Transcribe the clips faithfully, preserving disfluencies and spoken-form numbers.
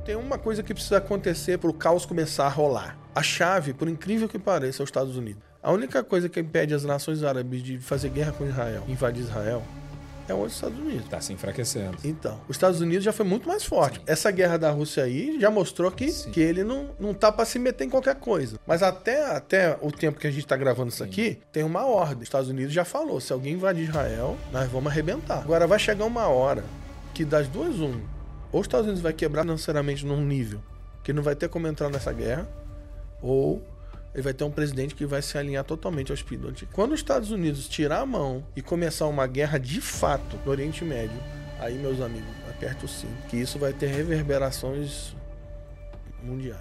Tem uma coisa que precisa acontecer para o caos começar a rolar. A chave, por incrível que pareça, é os Estados Unidos. A única coisa que impede as nações árabes de fazer guerra com Israel, invadir Israel, é os Estados Unidos. Está se enfraquecendo. Então, os Estados Unidos já foi muito mais forte. Sim. Essa guerra da Rússia aí já mostrou que, que ele não, não tá para se meter em qualquer coisa. Mas até, até o tempo que a gente tá gravando isso Sim. aqui, tem uma ordem. Os Estados Unidos já falou, se alguém invadir Israel, nós vamos arrebentar. Agora vai chegar uma hora que das duas, um, ou os Estados Unidos vai quebrar financeiramente num nível que não vai ter como entrar nessa guerra, ou ele vai ter um presidente que vai se alinhar totalmente ao espírito antigo. Quando os Estados Unidos tirar a mão e começar uma guerra de fato no Oriente Médio, aí, meus amigos, aperte o cinto, que isso vai ter reverberações mundiais.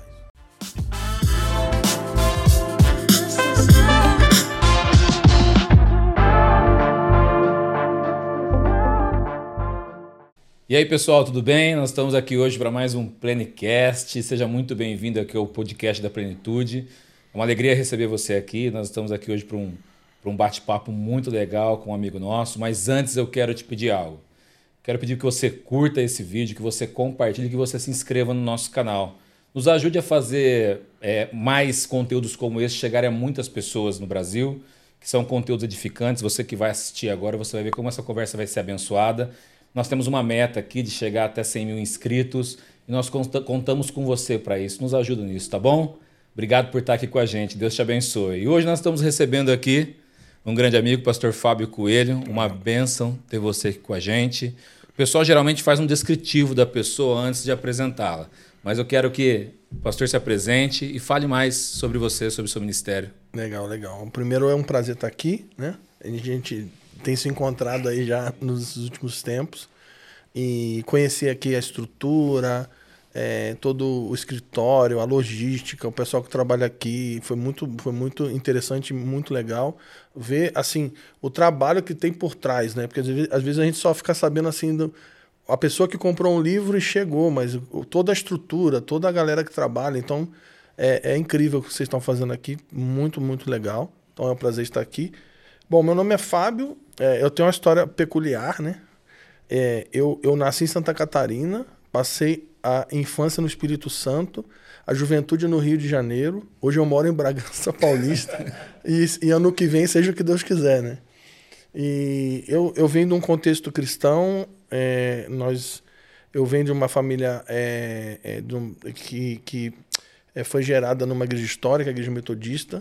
E aí, pessoal, tudo bem? Nós estamos aqui hoje para mais um Plenicast. Seja muito bem-vindo aqui ao podcast da Plenitude. É uma alegria receber você aqui. Nós estamos aqui hoje para um, para um bate-papo muito legal com um amigo nosso. Mas antes eu quero te pedir algo. Quero pedir que você curta esse vídeo, que você compartilhe, que você se inscreva no nosso canal. Nos ajude a fazer é, mais conteúdos como esse chegarem a muitas pessoas no Brasil, que são conteúdos edificantes. Você que vai assistir agora, você vai ver como essa conversa vai ser abençoada. Nós temos uma meta aqui de chegar até cem mil inscritos e nós contamos com você para isso. Nos ajuda nisso, tá bom? Obrigado por estar aqui com a gente. Deus te abençoe. E hoje nós estamos recebendo aqui um grande amigo, o pastor Fábio Coelho. Uma bênção ter você aqui com a gente. O pessoal geralmente faz um descritivo da pessoa antes de apresentá-la. Mas eu quero que o pastor se apresente e fale mais sobre você, sobre o seu ministério. Legal, legal. Primeiro é um prazer estar aqui, né? A gente tem se encontrado aí já nos últimos tempos e conhecer aqui a estrutura, é, todo o escritório, a logística, o pessoal que trabalha aqui, foi muito, foi muito interessante, muito legal ver, assim, o trabalho que tem por trás, né? Porque às vezes, às vezes a gente só fica sabendo, assim, do, a pessoa que comprou um livro e chegou, mas toda a estrutura, toda a galera que trabalha, então é, é incrível o que vocês estão fazendo aqui, muito, muito legal. Então é um prazer estar aqui. Bom, meu nome é Fábio, é, eu tenho uma história peculiar, né? É, eu, eu nasci em Santa Catarina, passei a infância no Espírito Santo, a juventude no Rio de Janeiro, hoje eu moro em Bragança Paulista e, e ano que vem seja o que Deus quiser, né? E eu, eu venho de um contexto cristão, é, nós, eu venho de uma família é, é, de um, que, que é, foi gerada numa igreja histórica, a igreja metodista,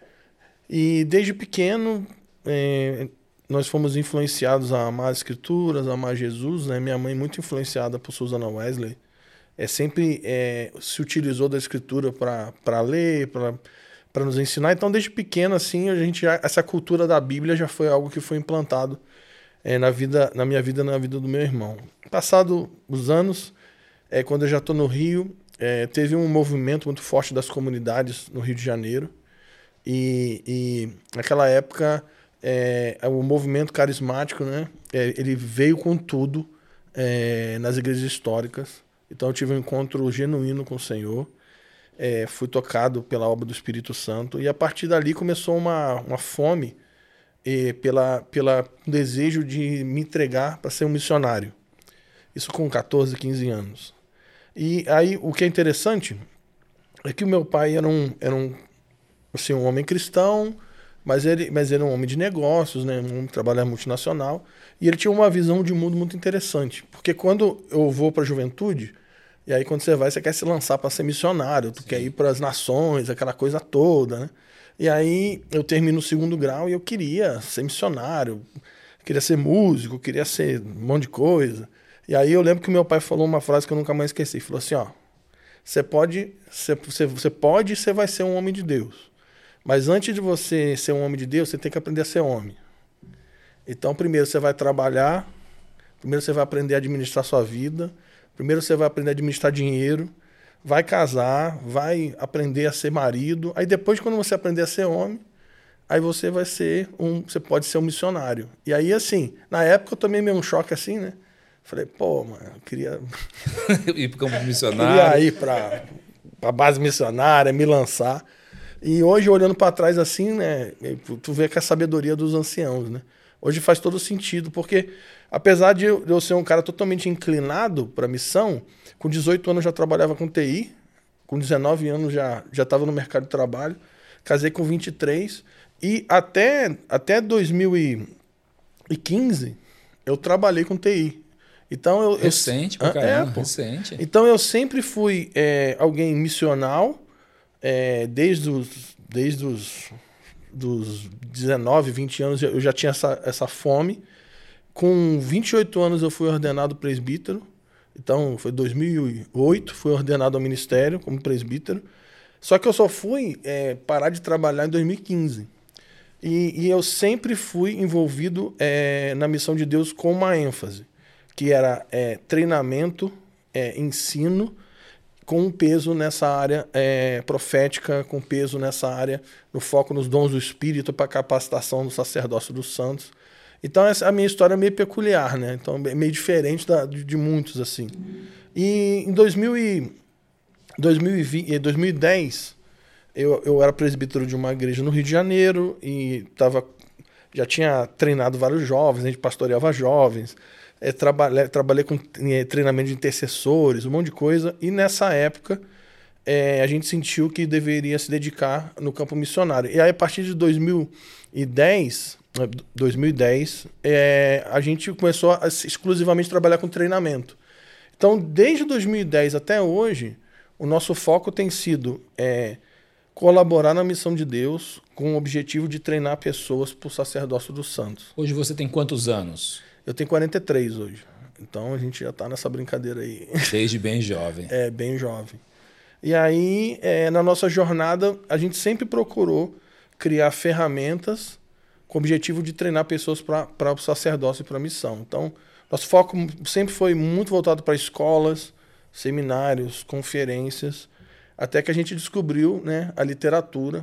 e desde pequeno é, nós fomos influenciados a amar as escrituras, a amar Jesus, né? Minha mãe muito influenciada por Susana Wesley, é, sempre é, se utilizou da escritura para ler, para nos ensinar. Então, desde pequeno, assim, a gente já, essa cultura da Bíblia já foi algo que foi implantado é, na, vida, na minha vida e na vida do meu irmão. Passado os anos, é, quando eu já estou no Rio, é, teve um movimento muito forte das comunidades no Rio de Janeiro. E, e naquela época, é, o movimento carismático, né, é, ele veio com tudo é, nas igrejas históricas. Então eu tive um encontro genuíno com o Senhor, é, fui tocado pela obra do Espírito Santo e a partir dali começou uma, uma fome é, pela, pela um desejo de me entregar para ser um missionário. Isso com catorze, quinze anos. E aí o que é interessante é que o meu pai era um, era um, assim, um homem cristão, mas ele, mas ele era um homem de negócios, né, um homem que trabalhava multinacional, e ele tinha uma visão de mundo muito interessante, porque quando eu vou para a juventude, e aí quando você vai, você quer se lançar para ser missionário, tu Sim. quer ir para as nações, aquela coisa toda, né? E aí eu termino o segundo grau e eu queria ser missionário, queria ser músico, queria ser um monte de coisa. E aí eu lembro que meu pai falou uma frase que eu nunca mais esqueci, falou assim, ó, você pode, você, você, você pode e você vai ser um homem de Deus. Mas antes de você ser um homem de Deus, você tem que aprender a ser homem. Então, primeiro você vai trabalhar, primeiro você vai aprender a administrar sua vida, primeiro você vai aprender a administrar dinheiro, vai casar, vai aprender a ser marido. Aí depois, quando você aprender a ser homem, aí você vai ser um, você pode ser um missionário. E aí, assim, na época eu tomei meio um choque assim, né? Falei, pô, mano, eu queria... ir para o campo missionário. Queria ir para a base missionária, me lançar. E hoje, olhando para trás assim, né, tu vê que a sabedoria dos anciãos, né? Hoje faz todo sentido, porque apesar de eu, de eu ser um cara totalmente inclinado para a missão, com dezoito anos eu já trabalhava com T I, com dezenove anos já já estava no mercado de trabalho, casei com vinte e três e até, até dois mil e quinze eu trabalhei com T I. Então eu, recente, eu, pra caramba, é, pô. recente. Então eu sempre fui é, alguém missional, é, desde os, desde os dos dezenove, vinte anos eu já tinha essa, essa fome. Com vinte e oito anos eu fui ordenado presbítero. Então foi dois mil e oito, fui ordenado ao ministério como presbítero. Só que eu só fui é, parar de trabalhar em dois mil e quinze. E, e eu sempre fui envolvido é, na missão de Deus com uma ênfase, que era é, treinamento, é, ensino, com um peso nessa área é, profética, com peso nessa área, no foco nos dons do Espírito para capacitação do sacerdócio dos santos. Então essa, a minha história é meio peculiar, né? Então é meio diferente da, de, de muitos, assim. E em dois mil e, dois mil e vinte, dois mil e dez, eu, eu era presbítero de uma igreja no Rio de Janeiro e tava, já tinha treinado vários jovens, a gente pastoreava jovens, é, trabalhei, trabalhei com é, treinamento de intercessores, um monte de coisa, e nessa época é, a gente sentiu que deveria se dedicar no campo missionário. E aí a partir de dois mil e dez, dois mil e dez é, a gente começou a exclusivamente trabalhar com treinamento. Então, desde dois mil e dez até hoje, o nosso foco tem sido é, colaborar na missão de Deus com o objetivo de treinar pessoas para o sacerdócio dos santos. Hoje você tem quantos anos? Eu tenho quarenta e três hoje. Então a gente já está nessa brincadeira aí. Desde bem jovem. É, bem jovem. E aí, é, na nossa jornada, a gente sempre procurou criar ferramentas com o objetivo de treinar pessoas para o sacerdócio e para a missão. Então, nosso foco sempre foi muito voltado para escolas, seminários, conferências, até que a gente descobriu, né, a literatura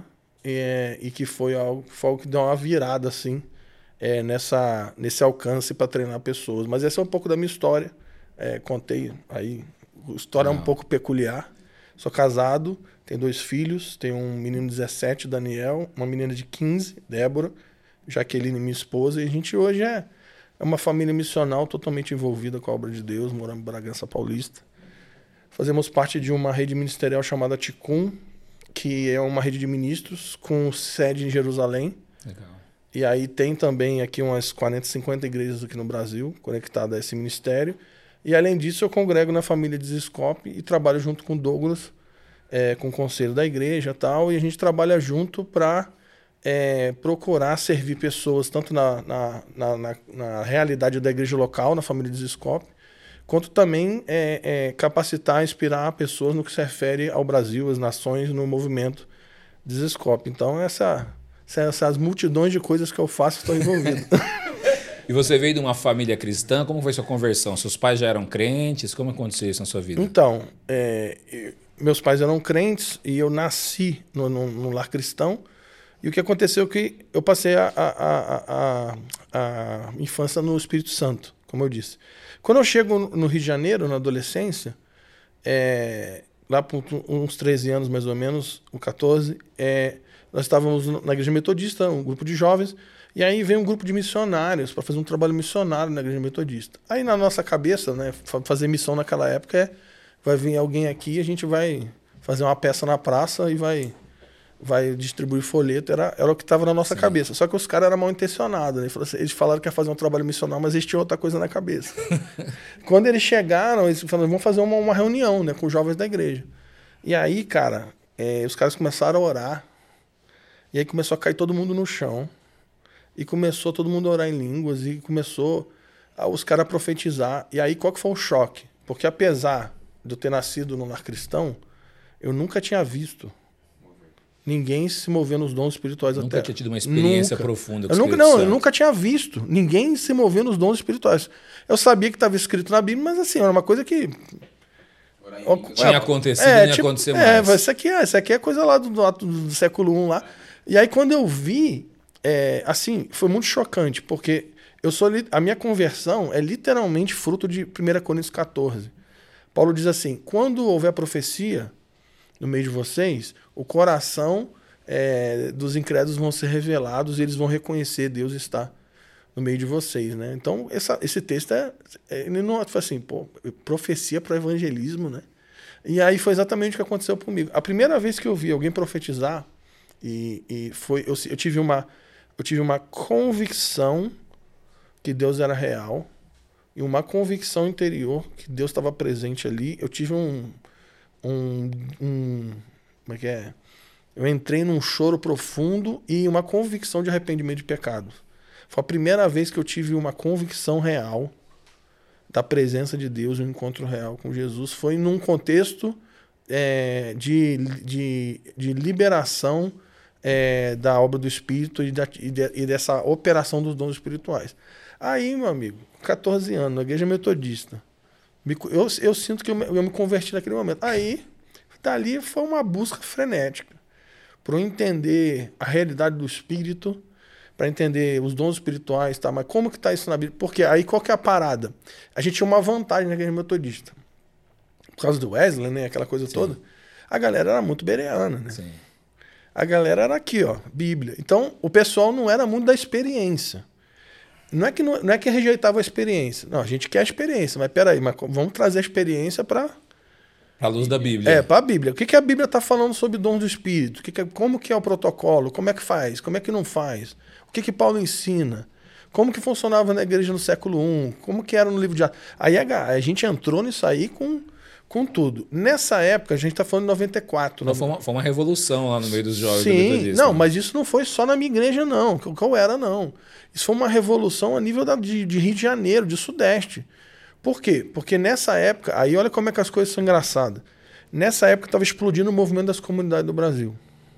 é, e que foi algo, foi algo que deu uma virada assim, é, nessa, nesse alcance para treinar pessoas. Mas essa é um pouco da minha história. É, contei aí, a história Não. é um pouco peculiar. Sou casado, tenho dois filhos, tenho um menino de dezessete, Daniel, uma menina de quinze, Débora, Jaqueline, minha esposa, e a gente hoje é, é uma família missional totalmente envolvida com a obra de Deus, moramos em Bragança Paulista. Fazemos parte de uma rede ministerial chamada Ticum, que é uma rede de ministros com sede em Jerusalém. Legal. E aí tem também aqui umas quarenta, cinquenta igrejas aqui no Brasil conectadas a esse ministério. E além disso eu congrego na família de Ziscope e trabalho junto com Douglas, é, com o conselho da igreja e tal, e a gente trabalha junto para é, procurar servir pessoas tanto na, na, na, na, na realidade da igreja local, na família de Ziscope, quanto também é, é, capacitar, inspirar pessoas no que se refere ao Brasil, às nações, no movimento de Ziscope. Então essa, essas multidões de coisas que eu faço estão envolvidas. E você veio de uma família cristã, como foi sua conversão? Seus pais já eram crentes? Como aconteceu isso na sua vida? Então, é, meus pais eram crentes e eu nasci no, no, no lar cristão. E o que aconteceu é que eu passei a, a, a, a, a infância no Espírito Santo, como eu disse. Quando eu chego no Rio de Janeiro, na adolescência, é, lá por uns treze anos mais ou menos, ou quatorze, é, nós estávamos na igreja metodista, um grupo de jovens, e aí vem um grupo de missionários para fazer um trabalho missionário na igreja metodista. Aí na nossa cabeça, né, fazer missão naquela época é, vai vir alguém aqui, a gente vai fazer uma peça na praça e vai, vai distribuir folheto, era, era o que estava na nossa Sim. cabeça. Só que os caras eram mal intencionados, né? Eles falaram que ia fazer um trabalho missionário, mas eles tinham outra coisa na cabeça. Quando eles chegaram, eles falaram, vamos fazer uma, uma reunião, né, com os jovens da igreja. E aí, cara, é, os caras começaram a orar, e aí começou a cair todo mundo no chão, e começou todo mundo a orar em línguas, e começou a, os caras a profetizar. E aí, qual que foi o choque? Porque apesar de eu ter nascido no lar cristão, eu nunca tinha visto ninguém se mover nos dons espirituais. Nunca até. tinha tido uma experiência nunca. profunda com eu o nunca, Espírito Não, Santo. eu nunca tinha visto ninguém se mover nos dons espirituais. Eu sabia que estava escrito na Bíblia, mas assim, era uma coisa que... Tinha acontecido é, e ia tipo, acontecer é, mais. Isso aqui, é, isso aqui é coisa lá do, do, do século um lá. E aí quando eu vi, é, assim, foi muito chocante, porque eu sou a minha conversão é literalmente fruto de primeira Coríntios quatorze. Paulo diz assim, quando houver profecia no meio de vocês, o coração é, dos incrédulos vão ser revelados e eles vão reconhecer Deus está no meio de vocês, né? Então, essa, esse texto é, é ele não foi assim, pô, profecia para evangelismo, né? E aí foi exatamente o que aconteceu comigo. A primeira vez que eu vi alguém profetizar, e, e foi, eu, eu, tive uma, eu tive uma convicção que Deus era real, e uma convicção interior que Deus estava presente ali. Eu tive um, um, um... Como é que é? Eu entrei num choro profundo e uma convicção de arrependimento de pecados. Foi a primeira vez que eu tive uma convicção real da presença de Deus, um encontro real com Jesus. Foi num contexto é, de, de, de liberação é, da obra do Espírito e, da, e, de, e dessa operação dos dons espirituais. Aí, meu amigo, catorze anos, na igreja metodista, me, eu, eu sinto que eu, eu me converti naquele momento. Aí, dali foi uma busca frenética para eu entender a realidade do Espírito, para entender os dons espirituais, tá? Mas como que está isso na Bíblia? Porque aí qual que é a parada? A gente tinha uma vantagem na igreja metodista. Por causa do Wesley, né? Aquela coisa Sim. toda. A galera era muito bereana, né? Sim. A galera era aqui, ó, Bíblia. Então, o pessoal não era muito da experiência. Não é que, não, não é que rejeitava a experiência. Não, a gente quer a experiência, mas peraí, mas vamos trazer a experiência para... A luz da Bíblia. É, para a Bíblia. O que, que a Bíblia está falando sobre dons do Espírito? O que que é, como que é o protocolo? Como é que faz? Como é que não faz? O que, que Paulo ensina? Como que funcionava na igreja no século primeiro? Como que era no livro de Atos? Aí a, a gente entrou nisso aí com, com tudo. Nessa época, a gente está falando de noventa e quatro. Não, foi, uma, foi uma revolução lá no meio dos jovens. Sim, não, mas isso não foi só na minha igreja, não. Qual era, não. Isso foi uma revolução a nível da, de, de Rio de Janeiro, de Sudeste. Por quê? Porque nessa época, aí olha como é que as coisas são engraçadas. Nessa época estava explodindo o movimento das comunidades do Brasil.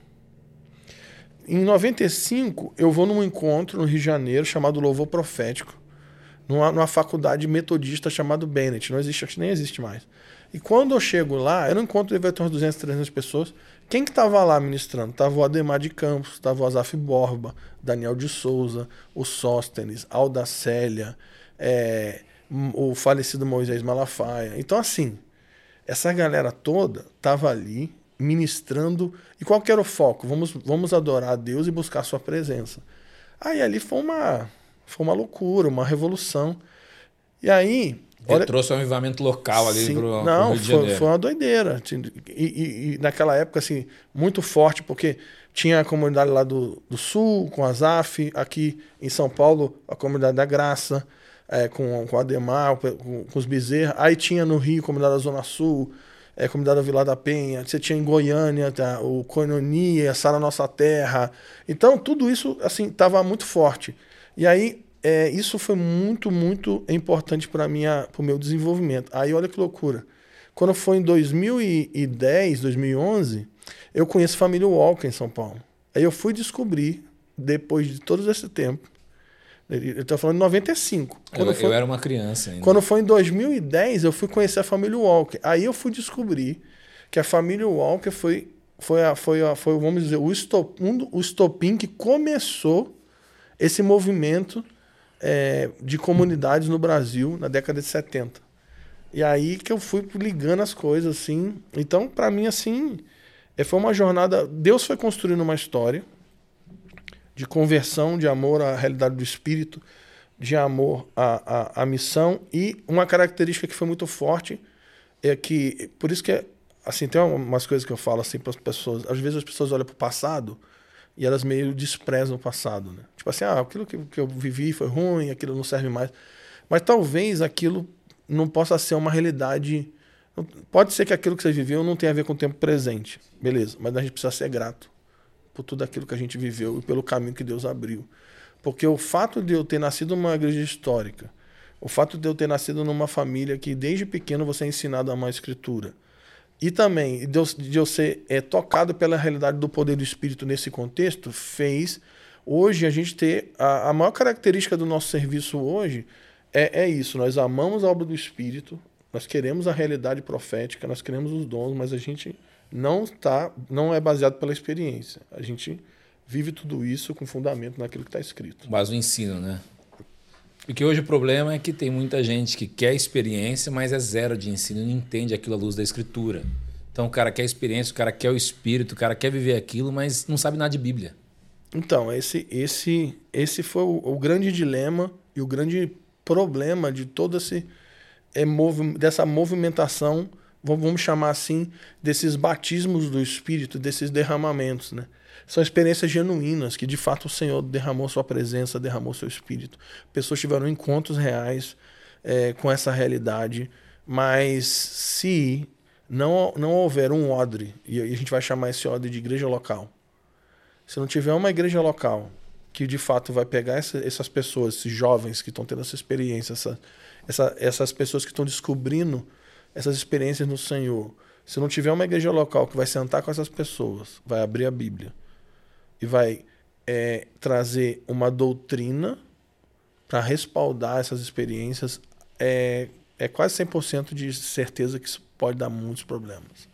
Em noventa e cinco, eu vou num encontro no Rio de Janeiro chamado Louvor Profético, numa, numa faculdade metodista chamada Bennett. Não existe, acho que nem existe mais. E quando eu chego lá, eu não encontro umas duzentas, trezentas pessoas. Quem que estava lá ministrando? Estava o Ademar de Campos, estava o Azaf Borba, Daniel de Souza, o Sóstenes, Alda Célia, é, o falecido Moisés Malafaia. Então, assim, essa galera toda estava ali ministrando. E qual que era o foco? Vamos, vamos adorar a Deus e buscar a sua presença. Aí ali foi uma, foi uma loucura, uma revolução. E aí... Ele olha, trouxe um avivamento local ali para o Rio de Janeiro. Não, foi uma doideira. E, e, e naquela época, assim, muito forte, porque tinha a comunidade lá do, do Sul, com a Azaf, aqui em São Paulo, a comunidade da Graça, é, com, com o Ademar, com, com os Bezerra. Aí tinha no Rio, a comunidade da Zona Sul, é, a comunidade da Vila da Penha. Você tinha em Goiânia, tá, o Coinonia, Sara Nossa Terra. Então, tudo isso, assim, estava muito forte. E aí... É, isso foi muito, muito importante para o meu desenvolvimento. Aí olha que loucura. Quando foi em dois mil e dez, dois mil e onze, eu conheço a família Walker em São Paulo. Aí eu fui descobrir, depois de todo esse tempo, eu estou falando em noventa e cinco. Quando eu, foi, eu era uma criança ainda. Quando foi em dois mil e dez, eu fui conhecer a família Walker. Aí eu fui descobrir que a família Walker foi, foi, a, foi, a, foi vamos dizer, o estopim, o estopim que começou esse movimento É, de comunidades no Brasil na década de setenta. E aí que eu fui ligando as coisas, assim. Então, para mim, assim, foi uma jornada... Deus foi construindo uma história de conversão, de amor à realidade do Espírito, de amor à, à, à missão, e uma característica que foi muito forte é que... Por isso que, assim, tem umas coisas que eu falo assim para as pessoas. Às vezes as pessoas olham para o passado e elas meio desprezam o passado, né? Tipo assim, ah, aquilo que, que eu vivi foi ruim, aquilo não serve mais. Mas talvez aquilo não possa ser uma realidade... Pode ser que aquilo que você viveu não tenha a ver com o tempo presente, beleza. Mas a gente precisa ser grato por tudo aquilo que a gente viveu e pelo caminho que Deus abriu. Porque o fato de eu ter nascido numa igreja histórica, o fato de eu ter nascido numa família que desde pequeno você é ensinado a amar a Escritura, e também de eu, de eu ser é, tocado pela realidade do poder do Espírito nesse contexto, fez hoje a gente ter... A, a maior característica do nosso serviço hoje é, é isso. Nós amamos a obra do Espírito, nós queremos a realidade profética, nós queremos os dons, mas a gente não, tá, não é baseado pela experiência. A gente vive tudo isso com fundamento naquilo que está escrito. Mas o ensino, né? Porque hoje o problema é que tem muita gente que quer experiência, mas é zero de ensino e não entende aquilo à luz da Escritura. Então o cara quer experiência, o cara quer o Espírito, o cara quer viver aquilo, mas não sabe nada de Bíblia. Então, esse, esse, esse foi o, o grande dilema e o grande problema de todo esse é, movi dessa movimentação, vamos chamar assim, desses batismos do Espírito, desses derramamentos, né? São experiências genuínas, que de fato o Senhor derramou sua presença, derramou seu Espírito. Pessoas tiveram encontros reais é, com essa realidade, mas se não, não houver um odre, e a gente vai chamar esse odre de igreja local, se não tiver uma igreja local que de fato vai pegar essa, essas pessoas, esses jovens que estão tendo essa experiência, essa, essa, essas pessoas que estão descobrindo essas experiências no Senhor, se não tiver uma igreja local que vai sentar com essas pessoas, vai abrir a Bíblia e vai é, trazer uma doutrina para respaldar essas experiências, é, é quase cem por cento de certeza que isso pode dar muitos problemas.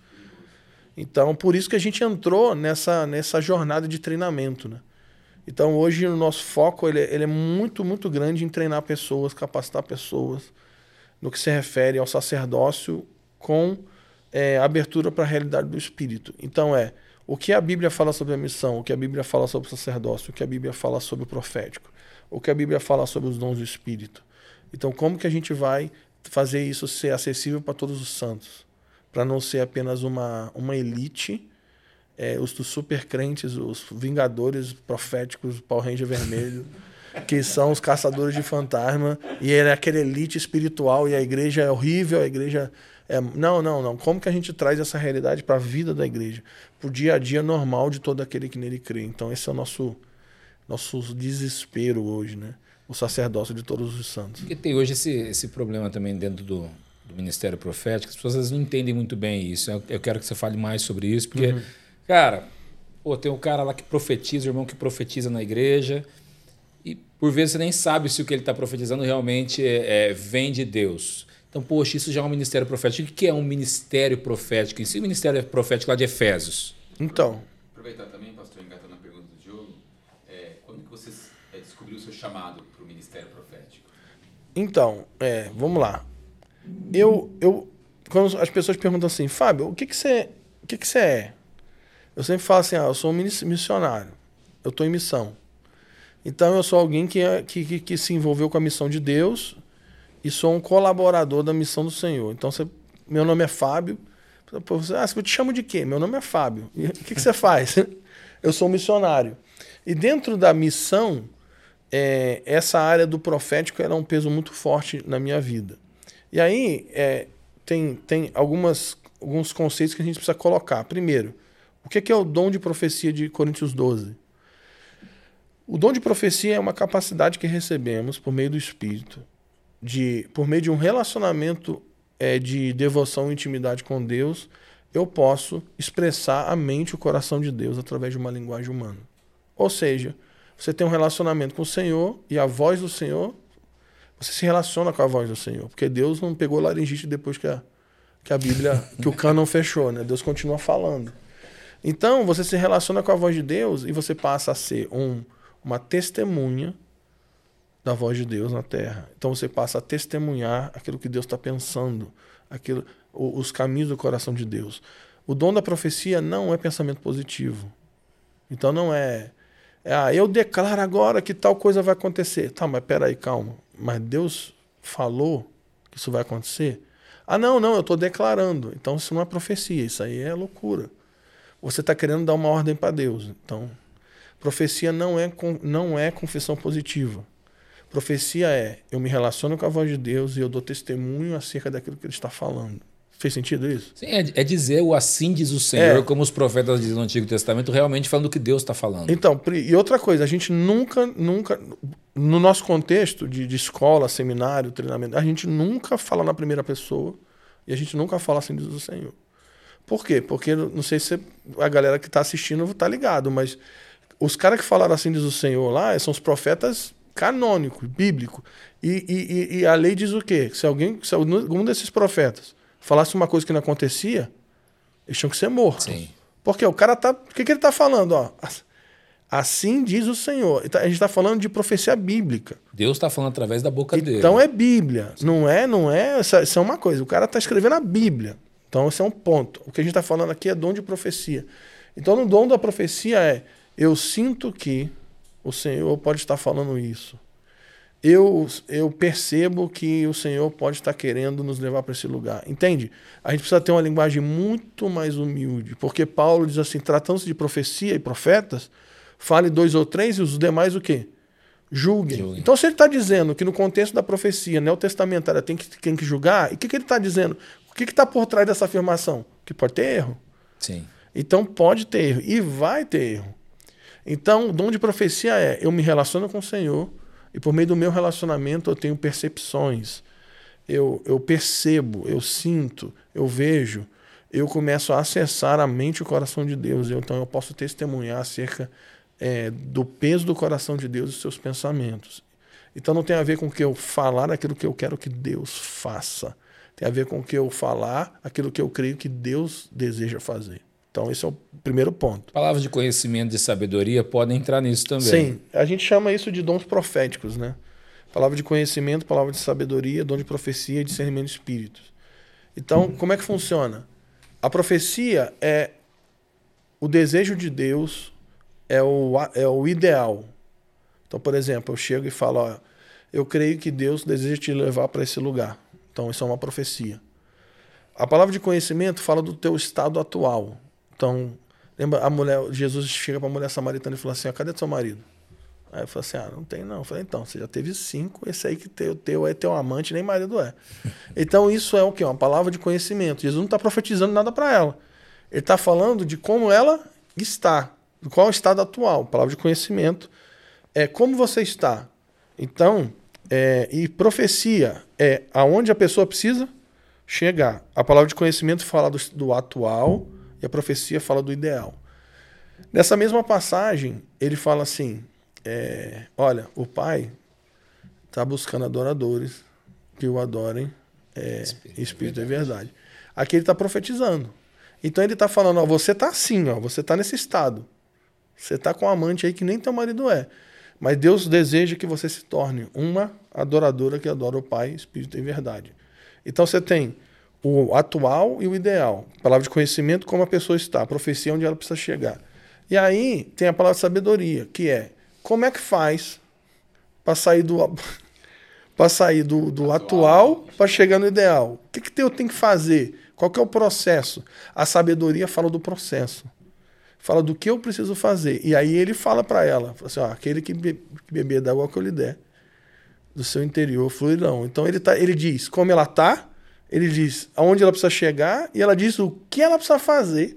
Então, por isso que a gente entrou nessa, nessa jornada de treinamento, né? Então, hoje, o nosso foco ele, ele é muito, muito grande em treinar pessoas, capacitar pessoas no que se refere ao sacerdócio com é, abertura para a realidade do Espírito. Então, é o que a Bíblia fala sobre a missão, o que a Bíblia fala sobre o sacerdócio, o que a Bíblia fala sobre o profético, o que a Bíblia fala sobre os dons do Espírito. Então, como que a gente vai fazer isso ser acessível para todos os santos? Para não ser apenas uma, uma elite, é, os, os super crentes, os vingadores proféticos, Power Ranger vermelho, que são os caçadores de fantasma, e ele é aquela elite espiritual, e a igreja é horrível, a igreja... É... Não, não, não. Como que a gente traz essa realidade para a vida da igreja? Para o dia a dia normal de todo aquele que nele crê. Então esse é o nosso, nosso desespero hoje, né? O sacerdócio de todos os santos. Porque tem hoje esse, esse problema também dentro do, do ministério profético, as pessoas às vezes não entendem muito bem isso. Eu, eu quero que você fale mais sobre isso, porque, uhum. cara, pô, tem um cara lá que profetiza, o irmão que profetiza na igreja, e por vezes você nem sabe se o que ele está profetizando realmente é, é, vem de Deus. Então, poxa, isso já é um ministério profético. O que é um ministério profético? Em si, o ministério profético lá de Efésios. Então. Aproveitar também, pastor, engatando a pergunta do Diogo, é, quando que você é, descobriu o seu chamado para o ministério profético? Então, é, vamos lá. Eu, eu, quando as pessoas perguntam assim, Fábio, o que que você, o que que você é? Eu sempre falo assim, ah, eu sou um missionário, eu estou em missão. Então, eu sou alguém que, é, que, que, que se envolveu com a missão de Deus e sou um colaborador da missão do Senhor. Então, você, meu nome é Fábio. Você, ah, eu te chamo de quê? Meu nome é Fábio. E o que, que você faz? Eu sou um missionário. E dentro da missão, é, essa área do profético era um peso muito forte na minha vida. E aí, é, tem, tem algumas, alguns conceitos que a gente precisa colocar. Primeiro, o que, que é o dom de profecia de Coríntios doze? O dom de profecia é uma capacidade que recebemos por meio do Espírito, de, por meio de um relacionamento é, de devoção e intimidade com Deus, eu posso expressar a mente e o coração de Deus através de uma linguagem humana. Ou seja, você tem um relacionamento com o Senhor e a voz do Senhor, você se relaciona com a voz do Senhor, porque Deus não pegou laringite depois que a, que a Bíblia, que o cânon fechou, né? Deus continua falando. Então, você se relaciona com a voz de Deus e você passa a ser um, uma testemunha da voz de Deus na terra. Então você passa a testemunhar aquilo que Deus está pensando, aquilo, os caminhos do coração de Deus. O dom da profecia não é pensamento positivo. Então não é, é ah, eu declaro agora que tal coisa vai acontecer. Tá, mas peraí, calma. Mas Deus falou que isso vai acontecer? Ah, não, não, eu estou declarando. Então isso não é profecia, isso aí é loucura. Você está querendo dar uma ordem para Deus. Então, profecia não é, não é confissão positiva. Profecia é, eu me relaciono com a voz de Deus e eu dou testemunho acerca daquilo que ele está falando. Fez sentido isso? Sim, é, é dizer o assim diz o Senhor, é. Como os profetas dizem no Antigo Testamento, realmente falando o que Deus está falando. Então, e outra coisa, a gente nunca, nunca, no nosso contexto de, de escola, seminário, treinamento, a gente nunca fala na primeira pessoa e a gente nunca fala assim diz o Senhor. Por quê? Porque, não sei se a galera que está assistindo está ligado, mas os caras que falaram assim diz o Senhor lá são os profetas canônico, bíblico. E, e, e a lei diz o quê? Se alguém, se algum desses profetas falasse uma coisa que não acontecia, eles tinham que ser mortos. Sim. Porque o cara tá... O que, que ele está falando? Ó, assim diz o Senhor. A gente está falando de profecia bíblica. Deus está falando através da boca então, dele. Então é Bíblia. Sim. Não é, não é... Isso é uma coisa. O cara está escrevendo a Bíblia. Então esse é um ponto. O que a gente está falando aqui é dom de profecia. Então no dom da profecia é... eu sinto que o Senhor pode estar falando isso. Eu, eu percebo que o Senhor pode estar querendo nos levar para esse lugar. Entende? A gente precisa ter uma linguagem muito mais humilde, porque Paulo diz assim, tratando-se de profecia e profetas, fale dois ou três e os demais o quê? Julguem. Julguem. Então, se ele está dizendo que no contexto da profecia neotestamentária tem que, tem que julgar, e o que, que ele está dizendo? O que está por trás dessa afirmação? Que pode ter erro. Sim. Então, pode ter erro. E vai ter erro. Então, o dom de profecia é, eu me relaciono com o Senhor, e por meio do meu relacionamento eu tenho percepções. Eu, eu percebo, eu sinto, eu vejo, eu começo a acessar a mente e o coração de Deus. Eu, então, eu posso testemunhar acerca É, do peso do coração de Deus e seus pensamentos. Então não tem a ver com o que eu falar aquilo que eu quero que Deus faça. Tem a ver com o que eu falar aquilo que eu creio que Deus deseja fazer. Então esse é o primeiro ponto. Palavras de conhecimento e de sabedoria podem entrar nisso também. Sim, a gente chama isso de dons proféticos, né? Palavra de conhecimento, palavra de sabedoria, dom de profecia e discernimento de espíritos. Então, hum. como é que funciona? A profecia é o desejo de Deus, É o, é o ideal. Então, por exemplo, eu chego e falo, ó, eu creio que Deus deseja te levar para esse lugar. Então, isso é uma profecia. A palavra de conhecimento fala do teu estado atual. Então, lembra, a mulher, Jesus chega para a mulher samaritana e fala assim, cadê teu marido? Aí eu falo assim, ah, não tem não. Eu falei, então, você já teve cinco, esse aí que teu, teu é teu amante, nem marido é. Então, isso é o quê? Uma palavra de conhecimento. Jesus não está profetizando nada para ela. Ele está falando de como ela está. Qual é o estado atual? Palavra de conhecimento. É como você está. Então, é, e profecia é aonde a pessoa precisa chegar. A palavra de conhecimento fala do, do atual e a profecia fala do ideal. Nessa mesma passagem, ele fala assim, é, olha, o Pai está buscando adoradores que o adorem é, espírito, espírito é verdade. verdade. Aqui ele está profetizando. Então ele está falando, ó, você está assim, ó, você está nesse estado. Você está com um amante aí que nem teu marido é. Mas Deus deseja que você se torne uma adoradora que adora o Pai, Espírito e verdade. Então você tem o atual e o ideal. Palavra de conhecimento, como a pessoa está. A profecia, onde ela precisa chegar. E aí tem a palavra de sabedoria, que é como é que faz para sair do, para sair do, do atual, atual para chegar no ideal. O que, que eu tenho que fazer? Qual que é o processo? A sabedoria fala do processo. Fala do que eu preciso fazer. E aí ele fala para ela, fala assim, ó, aquele que, be que beber da água que eu lhe der, do seu interior fluirão. Então ele, tá, ele diz como ela está, ele diz aonde ela precisa chegar, e ela diz o que ela precisa fazer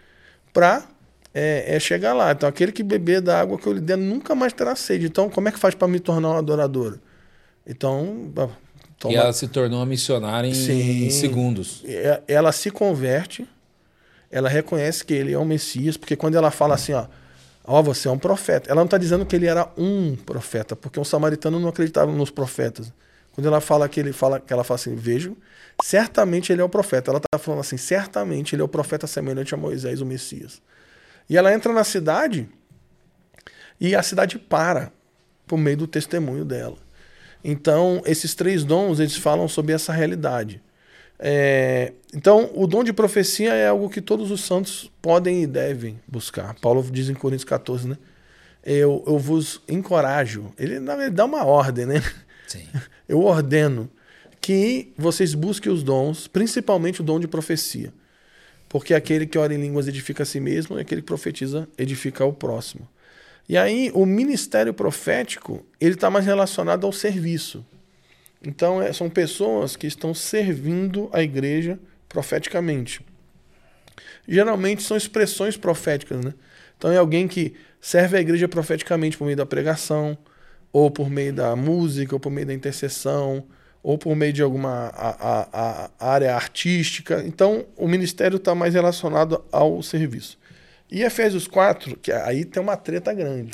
para é, é chegar lá. Então aquele que beber da água que eu lhe der nunca mais terá sede. Então como é que faz para me tornar uma adoradora? Então... Toma... E ela se tornou uma missionária em, Sim, em segundos. Ela se converte... Ela reconhece que ele é o Messias, porque quando ela fala assim, ó, ó, você é um profeta, ela não está dizendo que ele era um profeta, porque um samaritano não acreditava nos profetas. Quando ela fala que ele fala, que ela fala assim, vejo, certamente ele é o profeta. Ela está falando assim, certamente ele é o profeta semelhante a Moisés, o Messias. E ela entra na cidade e a cidade para por meio do testemunho dela. Então, esses três dons, eles falam sobre essa realidade. É, então, o dom de profecia é algo que todos os santos podem e devem buscar. Paulo diz em Coríntios quatorze, né? Eu, eu vos encorajo. Ele, ele dá uma ordem, né? Sim. Eu ordeno que vocês busquem os dons, principalmente o dom de profecia. Porque aquele que ora em línguas edifica a si mesmo e aquele que profetiza edifica o próximo. E aí, o ministério profético, ele está mais relacionado ao serviço. Então, é, são pessoas que estão servindo a igreja profeticamente. Geralmente são expressões proféticas, né? Então, é alguém que serve a igreja profeticamente por meio da pregação, ou por meio da música, ou por meio da intercessão, ou por meio de alguma a, a, a área artística. Então, o ministério está mais relacionado ao serviço. E Efésios quatro, que aí tem uma treta grande.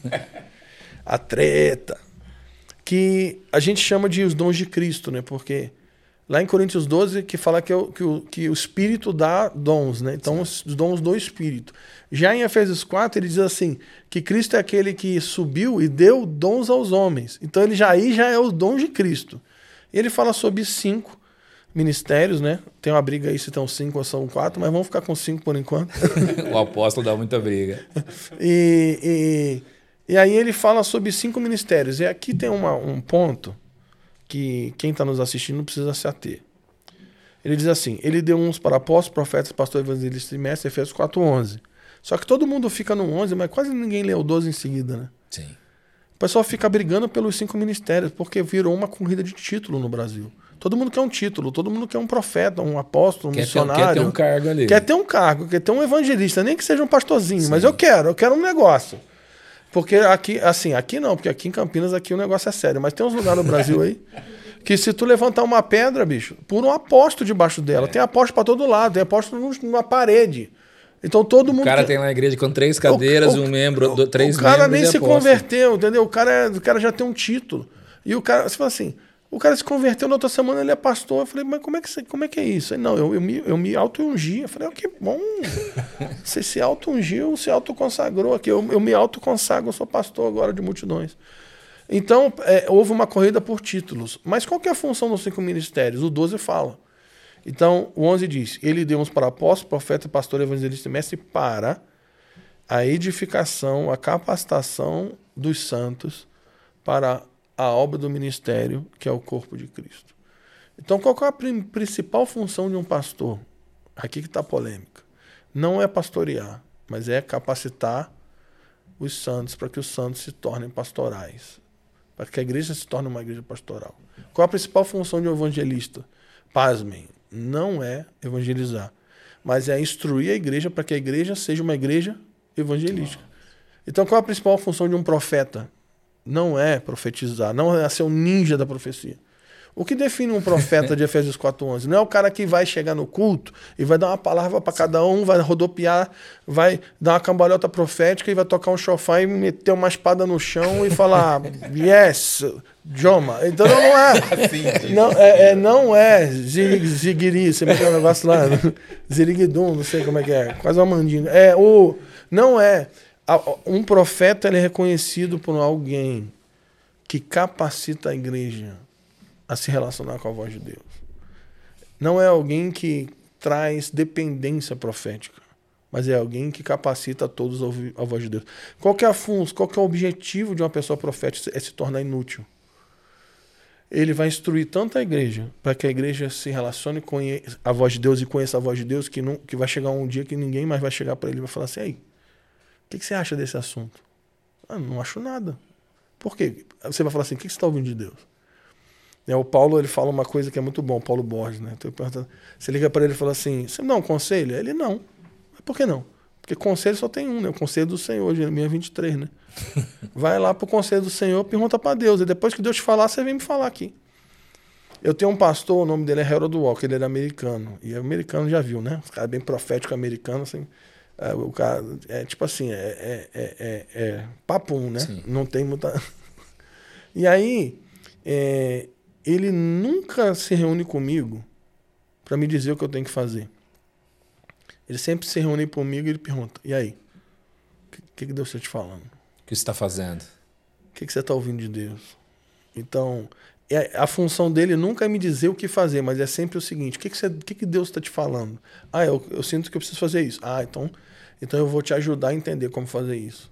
A treta... que a gente chama de os dons de Cristo, né? Porque lá em Coríntios doze, que fala que, é o, que, o, que o Espírito dá dons, né? Então, os, os dons do Espírito. Já em Efésios quatro, ele diz assim, que Cristo é aquele que subiu e deu dons aos homens. Então, ele já aí já é os dons de Cristo. Ele fala sobre cinco ministérios, né? Tem uma briga aí se estão cinco ou são quatro, mas vamos ficar com cinco por enquanto. O apóstolo dá muita briga. E, e, e aí ele fala sobre cinco ministérios. E aqui tem uma, um ponto que quem está nos assistindo precisa se ater. Ele diz assim, ele deu uns para apóstolos, profetas, pastores, evangelistas e mestres, Efésios quatro, onze. Só que todo mundo fica no onze, mas quase ninguém lê o doze em seguida, né? Sim. O pessoal fica brigando pelos cinco ministérios, porque virou uma corrida de título no Brasil. Todo mundo quer um título, todo mundo quer um profeta, um apóstolo, um quer missionário. Ter, quer ter um cargo ali. Quer ter um cargo, quer ter um evangelista, nem que seja um pastorzinho, Sim. mas eu quero, eu quero um negócio. Porque aqui, assim, aqui não, porque aqui em Campinas aqui o negócio é sério, mas tem uns lugares no Brasil aí que se tu levantar uma pedra, bicho, por um apóstolo debaixo dela, é. Tem apóstolo para todo lado, tem apóstolo numa parede. Então todo mundo. O cara quer... tem lá na igreja com três cadeiras, o, o, um membro, do, três membros. O cara nem se apóstolo. converteu, entendeu? O cara, é, o cara já tem um título. E o cara, você fala assim, o cara se converteu na outra semana, ele é pastor. Eu falei, mas como é que, como é, que é isso? Ele, não, eu, eu me, eu me auto-ungi. Eu falei, oh, que bom. Você se auto-ungiu, se auto-consagrou aqui. Eu, eu me auto-consagro, eu sou pastor agora de multidões. Então, é, houve uma corrida por títulos. Mas qual que é a função dos cinco ministérios? O doze fala. Então, o onze diz, ele deu uns para apóstolo, profeta, pastor, evangelista e mestre para a edificação, a capacitação dos santos para a obra do ministério, que é o corpo de Cristo. Então, qual que é a principal função de um pastor? Aqui que está a polêmica. Não é pastorear, mas é capacitar os santos para que os santos se tornem pastorais, para que a igreja se torne uma igreja pastoral. Qual a principal função de um evangelista? Pasmem, não é evangelizar, mas é instruir a igreja para que a igreja seja uma igreja evangelística. Então, qual a principal função de um profeta? Não é profetizar, não é ser um ninja da profecia. O que define um profeta de Efésios quatro, onze? Não é o cara que vai chegar no culto e vai dar uma palavra para cada um, vai rodopiar, vai dar uma cambalhota profética e vai tocar um chofar e meter uma espada no chão e falar yes, Joma. Então não é. Não é, é, não é ziguiri, você mete um negócio lá, ziriguidum, não sei como é que é, quase uma mandinga. É, o, não é. Um profeta ele é reconhecido por alguém que capacita a igreja a se relacionar com a voz de Deus. Não é alguém que traz dependência profética, mas é alguém que capacita todos a ouvir a voz de Deus. Qual que é a função, qual que é o objetivo de uma pessoa profética? É se tornar inútil. Ele vai instruir tanto a igreja, para que a igreja se relacione com a voz de Deus e conheça a voz de Deus, que, não, que vai chegar um dia que ninguém mais vai chegar para ele e vai falar assim, aí, o que, que você acha desse assunto? Ah, não acho nada. Por quê? Você vai falar assim, o que, que você está ouvindo de Deus? É, o Paulo ele fala uma coisa que é muito bom, Paulo Borges, né? Então, você liga para ele e fala assim, você me dá um conselho? Ele, não. Por que não? Porque conselho só tem um, né? O conselho do Senhor, Jeremias vinte e três, né? Vai lá pro conselho do Senhor, pergunta para Deus, e depois que Deus te falar, você vem me falar aqui. Eu tenho um pastor, o nome dele é Harold Walker, ele era americano, e americano já viu, né? Os caras bem profético americano, assim, é, o cara, é tipo assim, é, é, é, é papum, né? Sim. Não tem muita... E aí, é, ele nunca se reúne comigo para me dizer o que eu tenho que fazer. Ele sempre se reúne comigo e ele pergunta, e aí? O que, que Deus está te falando? O que você está fazendo? O que, que você está ouvindo de Deus? Então, a função dele nunca é me dizer o que fazer, mas é sempre o seguinte, o que, que, você, o que, que Deus está te falando? Ah, eu, eu sinto que eu preciso fazer isso. Ah, então, então eu vou te ajudar a entender como fazer isso.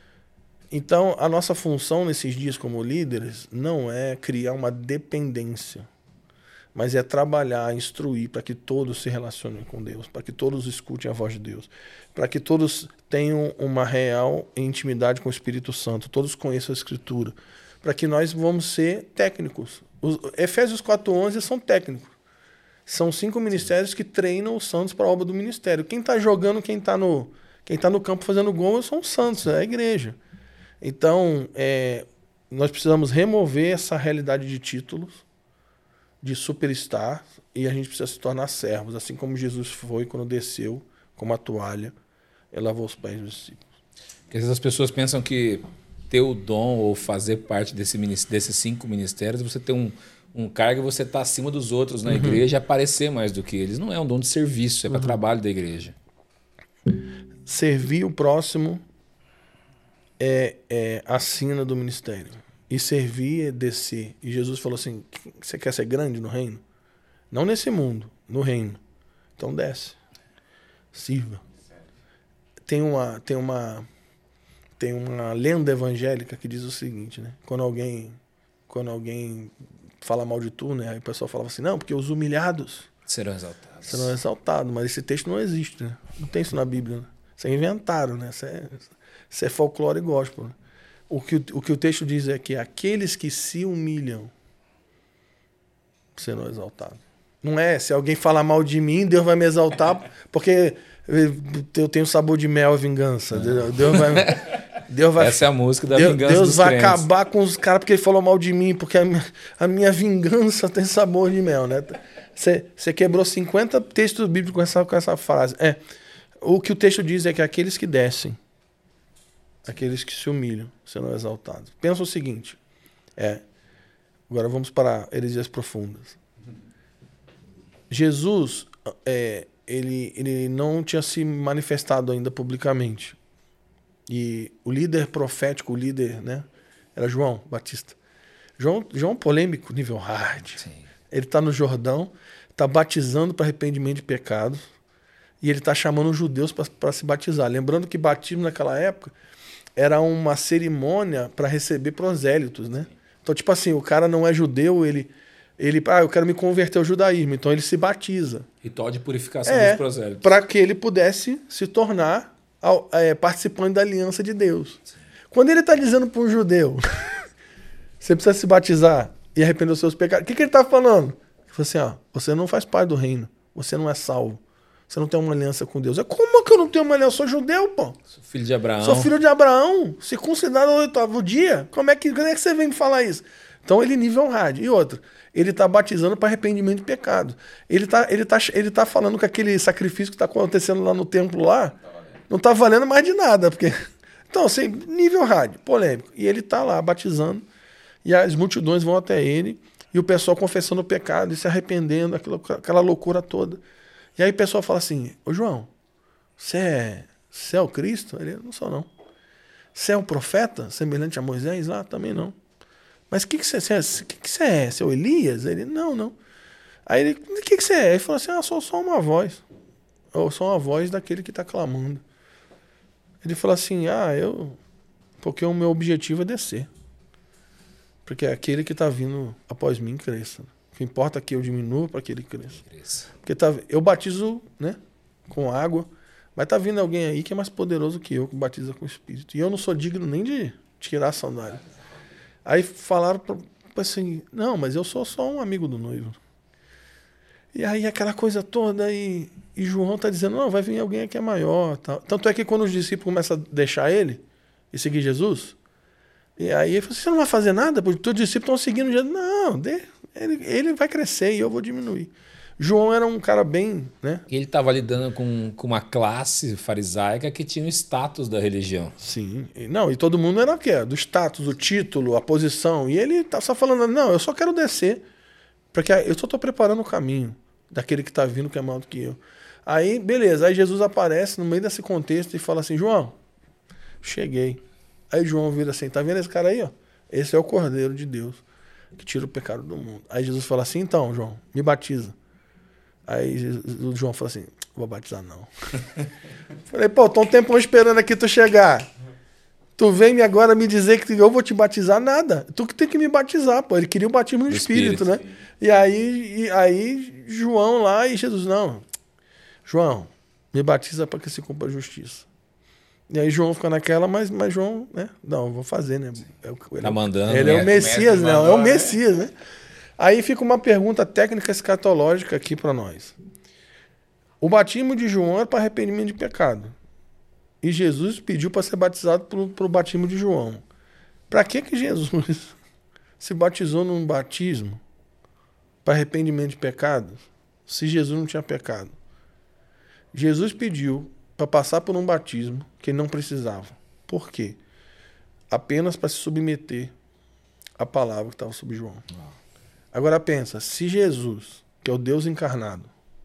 Então, a nossa função nesses dias como líderes não é criar uma dependência, mas é trabalhar, instruir para que todos se relacionem com Deus, para que todos escutem a voz de Deus, para que todos tenham uma real intimidade com o Espírito Santo, todos conheçam a Escritura, para que nós vamos ser técnicos. Os Efésios quatro, onze são técnicos. São cinco ministérios que treinam os santos para a obra do ministério. Quem está jogando, quem está no, quem tá no campo fazendo gol são os santos, é a igreja. Então, é, nós precisamos remover essa realidade de títulos, de superstar, e a gente precisa se tornar servos, assim como Jesus foi quando desceu com uma toalha e lavou os pés dos discípulos. Porque às vezes as pessoas pensam que ter o dom ou fazer parte desse, desses cinco ministérios, você ter um, um cargo e você estar tá acima dos outros na uhum. igreja e aparecer mais do que eles. Não é um dom de serviço, é para uhum. trabalho da igreja. Servir o próximo é, é a sina do ministério. E servir é descer. E Jesus falou assim, você quer ser grande no reino? Não nesse mundo, no reino. Então desce. Sirva. Tem uma, tem uma, tem uma lenda evangélica que diz o seguinte, né? Quando alguém, quando alguém fala mal de tu, né? Aí o pessoal falava assim, não, porque os humilhados serão exaltados. serão exaltados. Mas esse texto não existe, né? Não tem isso na Bíblia. Né? Isso é inventado, né? Isso é, isso é folclore gospel. Né? O que, o que o texto diz é que aqueles que se humilham serão exaltados. Não é, se alguém falar mal de mim, Deus vai me exaltar, porque eu tenho sabor de mel e vingança. Deus vai, Deus vai, Essa é a música da Deus, vingança Deus dos vai crentes. acabar com os caras porque ele falou mal de mim, porque a minha, a minha vingança tem sabor de mel. Né? Você, você quebrou cinquenta textos bíblicos com essa, com essa frase. É, o que o texto diz é que aqueles que descem, aqueles que se humilham, serão exaltados. Pensa o seguinte, é, agora vamos para heresias profundas. Jesus, é, ele, ele não tinha se manifestado ainda publicamente. E o líder profético, o líder, né, era João Batista. João, João polêmico, nível hard. Sim. Ele está no Jordão, está batizando para arrependimento de pecados, e ele está chamando os judeus para se batizar. Lembrando que batismo naquela época era uma cerimônia para receber prosélitos, né? Então, tipo assim, o cara não é judeu, ele... Ele, ah, eu quero me converter ao judaísmo, então ele se batiza. Ritual de purificação é, dos prosélitos. Para que ele pudesse se tornar é, participante da aliança de Deus. Sim. Quando ele está dizendo para um judeu, você precisa se batizar e arrepender dos seus pecados, o que, que ele está falando? Ele falou assim, ó, você não faz parte do reino, você não é salvo, você não tem uma aliança com Deus. É como que eu não tenho uma aliança? Eu sou judeu, pô. Sou filho de Abraão. Sou filho de Abraão, circuncidado ao oitavo dia. Como é que, como é que você vem me falar isso? Então ele nível hard. E outra, ele está batizando para arrependimento de pecado. Ele está ele tá, ele tá falando que aquele sacrifício que está acontecendo lá no templo lá não está valendo mais de nada. Porque... Então, assim, nível hard, polêmico. E ele está lá batizando e as multidões vão até ele e o pessoal confessando o pecado e se arrependendo, aquela, aquela loucura toda. E aí o pessoal fala assim, ô João, você é, você é o Cristo? Ele, não sou não. Você é um profeta semelhante a Moisés? Lá, também não. Mas o que, que, você, você, que, que você é? Você é o Elias? Ele, não, não. Aí ele, o que, que você é? Ele falou assim, ah, sou só uma voz. Eu sou uma voz daquele que está clamando. Ele falou assim, ah, eu... Porque o meu objetivo é descer. Porque é aquele que está vindo após mim cresça. O que importa é que eu diminua para que ele cresça. Porque tá, eu batizo, né, com água, mas está vindo alguém aí que é mais poderoso que eu, que batiza com o Espírito. E eu não sou digno nem de tirar a sandália. Aí falaram assim, não, mas eu sou só um amigo do noivo. E aí aquela coisa toda, e, e João está dizendo, não, vai vir alguém que é maior. Tal. Tanto é que quando os discípulos começam a deixar ele e seguir Jesus, e aí ele falou assim, você não vai fazer nada? Porque todos os discípulos estão seguindo Jesus. Não, ele, ele vai crescer e eu vou diminuir. João era um cara bem, né? E ele estava lidando com, com uma classe farisaica que tinha o status da religião. Sim. E, não, e todo mundo era o quê? Do status, o título, a posição. E ele tá só falando, não, eu só quero descer, porque eu só estou preparando o caminho daquele que está vindo, que é maior do que eu. Aí, beleza. Aí Jesus aparece no meio desse contexto e fala assim, João, cheguei. Aí João vira assim, tá vendo esse cara aí, ó? Esse é o Cordeiro de Deus, que tira o pecado do mundo. Aí Jesus fala assim, então, João, me batiza. Aí o João falou assim, vou batizar não. Falei, pô, tô um tempão esperando aqui tu chegar. Tu vem agora me dizer que eu vou te batizar? Nada. Tu que tem que me batizar, pô. Ele queria o batismo no Espírito, Espírito, né? E aí, e aí João lá e Jesus, não. João, me batiza para que se cumpra a justiça. E aí João fica naquela, mas, mas João, né? Não, vou fazer, né? É o, ele tá mandando. Ele é, é o Messias, né? mandou, É o né? Messias, né? Aí fica uma pergunta técnica escatológica aqui para nós. O batismo de João era para arrependimento de pecado. E Jesus pediu para ser batizado para o batismo de João. Para que que Jesus se batizou num batismo para arrependimento de pecados se Jesus não tinha pecado? Jesus pediu para passar por um batismo que ele não precisava. Por quê? Apenas para se submeter à palavra que estava sobre João. Agora pensa, se Jesus, que é o Deus encarnado,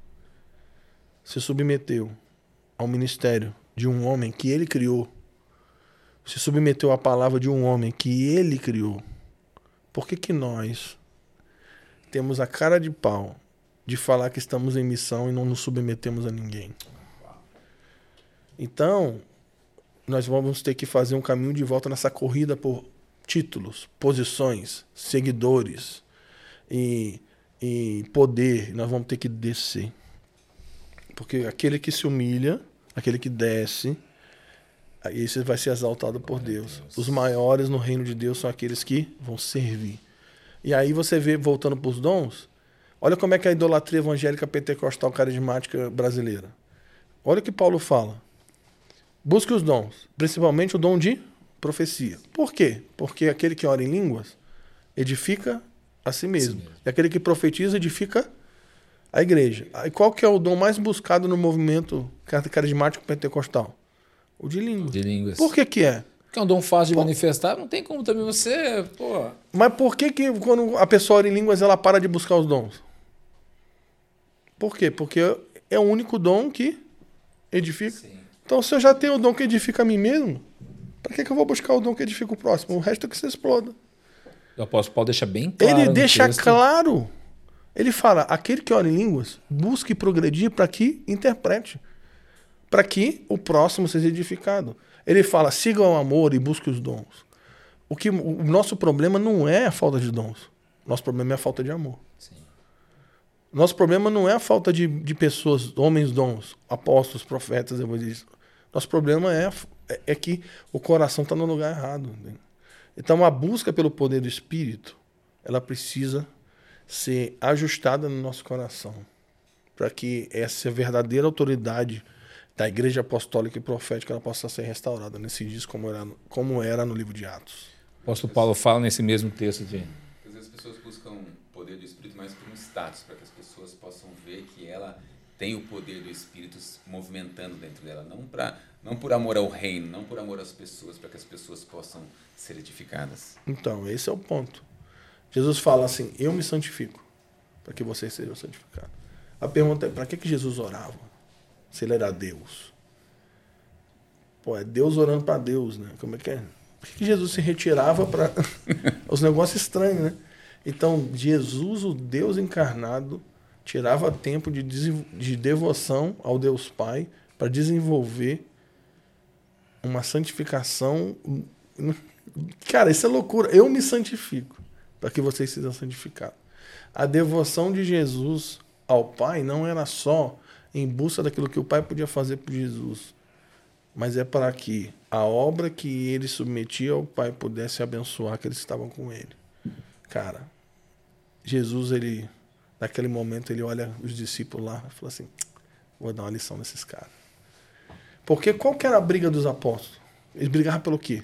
se submeteu ao ministério de um homem que ele criou, se submeteu à palavra de um homem que ele criou, por que que nós temos a cara de pau de falar que estamos em missão e não nos submetemos a ninguém. Então, nós vamos ter que fazer um caminho de volta nessa corrida por títulos, posições, seguidores e, e poder. Nós vamos ter que descer. Porque aquele que se humilha, aquele que desce, esse vai ser exaltado por Deus. Os maiores no reino de Deus são aqueles que vão servir. E aí você vê, voltando para os dons, olha como é que é a idolatria evangélica pentecostal carismática brasileira. Olha o que Paulo fala. Busque os dons, principalmente o dom de profecia. Por quê? Porque aquele que ora em línguas edifica a si mesmo. Si mesmo. E aquele que profetiza edifica a igreja. E qual que é o dom mais buscado no movimento carismático pentecostal? O de línguas. De línguas. Por que que é? Porque é um dom fácil de Pô. manifestar, não tem como também você... Pô. Mas por que que quando a pessoa ora em línguas ela para de buscar os dons? Por quê? Porque é o único dom que edifica. Sim. Então, se eu já tenho o dom que edifica a mim mesmo, para que que eu vou buscar o dom que edifica o próximo? O resto é que se exploda. O apóstolo Paulo deixa bem claro. Ele deixa texto. claro. Ele fala, aquele que ora em línguas, busque progredir para que interprete. Para que o próximo seja edificado. Ele fala, siga o amor e busque os dons. O, que, o nosso problema não é a falta de dons. Nosso problema é a falta de amor. Sim. Nosso problema não é a falta de, de pessoas, homens dons, apóstolos, profetas, evangelistas. Nosso problema é, é, é que o coração está no lugar errado. Né? Então a busca pelo poder do Espírito, ela precisa ser ajustada no nosso coração. Para que essa verdadeira autoridade da igreja apostólica e profética ela possa ser restaurada nesses dias como era, como era no livro de Atos. O apóstolo Paulo fala nesse mesmo texto de... Às vezes as pessoas buscam o poder do Espírito mais por um status, para que as pessoas possam ver que ela tem o poder do Espírito movimentando dentro dela, não, pra, não por amor ao reino, não por amor às pessoas, para que as pessoas possam ser edificadas. Então, esse é o ponto. Jesus fala assim, eu me santifico, para que vocês sejam santificados. A pergunta é, para que que Jesus orava? Se ele era Deus. Pô, é Deus orando para Deus, né? Como é que é? Por que Jesus se retirava para os negócios estranhos, né? Então, Jesus, o Deus encarnado, tirava tempo de, de devoção ao Deus Pai para desenvolver uma santificação. Cara, isso é loucura. Eu me santifico para que vocês sejam santificados. A devoção de Jesus ao Pai não era só em busca daquilo que o Pai podia fazer por Jesus, mas é para que a obra que ele submetia ao Pai pudesse abençoar aqueles que estavam com ele. Cara, Jesus, ele, naquele momento, ele olha os discípulos lá e fala assim, vou dar uma lição nesses caras. Porque qual que era a briga dos apóstolos? Eles brigavam pelo quê?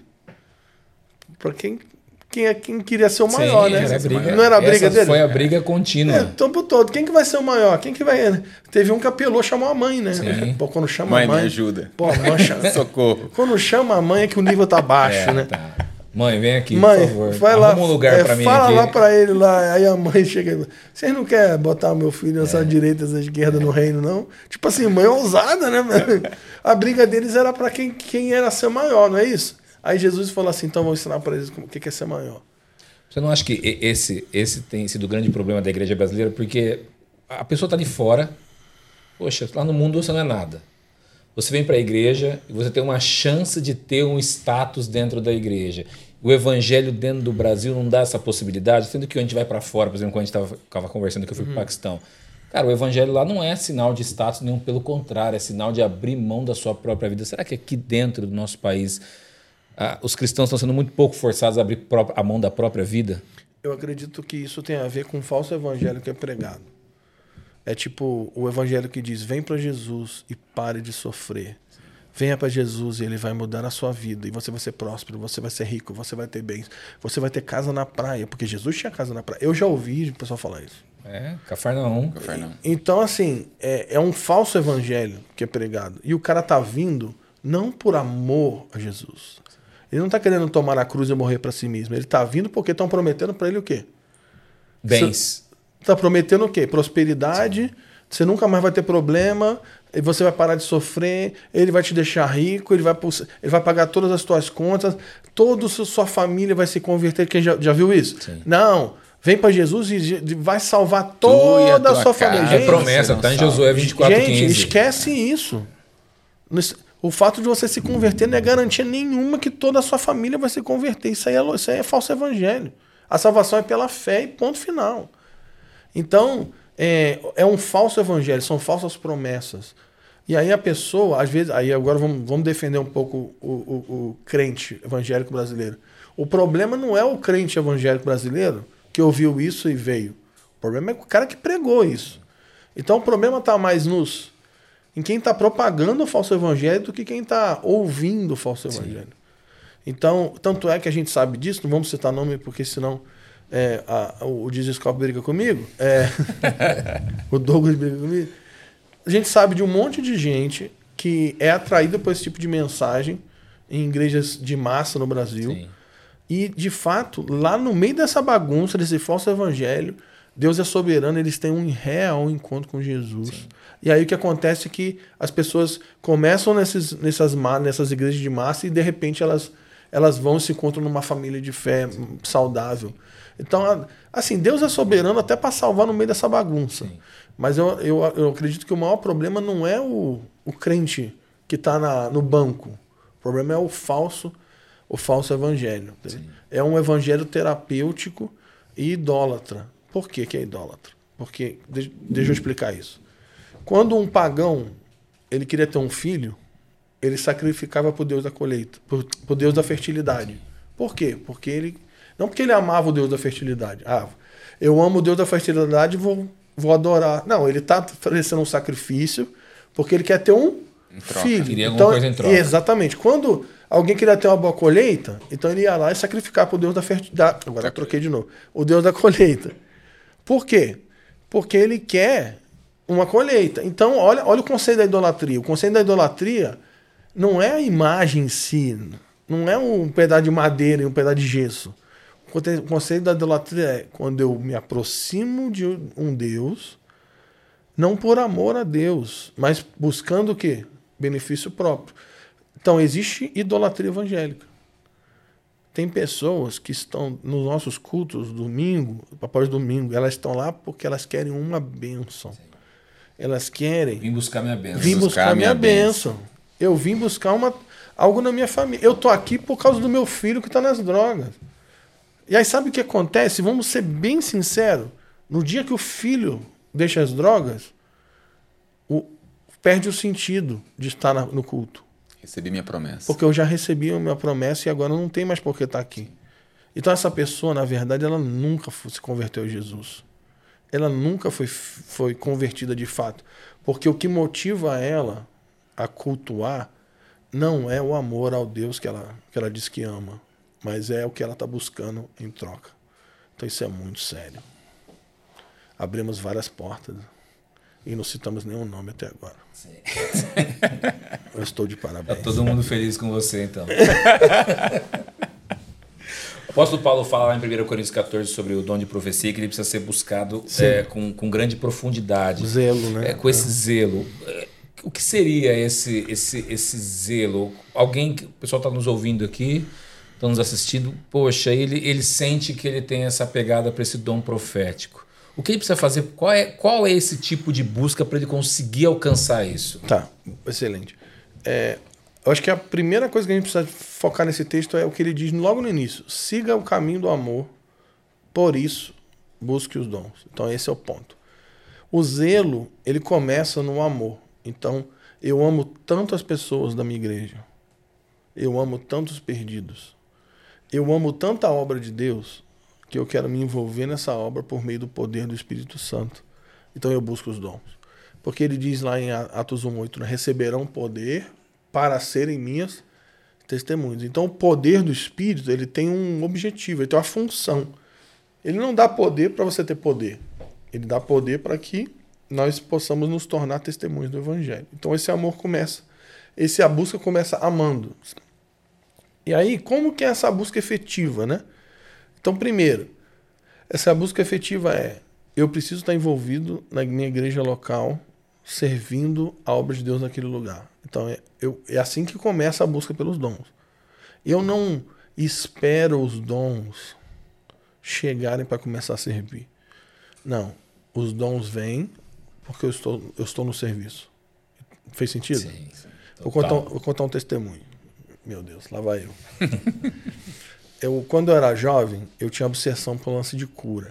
Para quem... Quem, é, quem queria ser o maior, Sim, né? Era briga, não era a briga essa dele? Foi a briga contínua. É, o tempo todo. Quem que vai ser o maior? Quem que vai... Teve um que apelou, chamou a mãe, né? Sim. Pô, quando chama mãe, a mãe... me ajuda. Pô, mãe chama... Socorro. Quando chama a mãe é que o nível tá baixo, é, né? Tá. Mãe, vem aqui, mãe, por favor. Vai Arruma lá, um lugar é, pra mim fala aqui. lá pra ele lá. Aí a mãe chega e fala, vocês não querem botar o meu filho nessa É. direita, essa esquerda no reino, não? Tipo assim, mãe ousada, né? A briga deles era pra quem, quem era ser maior, não é isso? Aí Jesus falou assim, então vou ensinar pra eles o que é ser maior. Você não acha que esse, esse tem sido o grande problema da igreja brasileira? Porque a pessoa está de fora, poxa, lá no mundo você não é nada. Você vem para a igreja e você tem uma chance de ter um status dentro da igreja. O evangelho dentro do Brasil não dá essa possibilidade, sendo que a gente vai para fora, por exemplo, quando a gente estava conversando que eu fui uhum. para o Paquistão. Cara, o evangelho lá não é sinal de status nenhum, pelo contrário, é sinal de abrir mão da sua própria vida. Será que aqui dentro do nosso país ah, os cristãos estão sendo muito pouco forçados a abrir a mão da própria vida? Eu acredito que isso tem a ver com o falso evangelho que é pregado. É tipo o evangelho que diz, vem para Jesus e pare de sofrer. Venha para Jesus e ele vai mudar a sua vida. E você vai ser próspero, você vai ser rico, você vai ter bens. Você vai ter casa na praia, porque Jesus tinha casa na praia. Eu já ouvi o pessoal falar isso. É, Cafarnaum. Cafarnaum. Então, assim, é, é um falso evangelho que é pregado. E o cara tá vindo não por amor a Jesus. Ele não tá querendo tomar a cruz e morrer para si mesmo. Ele tá vindo porque estão prometendo para ele o quê? Bens. Tá prometendo o quê? Prosperidade, sim. Você nunca mais vai ter problema, você vai parar de sofrer, ele vai te deixar rico, ele vai, ele vai pagar todas as tuas contas, toda a sua família vai se converter. Quem já, já viu isso? Sim. Não, Vem para Jesus e vai salvar toda a, a sua família. É promessa, tá em Josué vinte e quatro, quinze. Gente, esquece isso. O fato de você se converter não é garantia nenhuma que toda a sua família vai se converter. Isso aí é, isso aí é falso evangelho. A salvação é pela fé e ponto final. Então, é, é um falso evangelho, são falsas promessas. E aí a pessoa, às vezes, aí agora vamos, vamos defender um pouco o, o, o crente evangélico brasileiro. O problema não é o crente evangélico brasileiro que ouviu isso e veio. O problema é o cara que pregou isso. Então o problema está mais nos em quem está propagando o falso evangelho do que quem está ouvindo o falso evangelho. Sim. Então, tanto é que a gente sabe disso, não vamos citar nome porque senão é, a, o Desescope briga comigo, é, o Douglas briga comigo. A gente sabe de um monte de gente que é atraída por esse tipo de mensagem em igrejas de massa no Brasil. Sim. E, de fato, lá no meio dessa bagunça, desse falso evangelho, Deus é soberano, eles têm um real encontro com Jesus. Sim. E aí o que acontece é que as pessoas começam nesses, nessas, nessas igrejas de massa e, de repente, elas, elas vão e se encontram numa família de fé Sim. saudável. Então, assim, Deus é soberano até para salvar no meio dessa bagunça. Sim. Mas eu, eu, eu acredito que o maior problema não é o, o crente que está no banco. O problema é o falso o falso evangelho. É um evangelho terapêutico e idólatra. Por que que é idólatra? Porque, deixa, deixa eu explicar isso. Quando um pagão ele queria ter um filho, ele sacrificava por Deus da colheita, por, por Deus da fertilidade. Por quê? Porque ele, não porque ele amava o Deus da fertilidade. Ah, eu amo o Deus da fertilidade e vou, vou adorar. Não, ele está oferecendo um sacrifício porque ele quer ter um filho. Queria então, alguma coisa em troca. Exatamente. Quando alguém queria ter uma boa colheita, então ele ia lá e sacrificar para o Deus da fertilidade. Agora eu troquei de novo. O Deus da colheita. Por quê? Porque ele quer uma colheita. Então, olha, olha o conceito da idolatria. O conceito da idolatria não é a imagem em si, não é um pedaço de madeira e um pedaço de gesso. O conceito da idolatria é quando eu me aproximo de um Deus, não por amor a Deus, mas buscando o quê? Benefício próprio. Então, existe idolatria evangélica. Tem pessoas que estão nos nossos cultos, domingo, após domingo, elas estão lá porque elas querem uma bênção. Elas querem... Vim buscar minha bênção. Vim buscar, buscar minha bênção. bênção. Eu vim buscar uma, algo na minha família. Eu estou aqui por causa do meu filho que está nas drogas. E aí sabe o que acontece? Vamos ser bem sinceros. No dia que o filho deixa as drogas, o, perde o sentido de estar na, no culto. Recebi minha promessa. Porque eu já recebi a minha promessa e agora não tem mais por que estar aqui. Então essa pessoa, na verdade, ela nunca se converteu a Jesus. Ela nunca foi, foi convertida de fato. Porque o que motiva ela a cultuar não é o amor ao Deus que ela, que ela diz que ama, mas é o que ela está buscando em troca. Então isso é muito sério. Abrimos várias portas e não citamos nenhum nome até agora. Sim. Eu estou de parabéns. Está todo mundo feliz com você, então. O apóstolo Paulo fala lá em primeira Coríntios quatorze sobre o dom de profecia, que ele precisa ser buscado é, com, com grande profundidade. Zelo, né? É, com esse é. zelo. O que seria esse, esse, esse zelo? Alguém, que o pessoal está nos ouvindo aqui, está nos assistindo, poxa, ele, ele sente que ele tem essa pegada para esse dom profético. O que ele precisa fazer? Qual é, qual é esse tipo de busca para ele conseguir alcançar isso? Tá, excelente. É, eu acho que a primeira coisa que a gente precisa focar nesse texto é o que ele diz logo no início. Siga o caminho do amor, por isso busque os dons. Então esse é o ponto. O zelo, ele começa no amor. Então, eu amo tanto as pessoas da minha igreja. Eu amo tantos perdidos. Eu amo tanta obra de Deus que eu quero me envolver nessa obra por meio do poder do Espírito Santo. Então eu busco os dons. Porque ele diz lá em Atos um oito, né? Receberão poder para serem minhas testemunhas. Então o poder do Espírito, ele tem um objetivo, ele tem uma função. Ele não dá poder para você ter poder. Ele dá poder para que nós possamos nos tornar testemunhos do Evangelho. Então esse amor começa, esse a busca começa amando. E aí, como que é essa busca efetiva, né? Então, primeiro, essa busca efetiva é, eu preciso estar envolvido na minha igreja local, servindo a obra de Deus naquele lugar. Então, é, eu, é assim que começa a busca pelos dons. Eu não espero os dons chegarem para começar a servir. Não. Os dons vêm porque eu estou, eu estou no serviço. Fez sentido? Sim, sim. Vou contar, um, vou contar um testemunho. Meu Deus, lá vai eu. eu. Quando eu era jovem, eu tinha obsessão por lance de cura.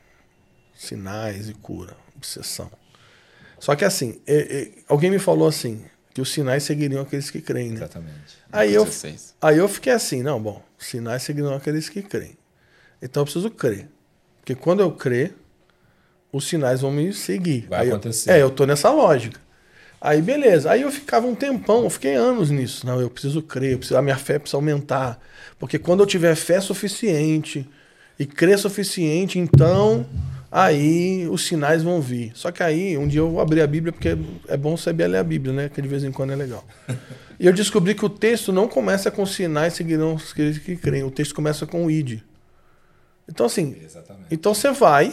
Sinais e cura. Obsessão. Só que assim, é, é, alguém me falou assim, que os sinais seguiriam aqueles que creem, né? Exatamente. Aí eu, aí eu fiquei assim, não, bom, sinais seguirão aqueles que creem. Então eu preciso crer. Porque quando eu crer, os sinais vão me seguir. Vai aí acontecer. Eu, é, eu tô nessa lógica. Aí beleza. Aí eu ficava um tempão, eu fiquei anos nisso. Não, eu preciso crer, eu preciso, a minha fé precisa aumentar. Porque quando eu tiver fé suficiente e crer suficiente, então aí os sinais vão vir. Só que aí, um dia eu vou abrir a Bíblia, porque é bom saber ler a Bíblia, né? Que de vez em quando é legal. E eu descobri que o texto não começa com sinais seguirão os que creem. O texto começa com o id. Então assim, Exatamente. Então você vai,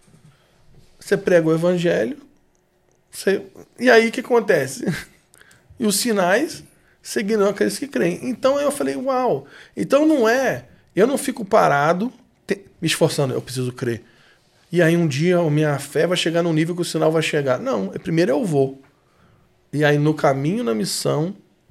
você prega o evangelho, você, e aí o que acontece? E os sinais seguirão aqueles que creem. Então eu falei, uau, então não é, eu não fico parado te, me esforçando, eu preciso crer. E aí um dia a minha fé vai chegar num nível que o sinal vai chegar. Não, primeiro eu vou. E aí no caminho, na missão,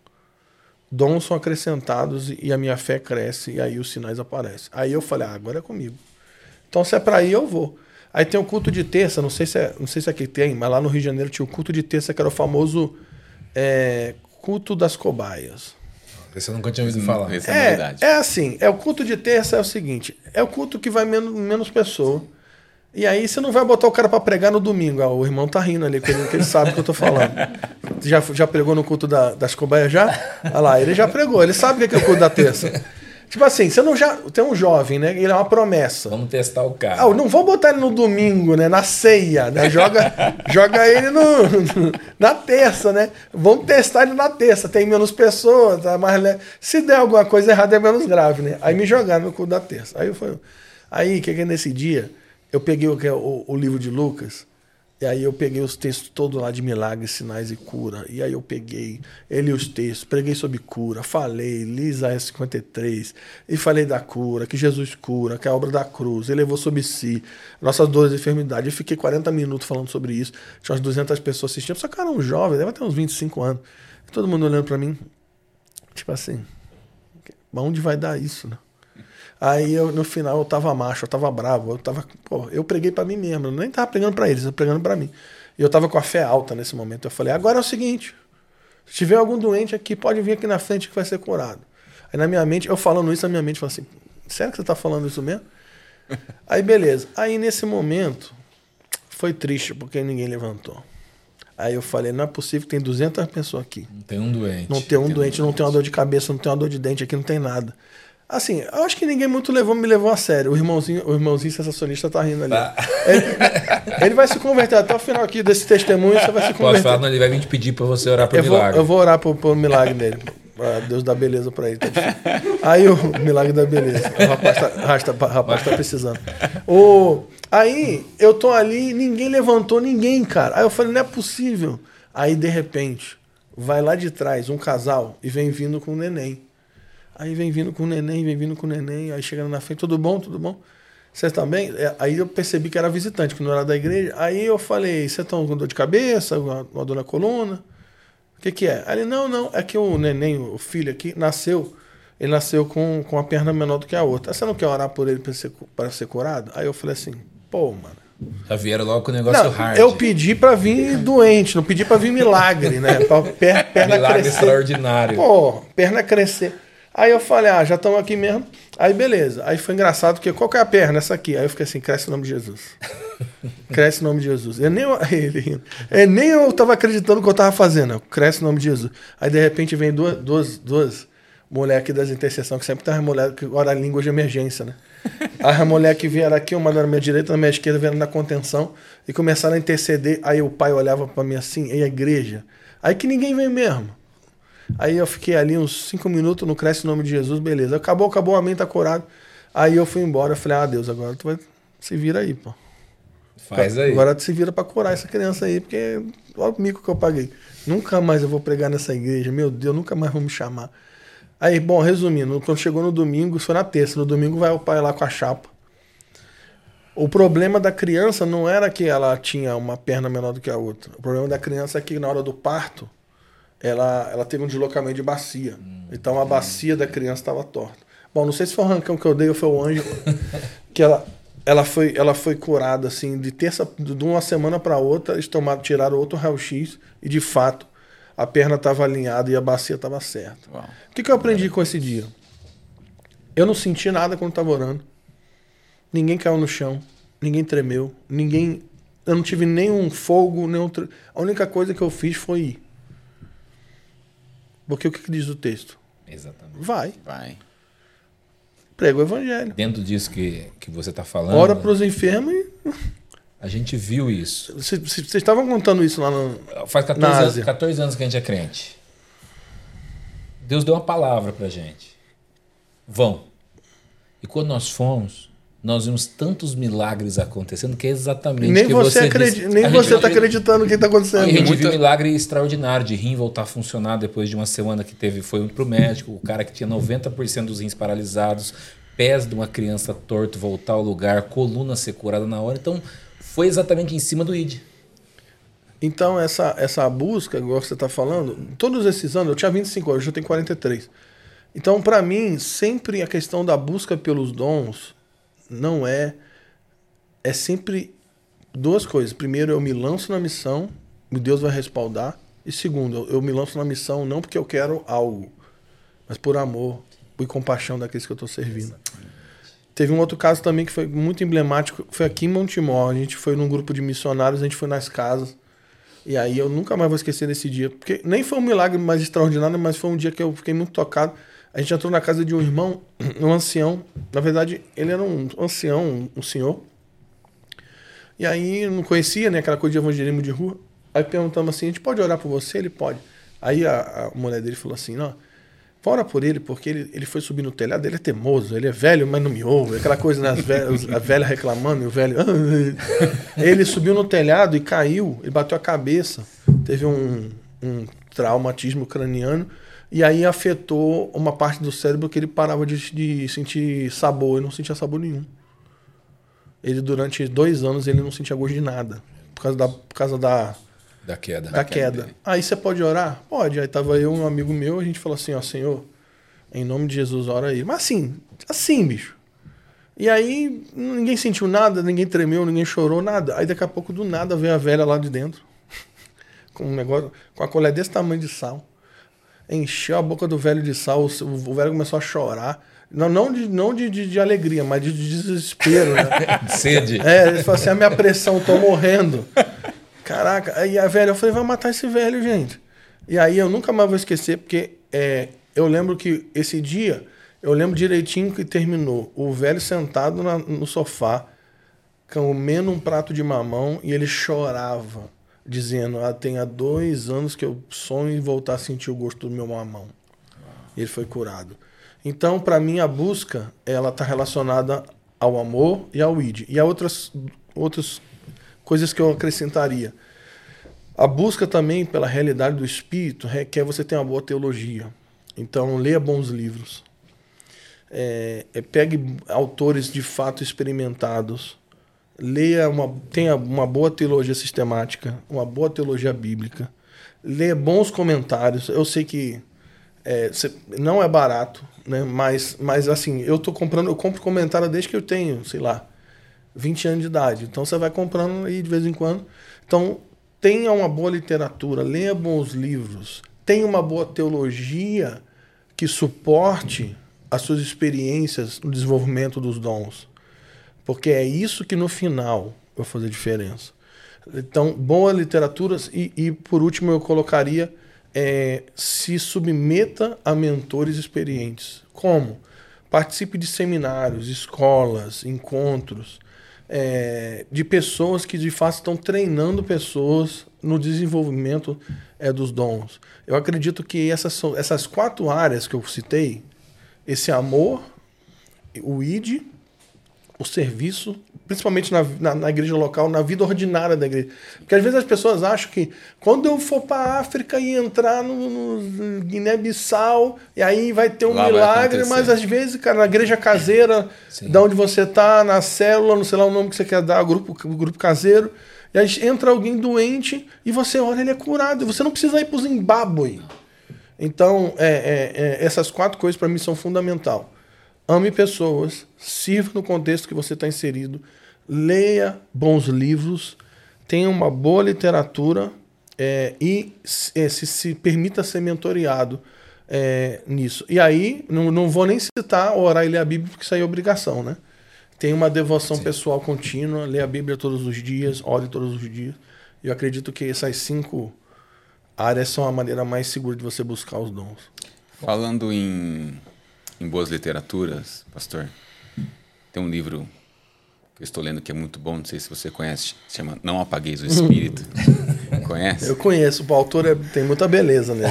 dons são acrescentados e a minha fé cresce e aí os sinais aparecem. Aí eu falei, ah, agora é comigo. Então se é para ir, eu vou. Aí tem o culto de terça, não sei se é, não sei se aqui tem, mas lá no Rio de Janeiro tinha o culto de terça que era o famoso é, culto das cobaias. Esse eu nunca tinha ouvido falar. Essa é, é, é assim, é o culto de terça é o seguinte, é o culto que vai menos, menos pessoa. E aí você não vai botar o cara para pregar no domingo. Ah, o irmão tá rindo ali, porque ele, ele sabe o que eu tô falando. Já, já pregou no culto da, das cobaias já? Olha lá, ele já pregou, ele sabe o que é o culto da terça. Tipo assim, você não já. Tem um jovem, né? Ele é uma promessa. Vamos testar o cara. Ah, não vou botar ele no domingo, né? Na ceia, né? Joga, joga ele no, na terça, né? Vamos testar ele na terça. Tem menos pessoas, tá mais leve. Se der alguma coisa errada, é menos grave, né? Aí me jogaram no culto da terça. Aí foi. Aí, que, que nesse dia, eu peguei o, o, o livro de Lucas. E aí eu peguei os textos todos lá de milagres, sinais e cura. E aí eu peguei ele e os textos, preguei sobre cura, falei, li Isaías cinquenta e três, e falei da cura, que Jesus cura, que é a obra da cruz, ele levou sobre si nossas dores e enfermidades. Eu fiquei quarenta minutos falando sobre isso, tinha umas duzentas pessoas assistindo, só que eu era um jovem, deve ter uns vinte e cinco anos. E todo mundo olhando pra mim, tipo assim, onde vai dar isso, né? Aí eu, no final eu tava macho, eu tava bravo, eu tava, pô, eu preguei pra mim mesmo, eu nem tava pregando pra eles, eu pregando pra mim. E eu tava com a fé alta nesse momento. Eu falei, agora é o seguinte, se tiver algum doente aqui, pode vir aqui na frente que vai ser curado. Aí na minha mente, eu falando isso, na minha mente, eu falei assim, sério que você tá falando isso mesmo? Aí beleza. Aí nesse momento, foi triste, porque ninguém levantou. Aí eu falei, não é possível que tem duzentas pessoas aqui. Não tem um doente. Não tem um tem doente, um não tem uma dor de cabeça, não tem uma dor de dente aqui, não tem nada. Assim, eu acho que ninguém muito levou, me levou a sério. O irmãozinho, o irmãozinho sensacionista tá rindo ali. Tá. Ele, ele vai se converter até o final aqui desse testemunho, você vai se converter. Pode falar, não, ele vai vir te pedir para você orar pro eu milagre. Vou, eu vou orar pro, pro milagre dele. Pra Deus dar beleza pra ele. Tá aí o milagre da beleza. O rapaz tá, rasta, rapaz tá precisando. O, aí eu tô ali, ninguém levantou, ninguém, cara. Aí eu falei, não é possível. Aí de repente, vai lá de trás um casal e vem vindo com um neném. Aí vem vindo com o neném, vem vindo com o neném, aí chegando na frente, tudo bom, tudo bom? Vocês também? Aí eu percebi que era visitante, que não era da igreja. Aí eu falei, vocês estão com dor de cabeça, uma, uma dor na coluna? O que que é? Aí ele, não, não, é que o neném, o filho aqui, nasceu, ele nasceu com, com a perna menor do que a outra. Aí você não quer orar por ele para ser, para ser curado? Aí eu falei assim, pô, mano. Já vieram logo com o negócio não, hard. Eu pedi para vir doente, não pedi para vir milagre, né? Pra per, perna milagre crescer. Extraordinário. Pô, perna crescer. Aí eu falei, ah, já estamos aqui mesmo. Aí beleza. Aí foi engraçado, porque qual que é a perna? Essa aqui. Aí eu fiquei assim, cresce o nome de Jesus. Cresce o nome de Jesus. Eu nem, ele, eu, nem eu estava acreditando no que eu estava fazendo. Cresce o nome de Jesus. Aí de repente vem duas, duas, duas mulheres aqui das intercessões, que sempre tem uma mulher que ora a língua de emergência, né? Aí a mulher que vieram aqui, uma na minha direita, na minha esquerda, vieram na contenção e começaram a interceder. Aí o pai olhava para mim assim, e a igreja. Aí que ninguém veio mesmo. Aí eu fiquei ali uns cinco minutos, não cresce o nome de Jesus, beleza. Acabou, acabou, amém, tá curado. Aí eu fui embora, eu falei, ah, Deus, agora tu vai se vira aí, pô. Faz aí. Agora tu se vira pra curar essa criança aí, porque olha o mico que eu paguei. Nunca mais eu vou pregar nessa igreja, meu Deus, nunca mais vão me chamar. Aí, bom, resumindo, quando chegou no domingo, isso foi na terça, no domingo vai o pai lá com a chapa. O problema da criança não era que ela tinha uma perna menor do que a outra. O problema da criança é que na hora do parto, ela, ela teve um deslocamento de bacia. Hum, então a bacia hum. da criança estava torta. Bom, não sei se foi o arrancão que eu dei ou foi o anjo, que ela, ela, foi, ela foi curada, assim, de terça, de uma semana para outra, eles tomaram, tiraram outro raio-x e, de fato, a perna estava alinhada e a bacia estava certa. Uau. O que, que eu aprendi com esse dia? Eu não senti nada quando estava orando. Ninguém caiu no chão, ninguém tremeu, ninguém... Eu não tive nenhum fogo, nenhum... A única coisa que eu fiz foi ir. Porque o que, que diz o texto? Exatamente. Vai. Vai. Prega o evangelho. Dentro disso que, que você está falando... Ora para os enfermos e... A gente viu isso. Vocês estavam contando isso lá no... Faz catorze anos, catorze anos que a gente é crente. Deus deu uma palavra pra gente. Vão. E quando nós fomos... Nós vimos tantos milagres acontecendo que é exatamente nem o que você você acredita, disse. Nem você está acreditando no que está acontecendo. A gente Muita... viu um milagre extraordinário de rim voltar a funcionar depois de uma semana que teve, foi para o médico, o cara que tinha noventa por cento dos rins paralisados, pés de uma criança torto voltar ao lugar, coluna ser curada na hora. Então, foi exatamente em cima do I D. Então, essa, essa busca, igual você está falando, todos esses anos, eu tinha vinte e cinco anos, hoje eu tenho quarenta e três. Então, para mim, sempre a questão da busca pelos dons não é... É sempre duas coisas. Primeiro, eu me lanço na missão, e Deus vai respaldar. E segundo, eu me lanço na missão não porque eu quero algo, mas por amor e compaixão daqueles que eu estou servindo. Exatamente. Teve um outro caso também que foi muito emblemático, foi aqui em Montemor. A gente foi num grupo de missionários, a gente foi nas casas. E aí eu nunca mais vou esquecer desse dia, porque nem foi um milagre mais extraordinário, mas foi um dia que eu fiquei muito tocado. A gente entrou na casa de um irmão, um ancião. Na verdade, ele era um ancião, um, um senhor. E aí, eu não conhecia, né? Aquela coisa de evangelismo de rua. Aí perguntamos assim, a gente pode orar por você? Ele pode. Aí a, a mulher dele falou assim, não, ora por ele, porque ele, ele foi subir no telhado, ele é teimoso, ele é velho, mas não me ouve. Aquela coisa, né? As velhas, a velha reclamando e o velho... Ele subiu no telhado e caiu, ele bateu a cabeça. Teve um, um traumatismo craniano. E aí afetou uma parte do cérebro que ele parava de, de sentir sabor. Ele não sentia sabor nenhum. Ele, durante dois anos, ele não sentia gosto de nada. Por causa da, por causa da, da queda. Da queda. queda. Aí você pode orar? Pode. Aí tava eu e um amigo meu, a gente falou assim, ó, Senhor, em nome de Jesus, ora aí. Mas assim, assim, bicho. E aí ninguém sentiu nada, ninguém tremeu, ninguém chorou, nada. Aí daqui a pouco, do nada, veio a velha lá de dentro. Com um negócio, com a colher desse tamanho de sal. Encheu a boca do velho de sal, o velho começou a chorar. Não, não, de, não de, de, de alegria, mas de, de desespero. Né? De sede. É, ele falou assim, a minha pressão, tô morrendo. Caraca, aí a velha, eu falei, vai matar esse velho, gente. E aí eu nunca mais vou esquecer, porque é, eu lembro que esse dia, eu lembro direitinho que terminou. O velho sentado na, no sofá, comendo um prato de mamão, e ele chorava. Dizendo, ah, tem há dois anos que eu sonho em voltar a sentir o gosto do meu mamão. E ele foi curado. Então, para mim, a busca, ela está relacionada ao amor e ao I D. E há outras, outras coisas que eu acrescentaria. A busca também pela realidade do Espírito requer você ter uma boa teologia. Então, leia bons livros. É, é, pegue autores de fato experimentados. Leia uma, tenha uma boa teologia sistemática, uma boa teologia bíblica. Leia bons comentários. Eu sei que é, não é barato, né? mas, mas assim, eu tô comprando, eu compro comentário desde que eu tenho, sei lá, vinte anos de idade. Então você vai comprando aí de vez em quando. Então, tenha uma boa literatura, leia bons livros, tenha uma boa teologia que suporte as suas experiências no desenvolvimento dos dons. Porque é isso que no final vai fazer diferença. Então, boa literatura e, e por último, eu colocaria é, se submeta a mentores experientes. Como? Participe de seminários, escolas, encontros, é, de pessoas que de fato estão treinando pessoas no desenvolvimento é, dos dons. Eu acredito que essas, essas quatro áreas que eu citei, esse amor, o I D, o serviço principalmente na, na, na igreja local, na vida ordinária da igreja. Porque às vezes as pessoas acham que quando eu for para a África e entrar no, no Guiné-Bissau, e aí vai ter um Lá milagre, mas às vezes, cara, na igreja caseira, Sim. da onde você tá, na célula, não sei lá o nome que você quer dar, grupo, grupo caseiro, e aí entra alguém doente e você olha, ele é curado. E você não precisa ir para o Zimbábue. Então, é, é, é, essas quatro coisas para mim são fundamentais. Ame pessoas, sirva no contexto que você está inserido, leia bons livros, tenha uma boa literatura é, e é, se, se permita ser mentoreado é, nisso. E aí, não, não vou nem citar orar e ler a Bíblia, porque isso aí é obrigação, né? Tem uma devoção Sim. pessoal contínua, lê a Bíblia todos os dias, ore todos os dias. E eu acredito que essas cinco áreas são a maneira mais segura de você buscar os dons. Falando em... Em boas literaturas, pastor, tem um livro que eu estou lendo que é muito bom, não sei se você conhece, se chama Não Apagueis o Espírito. Conhece? Eu conheço, o autor é, tem muita beleza, né?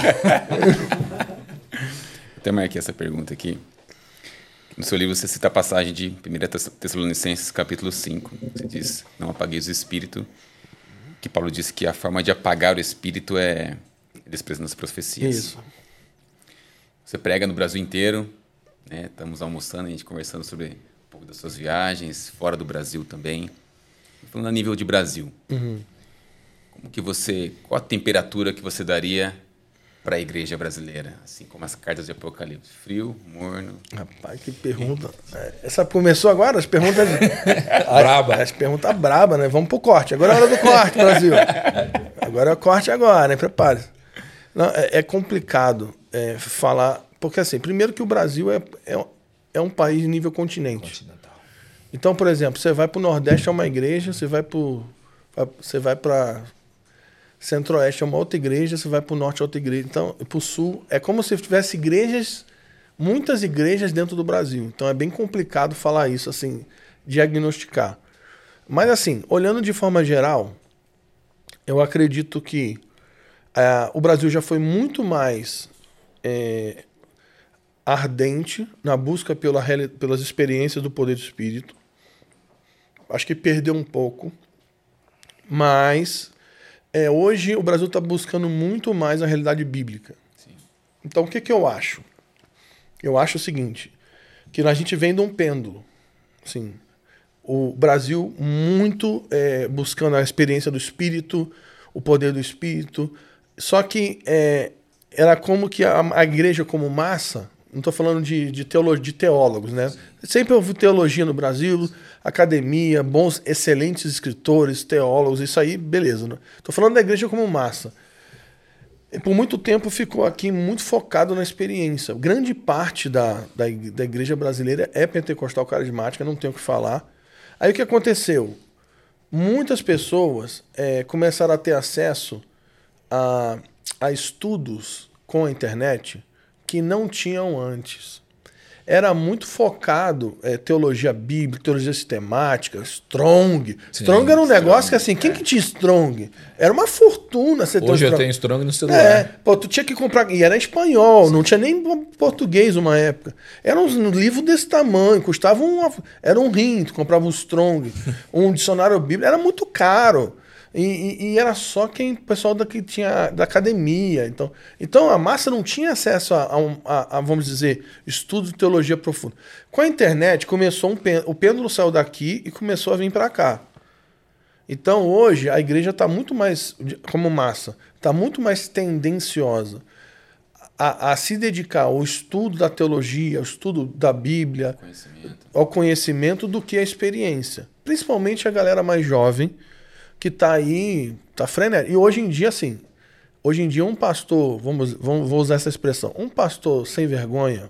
Até marquei essa pergunta aqui. No seu livro você cita a passagem de primeira Tessalonicenses, capítulo cinco. Você diz, não apagueis o Espírito, que Paulo disse que a forma de apagar o Espírito é desprezando as profecias. Isso. Você prega no Brasil inteiro, né? Estamos almoçando, a gente conversando sobre um pouco das suas viagens, fora do Brasil também. Falando a nível de Brasil, uhum. como que você, qual a temperatura que você daria para a igreja brasileira? Assim como as cartas de Apocalipse, frio, morno? Rapaz, que pergunta. Essa começou agora? As perguntas... Braba. As perguntas braba, né? Vamos pro corte. Agora é hora do corte, Brasil. Agora é o corte agora, né? Prepare-se. Não, é, é complicado é, falar... Porque, assim, primeiro que o Brasil é, é, é um país de nível continente. Continental. Então, por exemplo, você vai para o Nordeste, é uma igreja, você vai para você vai para Centro-Oeste, é uma outra igreja, você vai para o Norte, é outra igreja. Então, para o Sul, é como se tivesse igrejas, muitas igrejas dentro do Brasil. Então, é bem complicado falar isso, assim, diagnosticar. Mas, assim, olhando de forma geral, eu acredito que é, o Brasil já foi muito mais... É, ardente na busca pela, pelas experiências do poder do Espírito. Acho que perdeu um pouco. Mas é, hoje o Brasil está buscando muito mais a realidade bíblica. Sim. Então o que, que eu acho? Eu acho o seguinte, que a gente vem de um pêndulo. Assim, o Brasil muito é, buscando a experiência do Espírito, o poder do Espírito. Só que é, era como que a, a igreja como massa... Não estou falando de, de, teolo, de teólogos, né? Sempre houve teologia no Brasil, academia, bons, excelentes escritores, teólogos, isso aí, beleza. Estou né? falando da igreja como massa. E por muito tempo ficou aqui muito focado na experiência. Grande parte da, da, da igreja brasileira é pentecostal carismática, não tenho o que falar. Aí o que aconteceu? Muitas pessoas é, começaram a ter acesso a, a estudos com a internet que não tinham antes. Era muito focado é, teologia bíblica, teologia sistemática, Strong. Sim, Strong era um strong, negócio que assim, quem é. que tinha Strong? Era uma fortuna você ter Hoje um eu tenho Strong no celular. É, pô, tu tinha que comprar, e era em espanhol, Sim. não tinha nem português uma época. Era um livro desse tamanho, custava um, era um rim, tu comprava um Strong, um dicionário bíblico, era muito caro. E, e, e era só quem, o pessoal daqui tinha da academia. Então, então a massa não tinha acesso a, a, a, a, vamos dizer, estudo de teologia profunda. Com a internet, começou um pêndulo, o pêndulo saiu daqui e começou a vir para cá. Então, hoje, a igreja está muito mais, como massa, está muito mais tendenciosa a, a se dedicar ao estudo da teologia, ao estudo da Bíblia, conhecimento. ao conhecimento do que a experiência. Principalmente a galera mais jovem, que tá aí, tá frenético. E hoje em dia, assim, hoje em dia um pastor, vamos, vamos, vou usar essa expressão, um pastor sem vergonha,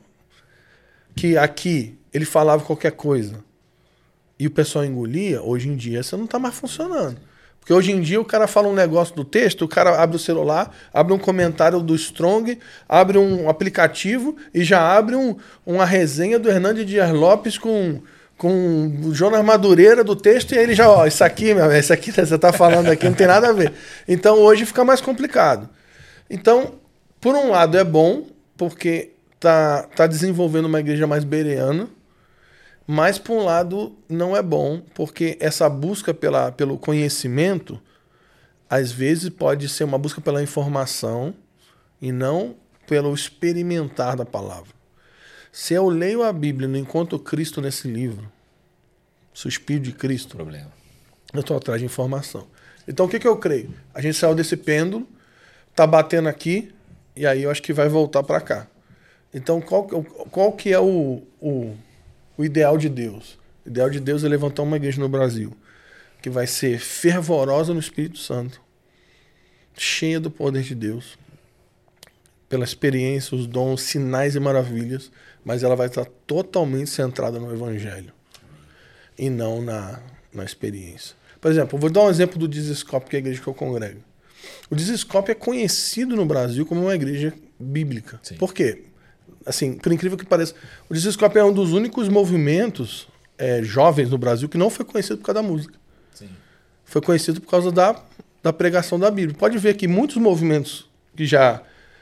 que aqui ele falava qualquer coisa e o pessoal engolia, hoje em dia isso não tá mais funcionando. Porque hoje em dia o cara fala um negócio do texto, o cara abre o celular, abre um comentário do Strong, abre um aplicativo e já abre um, uma resenha do Hernandes Dias Lopes com... com o Jonas Madureira do texto, e ele já, ó, isso aqui, meu, isso aqui que você tá falando aqui não tem nada a ver. Então hoje fica mais complicado. Então, por um lado é bom, porque tá, tá desenvolvendo uma igreja mais bereana, Mas, por um lado, não é bom, porque essa busca pela, pelo conhecimento, às vezes pode ser uma busca pela informação e não pelo experimentar da palavra. Se eu leio a Bíblia e não encontro Cristo nesse livro, se o Espírito de Cristo, Problema. eu estou atrás de informação. Então, o que, que eu creio? A gente saiu desse pêndulo, tá batendo aqui, e aí eu acho que vai voltar para cá. Então, qual, qual que é o, o, o ideal de Deus? O ideal de Deus é levantar uma igreja no Brasil que vai ser fervorosa no Espírito Santo, cheia do poder de Deus, pela experiência, os dons, sinais e maravilhas, mas ela vai estar totalmente centrada no Evangelho e não na, na experiência. Por exemplo, eu vou dar um exemplo do Dizescope, que é a igreja que eu congrego. O Dizescope é conhecido no Brasil como uma igreja bíblica. Sim. Por quê? Assim, por incrível que pareça, o Dizescope é um dos únicos movimentos é, jovens no Brasil que não foi conhecido por causa da música. Sim. Foi conhecido por causa da, da pregação da Bíblia. Pode ver que muitos movimentos que já,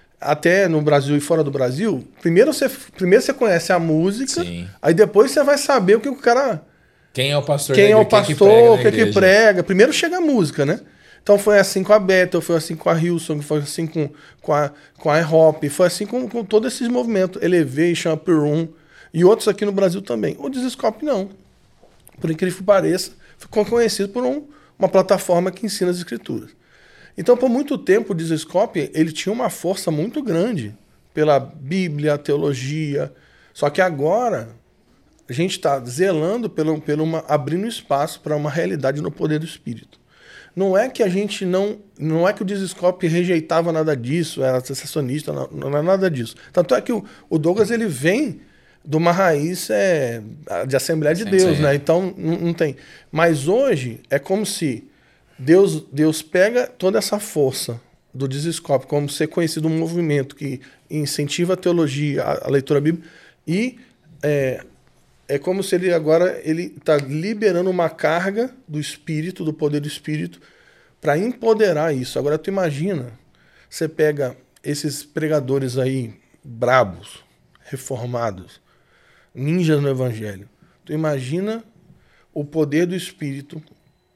até no Brasil e fora do Brasil, primeiro você, primeiro você conhece a música, Sim. aí depois você vai saber o que o cara... Quem é o pastor? Quem é o pastor, o que, que que prega. Primeiro chega a música, né? Então foi assim com a Bethel, foi assim com a Hillsong, foi assim com, com a, com a Hop, foi assim com, com todos esses movimentos, Elevation, Upper Room, e outros aqui no Brasil também. O Dizescope não. Por incrível que pareça, ficou conhecido por um, uma plataforma que ensina as escrituras. Então, por muito tempo, o Dizescope, ele tinha uma força muito grande pela Bíblia, teologia, só que agora a gente está zelando pelo, pelo uma, abrindo espaço para uma realidade no poder do Espírito. Não é que a gente não... Não é que o Dizescope rejeitava nada disso, era secessionista, não, não é nada disso. Tanto é que o, o Douglas, ele vem de uma raiz é, de Assembleia de Sim, Deus, sim. né? Então, não, não tem. Mas hoje, é como se Deus, Deus pega toda essa força do Dizescope, como ser conhecido um movimento que incentiva a teologia, a, a leitura bíblica, e... É, É como se ele agora ele está liberando uma carga do Espírito, do poder do Espírito, para empoderar isso. Agora, tu imagina, você pega esses pregadores aí, brabos, reformados, ninjas no Evangelho. Tu imagina o poder do Espírito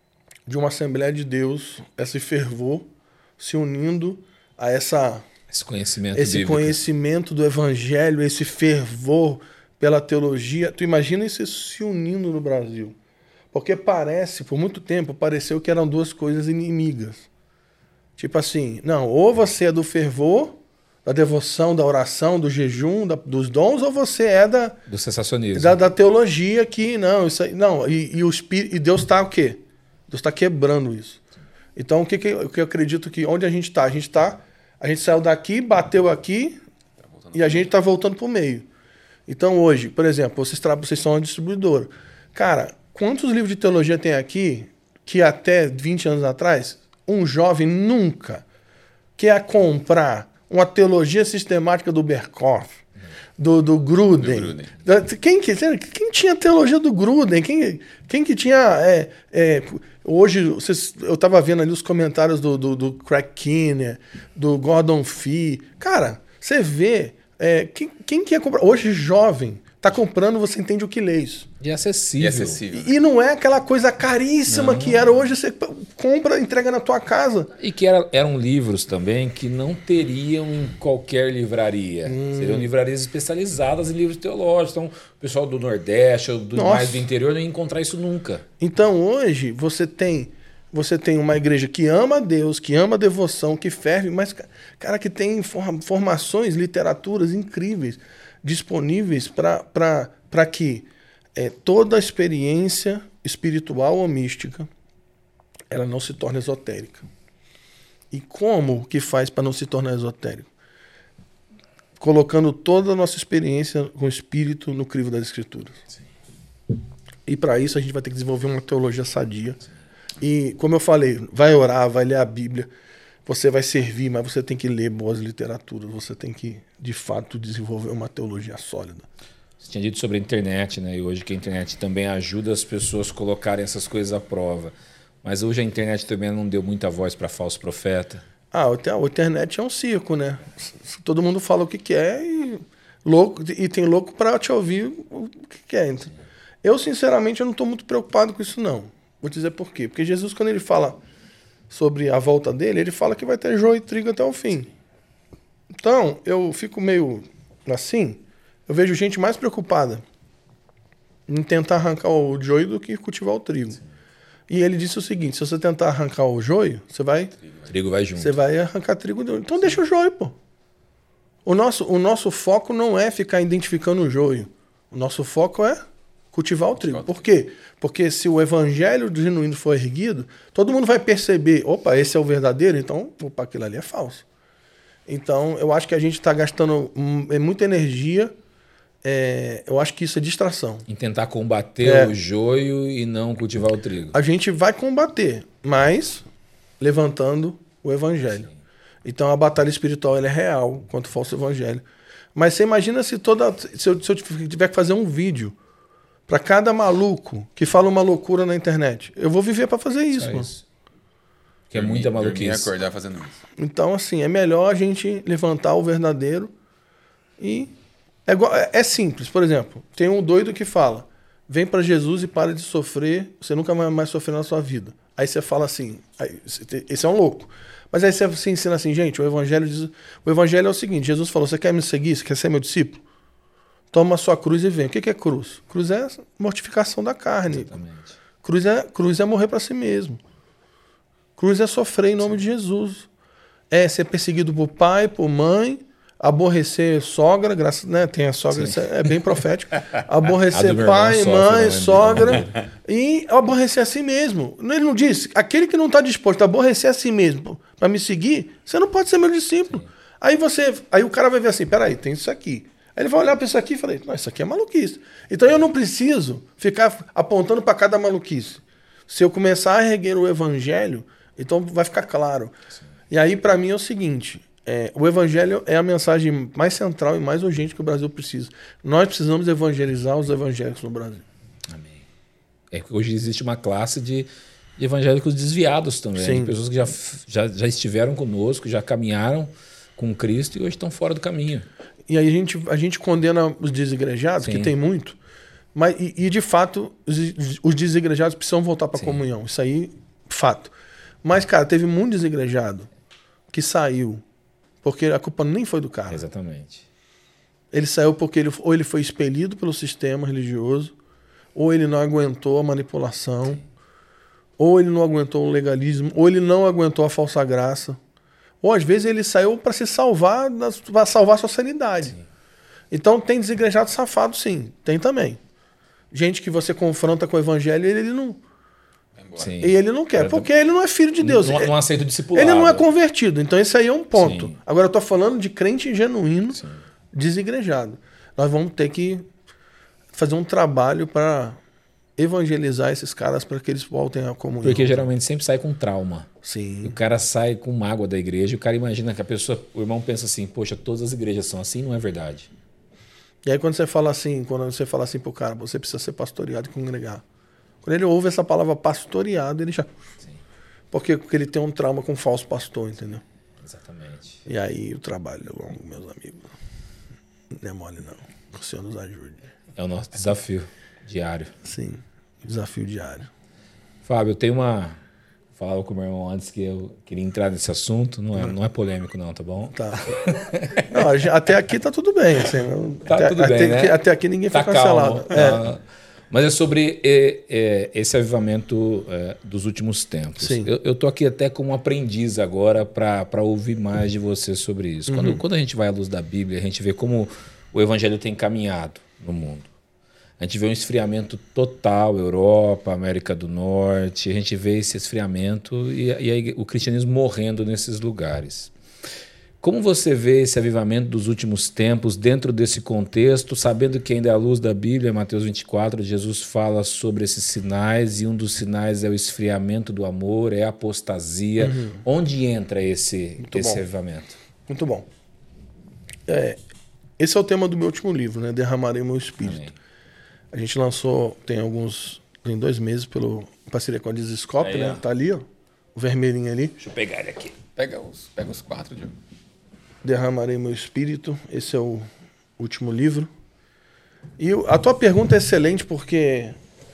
de uma Assembleia de Deus, esse fervor, se unindo a essa, Esse conhecimento esse bíblico. conhecimento do Evangelho, esse fervor pela teologia. Tu imagina isso se unindo no Brasil. Porque parece, por muito tempo, pareceu que eram duas coisas inimigas. Tipo assim, não, ou você é do fervor, da devoção, da oração, do jejum, da, dos dons, ou você é da, Do sensacionismo. da, da teologia que, não, isso aí, não, e, e, o Espírito, e Deus está o quê? Deus está quebrando isso. Então, o que, que, o que eu acredito que, onde a gente está? A gente está, a gente saiu daqui, bateu aqui, e a gente está voltando para o meio. Então, hoje, por exemplo, vocês, vocês são uma distribuidora. Cara, quantos livros de teologia tem aqui que até vinte anos atrás, um jovem nunca quer comprar uma teologia sistemática do Berkhoff, do, do Gruden? Do Gruden. Da- Quem, que, quem tinha teologia do Gruden? Quem, quem que tinha... É, é, hoje, vocês, eu estava vendo ali os comentários do, do, do Craig Kinner, do Gordon Fee. Cara, você vê... É, quem, quem que ia comprar? Hoje, jovem, tá comprando, você entende o que lê isso. E acessível. E acessível. E, e não é aquela coisa caríssima Não. que era hoje, você compra, entrega na tua casa. E que era, eram livros também que não teriam em qualquer livraria. Hum. Seriam livrarias especializadas em livros teológicos. Então, o pessoal do Nordeste ou do Nossa. mais do interior não ia encontrar isso nunca. Então, hoje, você tem você tem uma igreja que ama a Deus, que ama a devoção, que ferve, mas, cara, que tem form- formações, literaturas incríveis disponíveis para que é, toda a experiência espiritual ou mística ela não se torne esotérica. E como que faz para não se tornar esotérico? Colocando toda a nossa experiência com o Espírito no crivo das Escrituras. Sim. E para isso a gente vai ter que desenvolver uma teologia sadia. Sim. E, como eu falei, vai orar, vai ler a Bíblia, você vai servir, mas você tem que ler boas literaturas, você tem que, de fato, desenvolver uma teologia sólida. Você tinha dito sobre a internet, né? E hoje que a internet também ajuda as pessoas a colocarem essas coisas à prova. Mas hoje a internet também não deu muita voz para falso profeta. Ah, a internet é um circo, né? Todo mundo fala o que quer e, louco, e tem louco para te ouvir o que quer. Eu, sinceramente, eu não estou muito preocupado com isso, não. Vou dizer por quê. Porque Jesus, quando ele fala sobre a volta dele, ele fala que vai ter joio e trigo até o fim. Então, eu fico meio assim, eu vejo gente mais preocupada em tentar arrancar o joio do que cultivar o trigo. Sim. E ele disse o seguinte, se você tentar arrancar o joio, você vai... O trigo vai junto. Você vai arrancar trigo. Então deixa o joio, pô. O nosso, o nosso foco não é ficar identificando o joio. O nosso foco é cultivar o trigo. Por quê? Porque se o evangelho genuíno for erguido, todo mundo vai perceber, opa, esse é o verdadeiro, então, opa, aquilo ali é falso. Então, eu acho que a gente está gastando muita energia. É, eu acho que isso é distração. Em tentar combater é. o joio e não cultivar o trigo. A gente vai combater, mas levantando o evangelho. Sim. Então, a batalha espiritual ela é real contra o falso evangelho. Mas você imagina se, toda, se, eu, se eu tiver que fazer um vídeo para cada maluco que fala uma loucura na internet. Eu vou viver para fazer isso, mano. Isso. Que é muita maluquice. Dormir e acordar fazendo isso. Então, assim, é melhor a gente levantar o verdadeiro e... É, igual, é, é simples. Por exemplo, tem um doido que fala, vem para Jesus e para de sofrer, você nunca vai mais sofrer na sua vida. Aí você fala assim, aí, esse é um louco. Mas aí você, você ensina assim, gente, o evangelho diz, o evangelho é o seguinte, Jesus falou, você quer me seguir, você quer ser meu discípulo? Toma a sua cruz e vem. O que é cruz? Cruz é mortificação da carne. Exatamente. Cruz é, cruz é morrer para si mesmo. Cruz é sofrer em nome Sim. de Jesus. É ser perseguido por pai, por mãe, aborrecer sogra, graças, né? Tem a sogra, isso é bem profético. Aborrecer pai, mãe, sogra e aborrecer a si mesmo. Ele não disse, aquele que não está disposto a aborrecer a si mesmo para me seguir, você não pode ser meu discípulo. Sim. Aí você, aí o cara vai ver assim, peraí, tem isso aqui. Aí ele vai olhar para isso aqui e falar, não, isso aqui é maluquice. Então eu não preciso ficar apontando para cada maluquice. Se eu começar a erguer o evangelho, então vai ficar claro. Sim. E aí para mim é o seguinte, é, o evangelho é a mensagem mais central e mais urgente que o Brasil precisa. Nós precisamos evangelizar os evangélicos no Brasil. Amém. É que hoje existe uma classe de, de evangélicos desviados também. Sim. De pessoas que já, já, já estiveram conosco, já caminharam com Cristo e hoje estão fora do caminho. E aí a gente, a gente condena os desigrejados, Sim. que tem muito, mas, e, e de fato os, os desigrejados precisam voltar para a comunhão. Isso aí, fato. Mas, cara, teve muito desigrejado que saiu, porque a culpa nem foi do cara. Exatamente. Ele saiu porque ele, ou ele foi expelido pelo sistema religioso, ou ele não aguentou a manipulação, Sim. ou ele não aguentou o legalismo, ou ele não aguentou a falsa graça. Ou às vezes ele saiu para se salvar, para salvar a sua sanidade. Sim. Então tem desigrejado safado, sim. Tem também. Gente que você confronta com o evangelho e ele, ele não... Sim. E ele não quer, porque ele não é filho de Deus. Não, não aceita o discipulado. Ele não é convertido. Então esse aí é um ponto. Sim. Agora eu estou falando de crente genuíno, sim. desigrejado. Nós vamos ter que fazer um trabalho para evangelizar esses caras para que eles voltem à comunhão. Porque geralmente sempre sai com trauma. Sim. O cara sai com mágoa da igreja, o cara imagina que a pessoa, o irmão pensa assim, poxa, todas as igrejas são assim, não é verdade. E aí quando você fala assim, quando você fala assim pro cara, você precisa ser pastoreado e congregar. Quando ele ouve essa palavra pastoreado, ele já... Sim. Porque, porque ele tem um trauma com um falso pastor, entendeu? Exatamente. E aí o trabalho é longo, meus amigos. Não é mole não. Que o Senhor nos ajude. É o nosso desafio diário. Sim, desafio diário. Fábio, eu tenho uma... Falava com o meu irmão antes que eu queria entrar nesse assunto. Não é, não é polêmico não, tá bom? Tá. Não, até aqui tá tudo bem. Assim, tá até, tudo bem, até, né? Aqui, até aqui ninguém tá foi cancelado. Calmo. É. Ah, mas é sobre é, é, esse avivamento é, dos últimos tempos. Sim. Eu, eu tô aqui até como aprendiz agora para ouvir mais de você sobre isso. Uhum. Quando, quando a gente vai à luz da Bíblia, a gente vê como o evangelho tem caminhado no mundo. A gente vê um esfriamento total, Europa, América do Norte, a gente vê esse esfriamento e, e aí, o cristianismo morrendo nesses lugares. Como você vê esse avivamento dos últimos tempos dentro desse contexto, sabendo que ainda é a luz da Bíblia, Mateus vinte e quatro, Jesus fala sobre esses sinais e um dos sinais é o esfriamento do amor, é a apostasia. Uhum. Onde entra esse, esse avivamento? Muito bom. É, esse é o tema do meu último livro, né? Derramarei meu Espírito. Amém. A gente lançou, tem alguns, tem dois meses, pelo em parceria com a Dizscope, aí, né? Ó. Tá ali, ó, o vermelhinho ali. Deixa eu pegar ele aqui. Pega os, pega os quatro, Diogo. Derramarei meu Espírito, esse é o último livro. E a tua pergunta é excelente porque...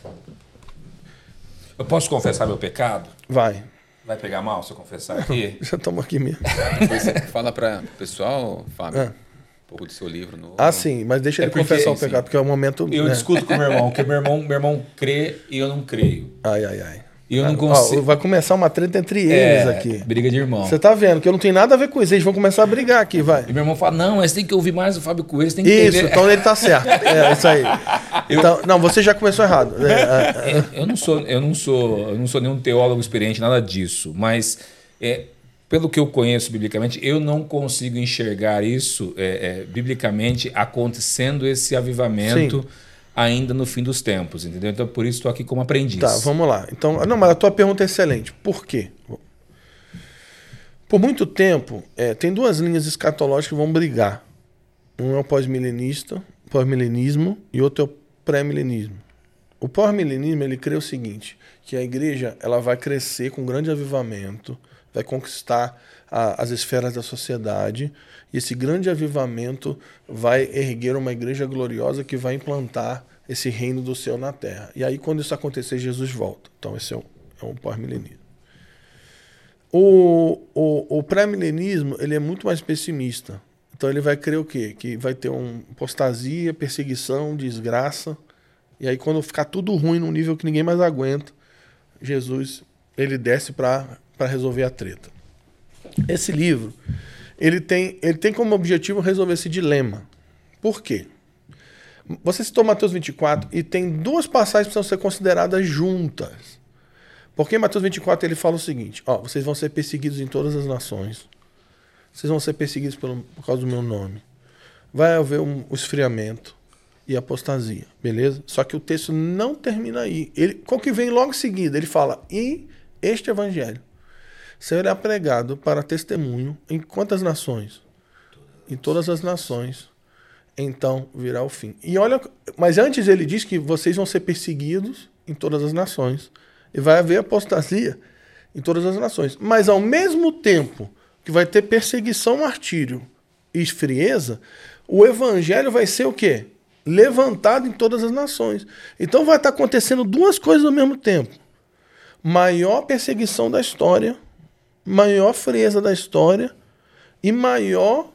Eu posso confessar meu pecado? Vai. Vai pegar mal se eu confessar aqui? Já estamos aqui mesmo. Depois você fala para o pessoal, Fábio, Ah. um pouco do seu livro novo. Ah, sim, mas deixa É ele porque- confessar o sim. pecado, porque é o momento... Eu né? discuto com o meu irmão, porque meu irmão, meu irmão crê e eu não creio. Ai, ai, ai. E eu não Ó, consigo. vai começar uma treta entre eles É, aqui. briga de irmão. Você tá vendo que eu não tenho nada a ver com isso. Eles vão começar a brigar aqui, vai. E meu irmão fala, não, mas você tem que ouvir mais o Fábio Coelho, você tem que Isso, entender. então ele tá certo. É, isso aí. Então, não, você já começou errado. É, é, é. Eu não sou, eu não sou, eu não sou nenhum teólogo experiente, nada disso, mas é, pelo que eu conheço biblicamente, eu não consigo enxergar isso é, é, biblicamente acontecendo esse avivamento Sim. ainda no fim dos tempos, entendeu? Então por isso estou aqui como aprendiz. Tá, vamos lá. Então, não, mas a tua pergunta é excelente. Por quê? Por muito tempo, é, tem duas linhas escatológicas que vão brigar. Um é o pós-milenista, pós-milenismo, e outro é o pré-milenismo. O pós-milenismo, ele crê o seguinte, que a igreja ela vai crescer com grande avivamento, vai conquistar a, as esferas da sociedade, e esse grande avivamento vai erguer uma igreja gloriosa que vai implantar esse reino do céu na terra. E aí, quando isso acontecer, Jesus volta. Então, esse é um, é um pós-milenismo. O, o, o pré-milenismo ele é muito mais pessimista. Então, ele vai crer o quê? Que vai ter uma apostasia, perseguição, desgraça. E aí, quando ficar tudo ruim num nível que ninguém mais aguenta, Jesus ele desce para resolver a treta. Esse livro ele tem, ele tem como objetivo resolver esse dilema. Por quê? Você citou Mateus vinte e quatro e tem duas passagens que precisam ser consideradas juntas. Porque em Mateus vinte e quatro ele fala o seguinte, ó, vocês vão ser perseguidos em todas as nações. Vocês vão ser perseguidos pelo, por causa do meu nome. Vai haver um, um esfriamento e apostasia, beleza? Só que o texto não termina aí. Ele, qual que vem logo em seguida? Ele fala, e este evangelho será pregado para testemunho em quantas nações? Em todas as nações. Então virá o fim. E olha, mas antes ele diz que vocês vão ser perseguidos em todas as nações. E vai haver apostasia em todas as nações. Mas ao mesmo tempo que vai ter perseguição, martírio e frieza, o evangelho vai ser o quê? Levantado em todas as nações. Então vai estar acontecendo duas coisas ao mesmo tempo. Maior perseguição da história, maior frieza da história e maior,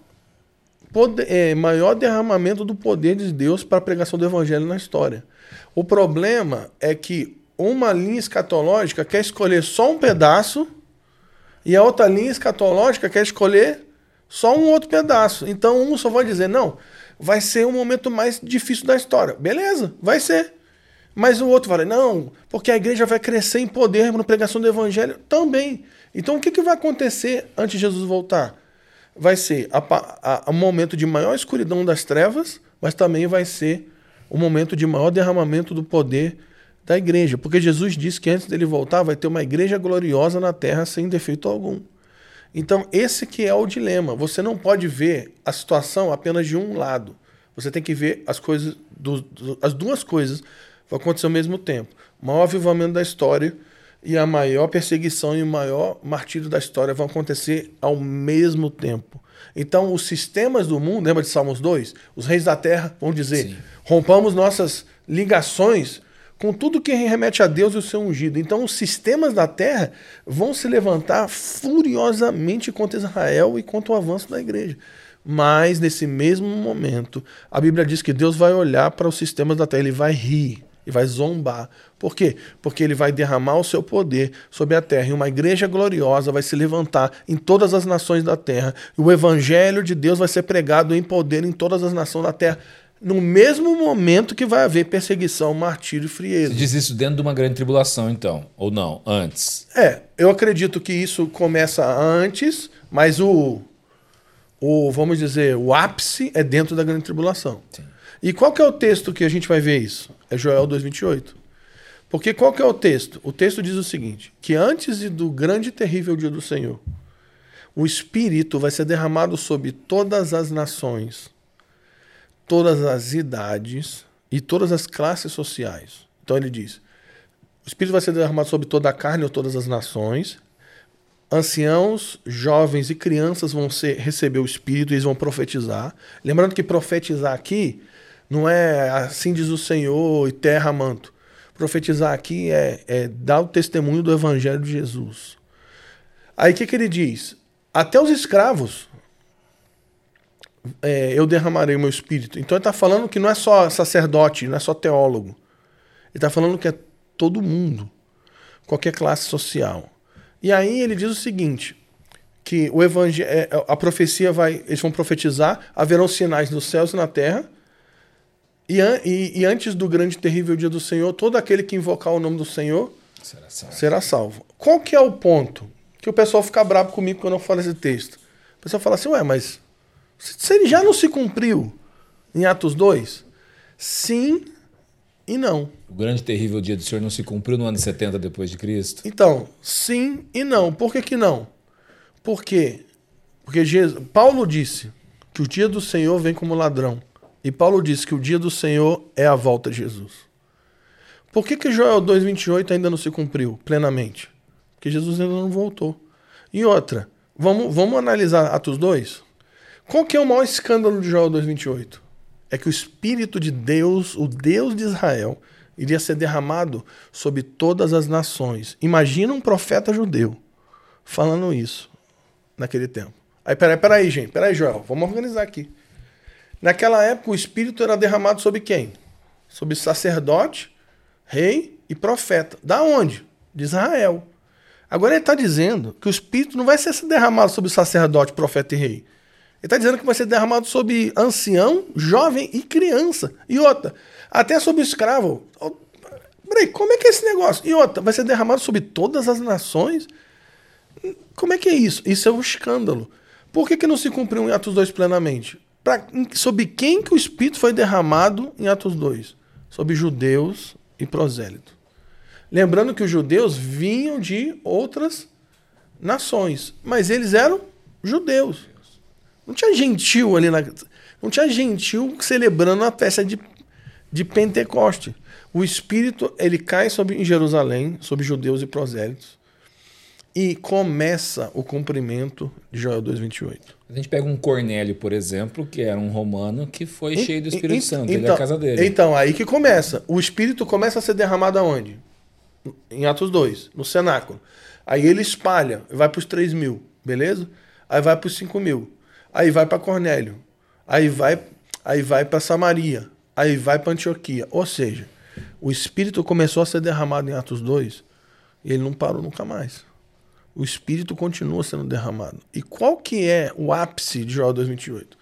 poder, é, maior derramamento do poder de Deus para a pregação do evangelho na história. O problema é que uma linha escatológica quer escolher só um pedaço e a outra linha escatológica quer escolher só um outro pedaço. Então um só vai dizer, não, vai ser o momento mais difícil da história. Beleza, vai ser. Mas o outro fala, não, porque a igreja vai crescer em poder na pregação do evangelho também. Então o que, que vai acontecer antes de Jesus voltar? Vai ser o momento de maior escuridão das trevas, mas também vai ser o momento de maior derramamento do poder da igreja. Porque Jesus disse que antes dele voltar vai ter uma igreja gloriosa na terra sem defeito algum. Então esse que é o dilema. Você não pode ver a situação apenas de um lado. Você tem que ver as coisas, do, do, as duas coisas vão acontecer ao mesmo tempo. O maior avivamento da história e a maior perseguição e o maior martírio da história vão acontecer ao mesmo tempo. Então, os sistemas do mundo, lembra de Salmos dois? Os reis da terra vão dizer, sim, rompamos nossas ligações com tudo que remete a Deus e o seu ungido. Então, os sistemas da terra vão se levantar furiosamente contra Israel e contra o avanço da igreja. Mas, nesse mesmo momento, a Bíblia diz que Deus vai olhar para os sistemas da terra, ele vai rir. E vai zombar. Por quê? Porque ele vai derramar o seu poder sobre a terra. E uma igreja gloriosa vai se levantar em todas as nações da terra. E o evangelho de Deus vai ser pregado em poder em todas as nações da terra. No mesmo momento que vai haver perseguição, martírio e frieza. Você diz isso dentro de uma grande tribulação, então? Ou não? Antes? É, eu acredito que isso começa antes, mas o, o vamos dizer, o ápice é dentro da grande tribulação. Sim. E qual que é o texto que a gente vai ver isso? É Joel dois, vinte e oito. Porque qual que é o texto? O texto diz o seguinte, que antes do grande e terrível dia do Senhor, o Espírito vai ser derramado sobre todas as nações, todas as idades e todas as classes sociais. Então ele diz, o Espírito vai ser derramado sobre toda a carne ou todas as nações, anciãos, jovens e crianças vão ser, receber o Espírito e eles vão profetizar. Lembrando que profetizar aqui Não é assim diz o Senhor e terra manto. Profetizar aqui é, é dar o testemunho do evangelho de Jesus. Aí o que, que ele diz? Até os escravos é, eu derramarei o meu espírito. Então ele está falando que não é só sacerdote, não é só teólogo. Ele está falando que é todo mundo, qualquer classe social. E aí ele diz o seguinte, que o evangelho, a profecia vai, eles vão profetizar, haverão sinais nos céus e na terra, e, e, e antes do grande e terrível dia do Senhor, todo aquele que invocar o nome do Senhor será salvo. será salvo. Qual que é o ponto? Que o pessoal fica bravo comigo quando eu falo esse texto. O pessoal fala assim, ué, mas se ele já não se cumpriu em Atos dois? Sim e não. O grande e terrível dia do Senhor não se cumpriu no ano setenta depois de Cristo? Então, sim e não. Por que que não? Por quê? Porque Jesus, Paulo disse que o dia do Senhor vem como ladrão. E Paulo disse que o dia do Senhor é a volta de Jesus. Por que que Joel dois, vinte e oito ainda não se cumpriu plenamente? Porque Jesus ainda não voltou. E outra, vamos, vamos analisar Atos dois? Qual que é o maior escândalo de Joel dois, vinte e oito? É que o Espírito de Deus, o Deus de Israel, iria ser derramado sobre todas as nações. Imagina um profeta judeu falando isso naquele tempo. Aí, peraí, peraí, gente. Peraí, Joel. Vamos organizar aqui. Naquela época, o Espírito era derramado sobre quem? Sobre sacerdote, rei e profeta. Da onde? De Israel. Agora ele está dizendo que o Espírito não vai ser derramado sobre sacerdote, profeta e rei. Ele está dizendo que vai ser derramado sobre ancião, jovem e criança. E outra, até sobre escravo. Peraí, como é que é esse negócio? E outra, vai ser derramado sobre todas as nações? Como é que é isso? Isso é um escândalo. Por que que não se cumpriu em Atos dois plenamente? Pra, sobre quem que o Espírito foi derramado em Atos dois? Sobre judeus e prosélitos. Lembrando que os judeus vinham de outras nações, mas eles eram judeus. Não tinha gentil ali, na, não tinha gentil celebrando a festa de, de Pentecoste. O Espírito ele cai sobre, em Jerusalém, sobre judeus e prosélitos, e começa o cumprimento de Joel dois, vinte e oito. A gente pega um Cornélio, por exemplo, que era um romano que foi e, cheio do Espírito e, Santo, então, ele é a casa dele. Então, aí que começa. O Espírito começa a ser derramado aonde? Em Atos dois, no cenáculo. Aí ele espalha, vai para os três mil, beleza? Aí vai para os cinco mil. Aí vai para Cornélio. Aí vai, aí vai para Samaria. Aí vai para Antioquia. Ou seja, o Espírito começou a ser derramado em Atos dois e ele não parou nunca mais. O Espírito continua sendo derramado. E qual que é o ápice de Joel dois, vinte e oito?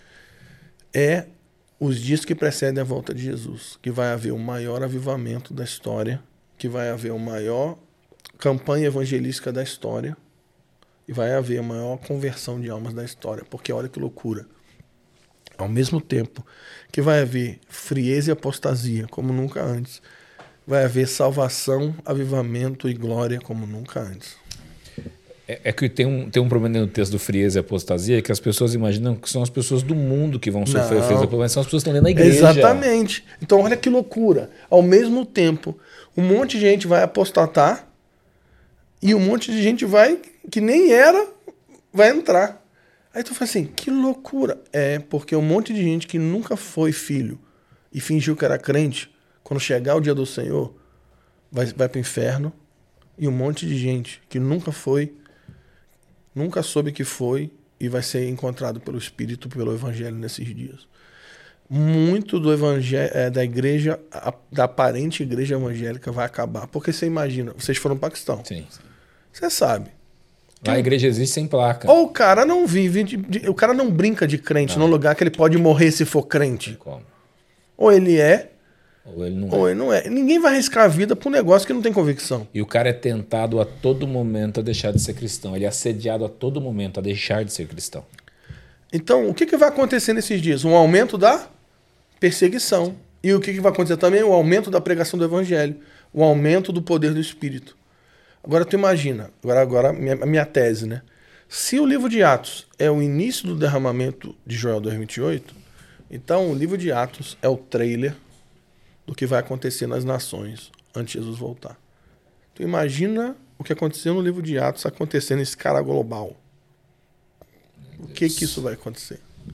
É os dias que precedem a volta de Jesus, que vai haver o maior avivamento da história, que vai haver a maior campanha evangelística da história e vai haver a maior conversão de almas da história. Porque olha que loucura. Ao mesmo tempo que vai haver frieza e apostasia, como nunca antes, vai haver salvação, avivamento e glória, como nunca antes. É, é que tem um, tem um problema no texto do frieza e apostasia, que as pessoas imaginam que são as pessoas do mundo que vão sofrer Não. frieza, mas são as pessoas que estão dentro da igreja. Exatamente. Então olha que loucura. Ao mesmo tempo, um monte de gente vai apostatar e um monte de gente vai, que nem era, vai entrar. Aí tu fala assim, que loucura. É, porque um monte de gente que nunca foi filho e fingiu que era crente, quando chegar o dia do Senhor, vai, vai para o inferno. E um monte de gente que nunca foi, nunca soube que foi e vai ser encontrado pelo Espírito, pelo Evangelho nesses dias. Muito do evangelho, é, da igreja, a, da aparente igreja evangélica vai acabar. Porque você imagina, vocês foram no Paquistão. Sim. Você sabe. Lá a igreja existe sem placa. Ou o cara não vive, de, de, o cara não brinca de crente não. num lugar que ele pode morrer se for crente. Como? Ou ele é, ou ele não ou é. ele não é. Ninguém vai arriscar a vida por um negócio que não tem convicção. E o cara é tentado a todo momento a deixar de ser cristão. Ele é assediado a todo momento a deixar de ser cristão. Então, o que, que vai acontecer nesses dias? Um aumento da perseguição. E o que, que vai acontecer também? O aumento da pregação do evangelho. O aumento do poder do Espírito. Agora tu imagina, agora, agora a minha, a minha tese, né? Se o livro de Atos é o início do derramamento de Joel dois, vinte e oito, então o livro de Atos é o trailer do que vai acontecer nas nações antes de Jesus voltar. Tu imagina o que aconteceu no livro de Atos acontecendo em escala global. O que que isso vai acontecer?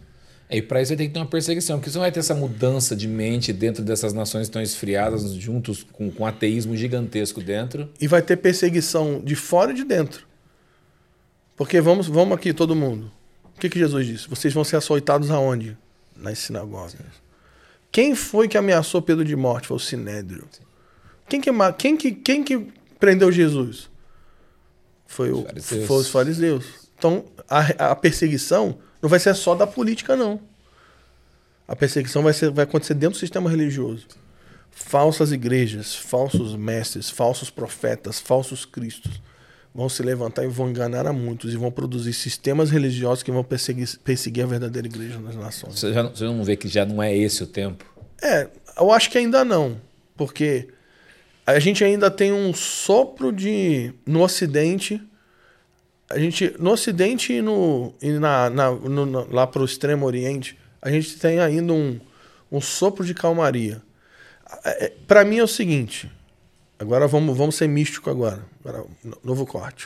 E para isso vai ter que ter uma perseguição, porque você não vai ter essa mudança de mente dentro dessas nações que estão esfriadas, juntos com, com um ateísmo gigantesco dentro. E vai ter perseguição de fora e de dentro. Porque vamos, vamos aqui, todo mundo. O que, que Jesus disse? Vocês vão ser açoitados aonde? Nas sinagogas. Sim. Quem foi que ameaçou Pedro de morte? Foi o Sinédrio. Quem que, quem, que, quem que prendeu Jesus? Foi, o, foi os fariseus. Então, a, a perseguição não vai ser só da política, não. A perseguição vai, ser, vai acontecer dentro do sistema religioso. Falsas igrejas, falsos mestres, falsos profetas, falsos cristos vão se levantar e vão enganar a muitos e vão produzir sistemas religiosos que vão perseguir, perseguir a verdadeira igreja nas nações. Você, já, você não vê que já não é esse o tempo? É, eu acho que ainda não. Porque a gente ainda tem um sopro de... No Ocidente... A gente, no Ocidente e, no, e na, na, no, lá para o Extremo Oriente, a gente tem ainda um, um sopro de calmaria. É, para mim é o seguinte, agora vamos, vamos ser místico agora, agora novo corte.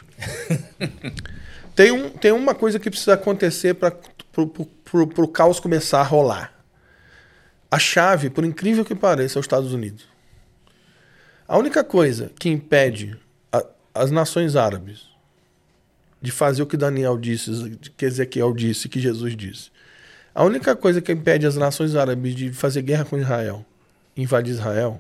tem, um, tem uma coisa que precisa acontecer para o caos começar a rolar. A chave, por incrível que pareça, é os Estados Unidos. A única coisa que impede a, as nações árabes de fazer o que Daniel disse, que Ezequiel disse, que Jesus disse. A única coisa que impede as nações árabes de fazer guerra com Israel, invadir Israel,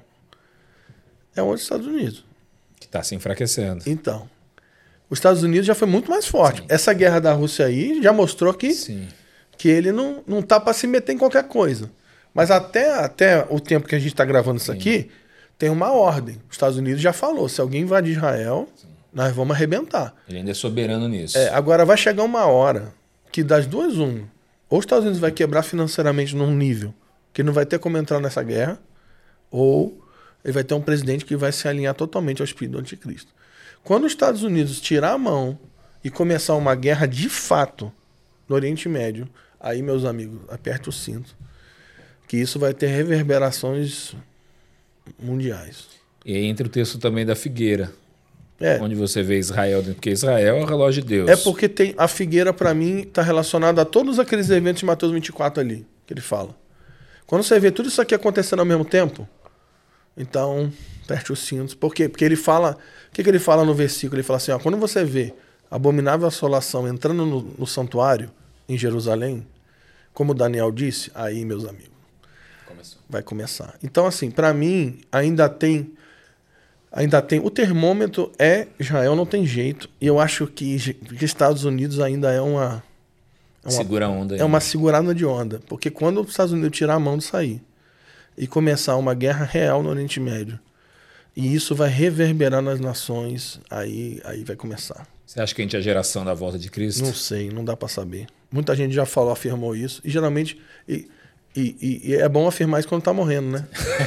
é os Estados Unidos. Que está se enfraquecendo. Então, os Estados Unidos já foi muito mais forte. Sim. Essa guerra da Rússia aí já mostrou que, que ele não, não tá para se meter em qualquer coisa. Mas até, até o tempo que a gente está gravando isso Sim. aqui, tem uma ordem. Os Estados Unidos já falou, se alguém invadir Israel... Sim. Nós vamos arrebentar. Ele ainda é soberano nisso. É, agora vai chegar uma hora que das duas, um. Ou os Estados Unidos vai quebrar financeiramente num nível que não vai ter como entrar nessa guerra, ou ele vai ter um presidente que vai se alinhar totalmente ao espírito do anticristo. Quando os Estados Unidos tirar a mão e começar uma guerra de fato no Oriente Médio, aí, meus amigos, aperte o cinto, que isso vai ter reverberações mundiais. E aí entra o texto também da figueira. É. Onde você vê Israel, porque Israel é o relógio de Deus. É porque tem a figueira, para mim, está relacionada a todos aqueles eventos de Mateus vinte e quatro ali, que ele fala. Quando você vê tudo isso aqui acontecendo ao mesmo tempo, então, aperte os cintos. Por quê? Porque ele fala... O que, que ele fala no versículo? Ele fala assim, ó, quando você vê a abominável assolação entrando no, no santuário, em Jerusalém, como Daniel disse, aí, meus amigos, Começou. vai começar. Então, assim, para mim, ainda tem... Ainda tem. O termômetro é Israel, não tem jeito. E eu acho que, que Estados Unidos ainda é uma. É uma Segura a onda. É uma segurada de onda. Porque quando os Estados Unidos tirar a mão de sair e começar uma guerra real no Oriente Médio, e isso vai reverberar nas nações, aí, aí vai começar. Você acha que a gente é a geração da volta de Cristo? Não sei, não dá para saber. Muita gente já falou, afirmou isso. E geralmente. E, e, e, e é bom afirmar isso quando tá morrendo, né?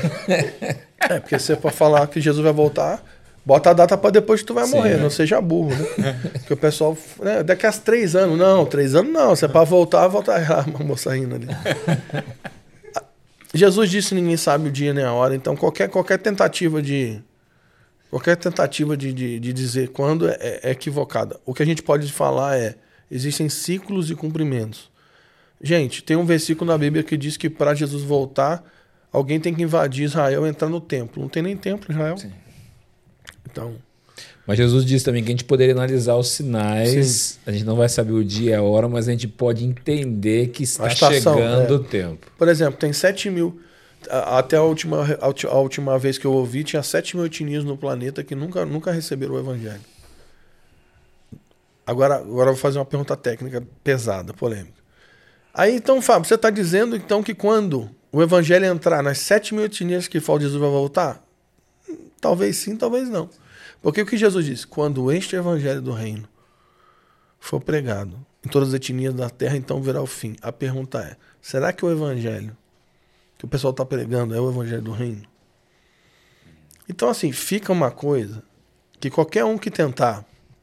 É, porque você pode falar que Jesus vai voltar, bota a data para depois que tu vai Sim, morrer, né? Não seja burro, né? Porque o pessoal, né, daqui a três anos, não, três anos não, se é para voltar, voltar. Ah, uma moça rindo ali. Jesus disse que ninguém sabe o dia nem a hora, então qualquer, qualquer tentativa de qualquer tentativa de, de, de dizer quando é, é equivocada. O que a gente pode falar é, existem ciclos e cumprimentos. Gente, tem um versículo na Bíblia que diz que para Jesus voltar, alguém tem que invadir Israel e entrar no templo. Não tem nem templo em Israel. Sim. Então... Mas Jesus disse também que a gente poderia analisar os sinais. Sim. A gente não vai saber o dia e a hora, mas a gente pode entender que está estação, chegando é. o tempo. Por exemplo, tem sete mil... Até a última, a última vez que eu ouvi, tinha sete mil etnias no planeta que nunca, nunca receberam o evangelho. Agora, agora eu vou fazer uma pergunta técnica pesada, polêmica. Aí, então, Fábio, você está dizendo então que quando o evangelho entrar nas sete mil etnias que fala Jesus vai voltar? Talvez sim, talvez não. Porque o que Jesus disse? Quando este evangelho do reino for pregado em todas as etnias da terra, então virá o fim. A pergunta é, será que o evangelho que o pessoal está pregando é o evangelho do reino? Então, assim, fica uma coisa que qualquer um que tentar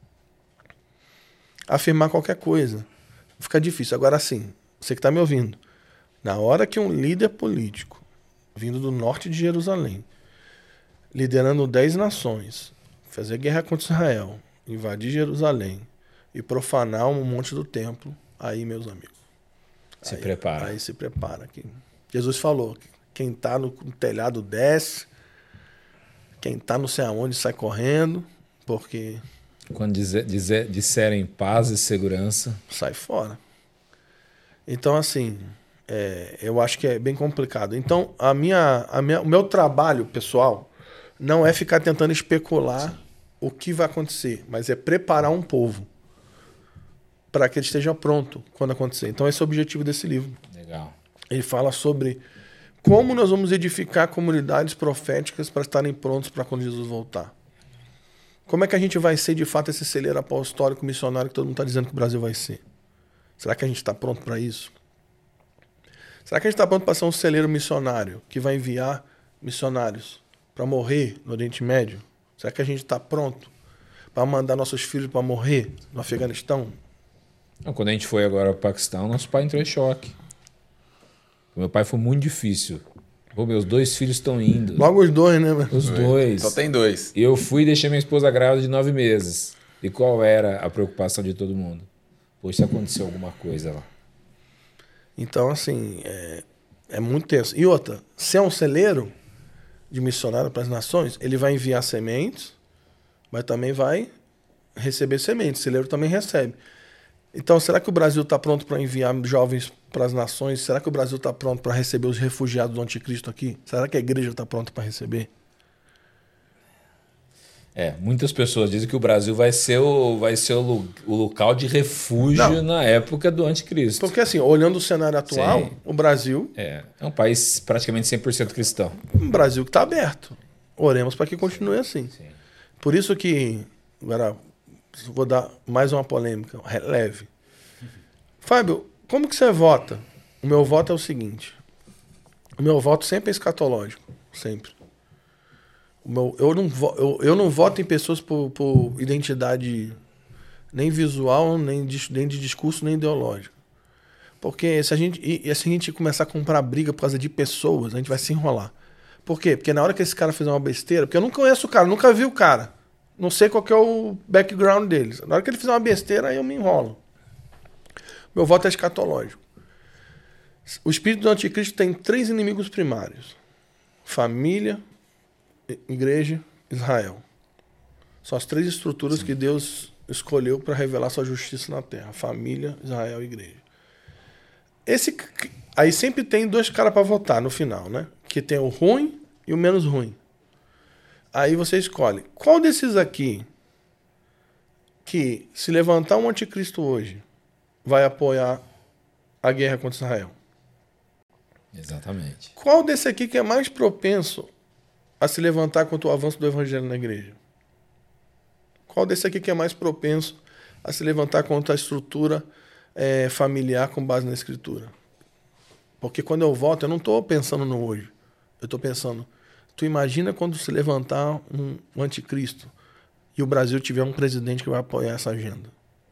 afirmar qualquer coisa, fica difícil. Agora, sim, você que está me ouvindo, na hora que um líder político, vindo do norte de Jerusalém, liderando dez nações, fazer guerra contra Israel, invadir Jerusalém e profanar um monte do templo, aí, meus amigos, Se aí, prepara. Aí se prepara. Aqui. Jesus falou, quem está no telhado desce, quem está não sei aonde sai correndo, porque... Quando dizer, dizer, disserem paz e segurança... Sai fora. Então, assim, é, eu acho que é bem complicado. Então, a minha, a minha, o meu trabalho pessoal não é ficar tentando especular Sim. o que vai acontecer, mas é preparar um povo para que ele esteja pronto quando acontecer. Então, esse é o objetivo desse livro. Legal. Ele fala sobre como nós vamos edificar comunidades proféticas para estarem prontos para quando Jesus voltar. Como é que a gente vai ser, de fato, esse celeiro apostólico missionário que todo mundo está dizendo que o Brasil vai ser? Será que a gente está pronto para isso? Será que a gente está pronto para ser um celeiro missionário que vai enviar missionários para morrer no Oriente Médio? Será que a gente está pronto para mandar nossos filhos para morrer no Afeganistão? Não, quando a gente foi agora para o Paquistão, nosso pai entrou em choque. O meu pai foi muito difícil. Pô, meus dois filhos estão indo. Logo os dois, né? Os dois. Só tem dois. E eu fui e deixei minha esposa grávida de nove meses. E qual era a preocupação de todo mundo? Pô, se aconteceu alguma coisa lá. Então, assim, é, é muito tenso. E outra, se é um celeiro de missionário para as nações, ele vai enviar sementes, mas também vai receber sementes. O celeiro também recebe. Então, será que o Brasil está pronto para enviar jovens para as nações? Será que o Brasil está pronto para receber os refugiados do anticristo aqui? Será que a igreja está pronta para receber? É, muitas pessoas dizem que o Brasil vai ser o, vai ser o, o local de refúgio Não. na época do anticristo. Porque assim, olhando o cenário atual, Sim. o Brasil... É, é um país praticamente cem por cento cristão. Um Brasil que está aberto. Oremos para que continue assim. Sim. Por isso que... Agora, vou dar mais uma polêmica, leve. Fábio, como que você vota? O meu voto é o seguinte. O meu voto sempre é escatológico. Sempre. O meu, eu, não, eu, eu não voto em pessoas por, por identidade nem visual, nem de, nem de discurso, nem ideológico. Porque se a, gente, e, se a gente começar a comprar briga por causa de pessoas, a gente vai se enrolar. Por quê? Porque na hora que esse cara fizer uma besteira... Porque eu não conheço o cara, nunca vi o cara. Não sei qual que é o background deles. Na hora que ele fizer uma besteira, aí eu me enrolo. Meu voto é escatológico. O espírito do anticristo tem três inimigos primários. Família, igreja, Israel. São as três estruturas Sim. que Deus escolheu para revelar sua justiça na terra. Família, Israel e igreja. Esse, aí sempre tem dois caras para votar no final, né? Que tem o ruim e o menos ruim. Aí você escolhe. Qual desses aqui que, se levantar um anticristo hoje, vai apoiar a guerra contra Israel? Exatamente. Qual desse aqui que é mais propenso a se levantar contra o avanço do evangelho na igreja? Qual desse aqui que é mais propenso a se levantar contra a estrutura é, familiar com base na escritura? Porque quando eu voto, eu não estou pensando no hoje. Eu estou pensando, tu imagina quando se levantar um, um anticristo e o Brasil tiver um presidente que vai apoiar essa agenda.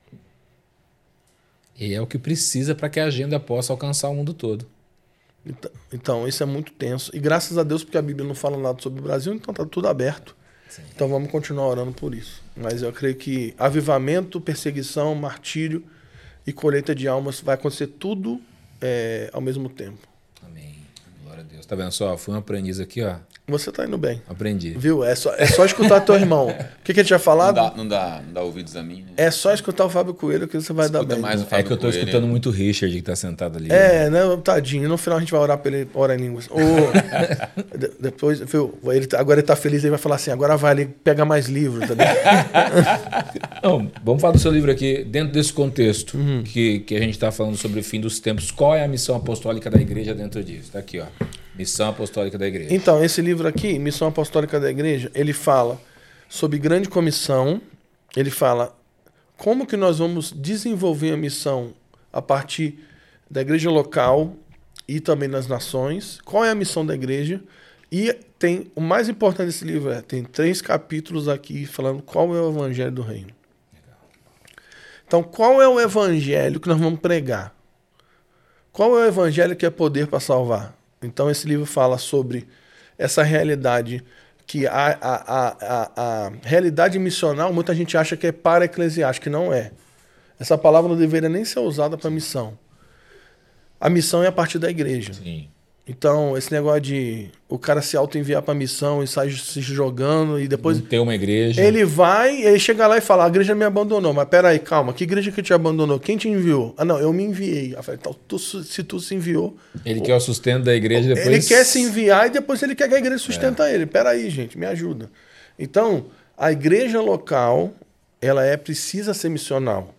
E é o que precisa para que a agenda possa alcançar o mundo todo. Então, então, isso é muito tenso. E graças a Deus, porque a Bíblia não fala nada sobre o Brasil, então está tudo aberto. Sim. Então vamos continuar orando por isso. Mas eu creio que avivamento, perseguição, martírio e colheita de almas vai acontecer tudo é, ao mesmo tempo. Amém. Glória a Deus. Tá vendo só? Fui um aprendiz aqui, ó. Você tá indo bem. Aprendi. Viu? É só, é só escutar teu irmão. O que, que ele tinha falado? Não dá, não, dá, não dá ouvidos a mim, né? É só escutar o Fábio Coelho que você vai Escuta dar bem. mais o Fábio é que eu tô Coelho, escutando né? muito o Richard que tá sentado ali. É, né? Tadinho. No final a gente vai orar pra ele, orar em línguas. Ou, de, depois, viu? Ele, agora ele tá feliz, ele vai falar assim, agora vai ali pegar mais livros, tá Não, vamos falar do seu livro aqui, dentro desse contexto Uhum. que, que a gente tá falando sobre o fim dos tempos. Qual é a missão apostólica da igreja dentro disso? Tá aqui, ó. Missão Apostólica da Igreja. Então, esse livro aqui, Missão Apostólica da Igreja, ele fala sobre grande comissão, ele fala como que nós vamos desenvolver a missão a partir da igreja local e também nas nações, qual é a missão da igreja, e tem o mais importante desse livro é, tem três capítulos aqui falando qual é o evangelho do reino. Legal. Então, qual é o evangelho que nós vamos pregar? Qual é o evangelho que é poder para salvar? Então, esse livro fala sobre essa realidade, que a, a, a, a, a realidade missional, muita gente acha que é para-eclesiástica, que não é. Essa palavra não deveria nem ser usada para missão. a missão é a partir da igreja. Sim. Então, esse negócio de o cara se auto-enviar para a missão e sair se jogando e depois... Não ter uma igreja. Ele vai, ele chega lá e fala, a igreja me abandonou. Mas peraí, calma, que igreja que te abandonou? Quem te enviou? Ah, não, eu me enviei. Eu falei, então, tu, se tu se enviou... Ele quer o sustento da igreja depois... Ele quer se enviar e depois ele quer que a igreja sustenta é. ele. Peraí, gente, me ajuda. Então, a igreja local, ela é, precisa ser missional.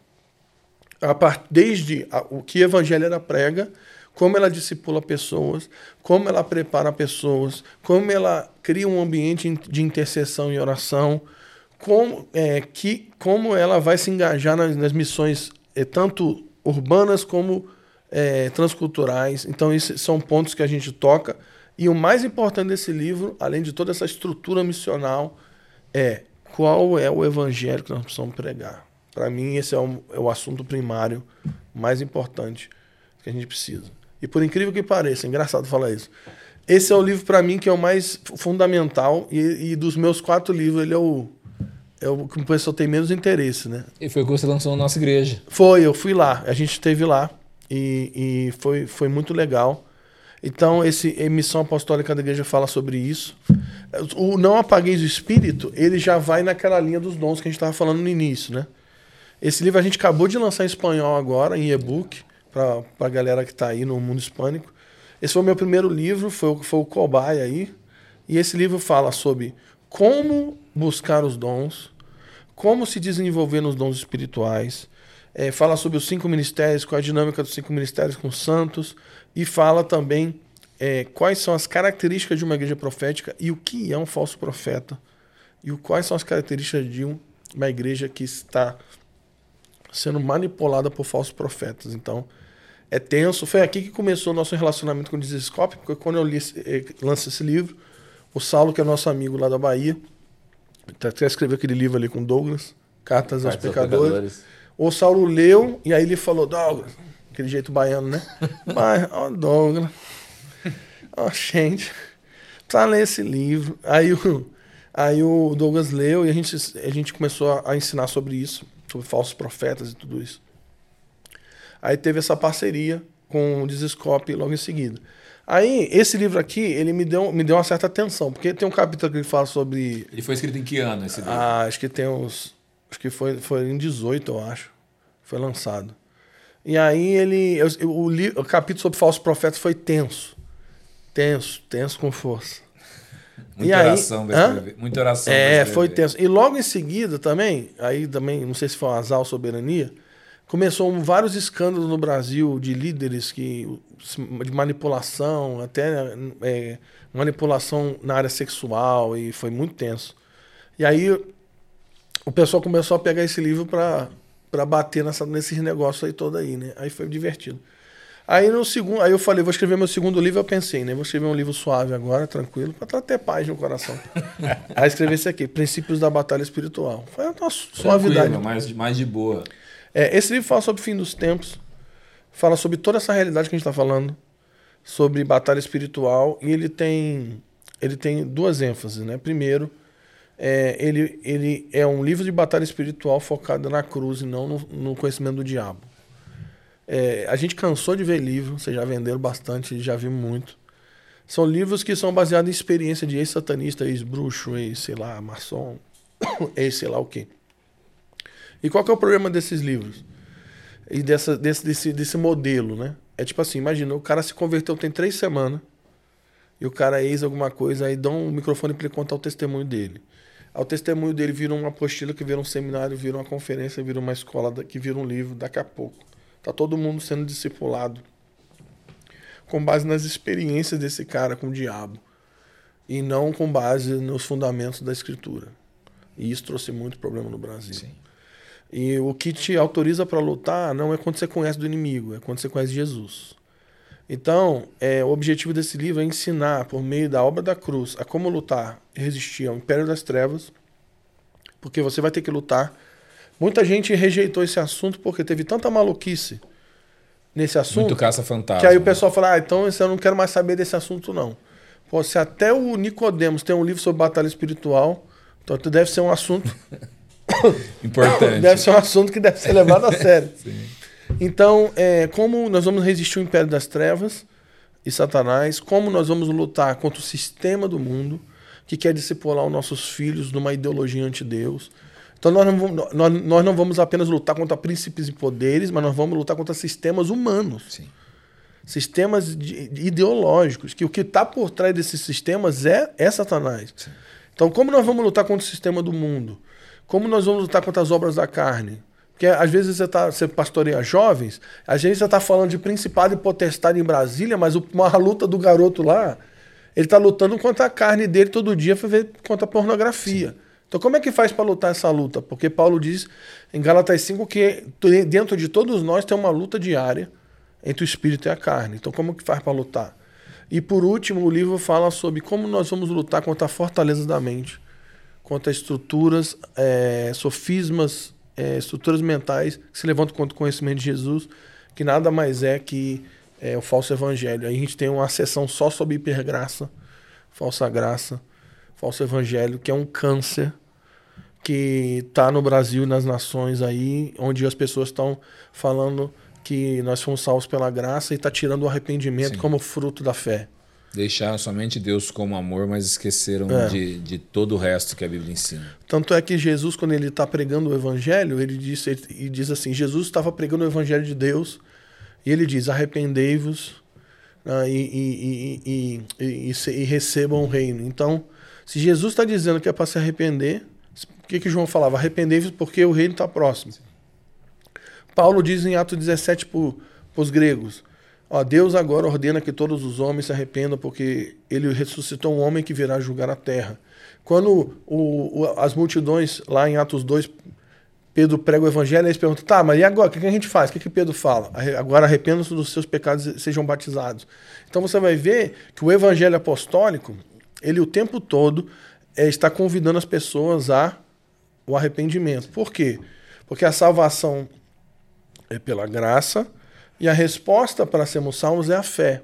A part... Desde a, o que a evangelho ela prega... Como ela discipula pessoas, como ela prepara pessoas, como ela cria um ambiente de intercessão e oração, como, é, que, como ela vai se engajar nas, nas missões é, tanto urbanas como é, transculturais. Então, esses são pontos que a gente toca. E o mais importante desse livro, além de toda essa estrutura missional, é qual é o evangelho que nós precisamos pregar. Para mim, esse é o, é o assunto primário mais importante que a gente precisa. E por incrível que pareça, é engraçado falar isso, esse é o livro para mim que é o mais fundamental e, e dos meus quatro livros ele é o, é o que o pessoal tem menos interesse, né? E foi o que você lançou na nossa igreja. Foi, eu fui lá, a gente esteve lá e, e foi, foi muito legal. Então, esse Missão Apostólica da Igreja fala sobre isso. O Não Apagueis o Espírito, ele já vai naquela linha dos dons que a gente estava falando no início, né? Esse livro a gente acabou de lançar em espanhol agora, em e-book, para a galera que está aí no mundo hispânico. Esse foi o meu primeiro livro, foi, foi o Cobaia aí. E esse livro fala sobre como buscar os dons, como se desenvolver nos dons espirituais, é, fala sobre os cinco ministérios, qual é a dinâmica dos cinco ministérios com os santos, e fala também é, quais são as características de uma igreja profética e o que é um falso profeta, e o, quais são as características de um, uma igreja que está sendo manipulada por falsos profetas. Então, é tenso. Foi aqui que começou o nosso relacionamento com o Desescope, porque quando eu li, lancei esse livro, o Saulo, que é nosso amigo lá da Bahia, até escreveu aquele livro ali com Douglas, Cartas aos Pecadores. Pecadores. O Saulo leu, e aí ele falou, Douglas, aquele jeito baiano, né? Mas, ó, Douglas, ó, gente, precisa ler esse livro. Aí o, aí o Douglas leu e a gente, a gente começou a, a ensinar sobre isso, sobre falsos profetas e tudo isso. Aí teve essa parceria com o Desescope logo em seguida. Aí, esse livro aqui, ele me deu, me deu uma certa atenção, porque tem um capítulo que ele fala sobre... Ele foi escrito em que ano, esse livro? Ah, acho que tem uns... Acho que foi, foi em dezoito, eu acho. Foi lançado. E aí, ele... O, o, o capítulo sobre falsos profetas foi tenso. Tenso, tenso com força. Muita e oração, aí, escrever. Muita oração. É, foi tenso. E logo em seguida também, aí também, não sei se foi um azar ou soberania, começou vários escândalos no Brasil de líderes que, de manipulação, até é, manipulação na área sexual, e foi muito tenso. E aí o pessoal começou a pegar esse livro para para bater nessa, nesses negócios aí todo aí, né? Aí foi divertido. Aí no segundo, aí eu falei, vou escrever meu segundo livro, eu pensei, né? Vou escrever um livro suave agora, tranquilo, para ter paz no coração. Aí escrevi esse aqui, Princípios da Batalha Espiritual. Foi uma suavidade. Mais, mais de boa. É, esse livro fala sobre o fim dos tempos, fala sobre toda essa realidade que a gente está falando, sobre batalha espiritual, e ele tem, ele tem duas ênfases, né? Primeiro, é, ele, ele é um livro de batalha espiritual focado na cruz e não no, no conhecimento do diabo. É, a gente cansou de ver livro, vocês já venderam bastante, já vimos muito. São livros que são baseados em experiência de ex-satanista, ex-bruxo, ex-sei lá, maçom, ex-sei lá o quê. E qual que é o problema desses livros? E dessa, desse, desse, desse modelo, né? É tipo assim, imagina, o cara se converteu tem três semanas, e o cara é ex alguma coisa, aí dão um microfone para ele contar o testemunho dele. Aí o testemunho dele vira uma apostila, que vira um seminário, vira uma conferência, vira uma escola, que vira um livro, daqui a pouco. Tá todo mundo sendo discipulado com base nas experiências desse cara com o diabo, e não com base nos fundamentos da Escritura. E isso trouxe muito problema no Brasil. Sim. E o que te autoriza para lutar não é quando você conhece do inimigo, é quando você conhece Jesus. Então, é, o objetivo desse livro é ensinar, por meio da obra da cruz, a como lutar e resistir ao império das trevas, porque você vai ter que lutar. Muita gente rejeitou esse assunto porque teve tanta maluquice nesse assunto. Muito caça-fantasma. Que aí o pessoal fala, ah, então eu não quero mais saber desse assunto, não. Pô, se até o Nicodemos tem um livro sobre batalha espiritual, então deve ser um assunto... importante. Deve ser um assunto que deve ser levado a sério. Sim. Então, é, como nós vamos resistir ao império das trevas e Satanás, como nós vamos lutar contra o sistema do mundo que quer discipular os nossos filhos numa ideologia anti-Deus. Então nós não, vamos, nós, nós não vamos apenas lutar contra príncipes e poderes, mas nós vamos lutar contra sistemas humanos. Sim. Sistemas de, de ideológicos, que o que está por trás desses sistemas é, é Satanás. Sim. Então como nós vamos lutar contra o sistema do mundo? Como nós vamos lutar contra as obras da carne? Porque às vezes você, tá, você pastoreia jovens, a gente já está falando de principado e potestade em Brasília, mas uma luta do garoto lá, ele está lutando contra a carne dele todo dia contra a pornografia. Sim. Então como é que faz para lutar essa luta? Porque Paulo diz em Gálatas cinco que dentro de todos nós tem uma luta diária entre o espírito e a carne. Então como que faz para lutar? E por último, o livro fala sobre como nós vamos lutar contra a fortaleza da mente, contra estruturas, é, sofismas, é, estruturas mentais que se levantam contra o conhecimento de Jesus, que nada mais é que é, o falso evangelho. Aí a gente tem uma sessão só sobre hipergraça, falsa graça, falso evangelho, que é um câncer que está no Brasil e nas nações aí, onde as pessoas estão falando que nós fomos salvos pela graça e está tirando o arrependimento Sim. como fruto da fé. Deixaram somente Deus como amor, mas esqueceram é. de, de todo o resto que a Bíblia ensina. Tanto é que Jesus, quando ele está pregando o evangelho, ele diz, ele diz assim, Jesus estava pregando o evangelho de Deus e ele diz, arrependei-vos uh, e, e, e, e, e, e recebam o reino. Então, se Jesus está dizendo que é para se arrepender, o que, que João falava? Arrependei-vos porque o reino está próximo. Sim. Paulo diz em Atos dezessete para os gregos, ó, Deus agora ordena que todos os homens se arrependam porque ele ressuscitou um homem que virá julgar a terra. Quando o, o, as multidões, lá em Atos dois, Pedro prega o evangelho, eles perguntam, tá, mas e agora? O que, que a gente faz? O que, que Pedro fala? Agora arrependam-se dos seus pecados e sejam batizados. Então você vai ver que o evangelho apostólico, ele o tempo todo é, está convidando as pessoas a o arrependimento. Por quê? Porque a salvação é pela graça e a resposta para sermos salvos é a fé.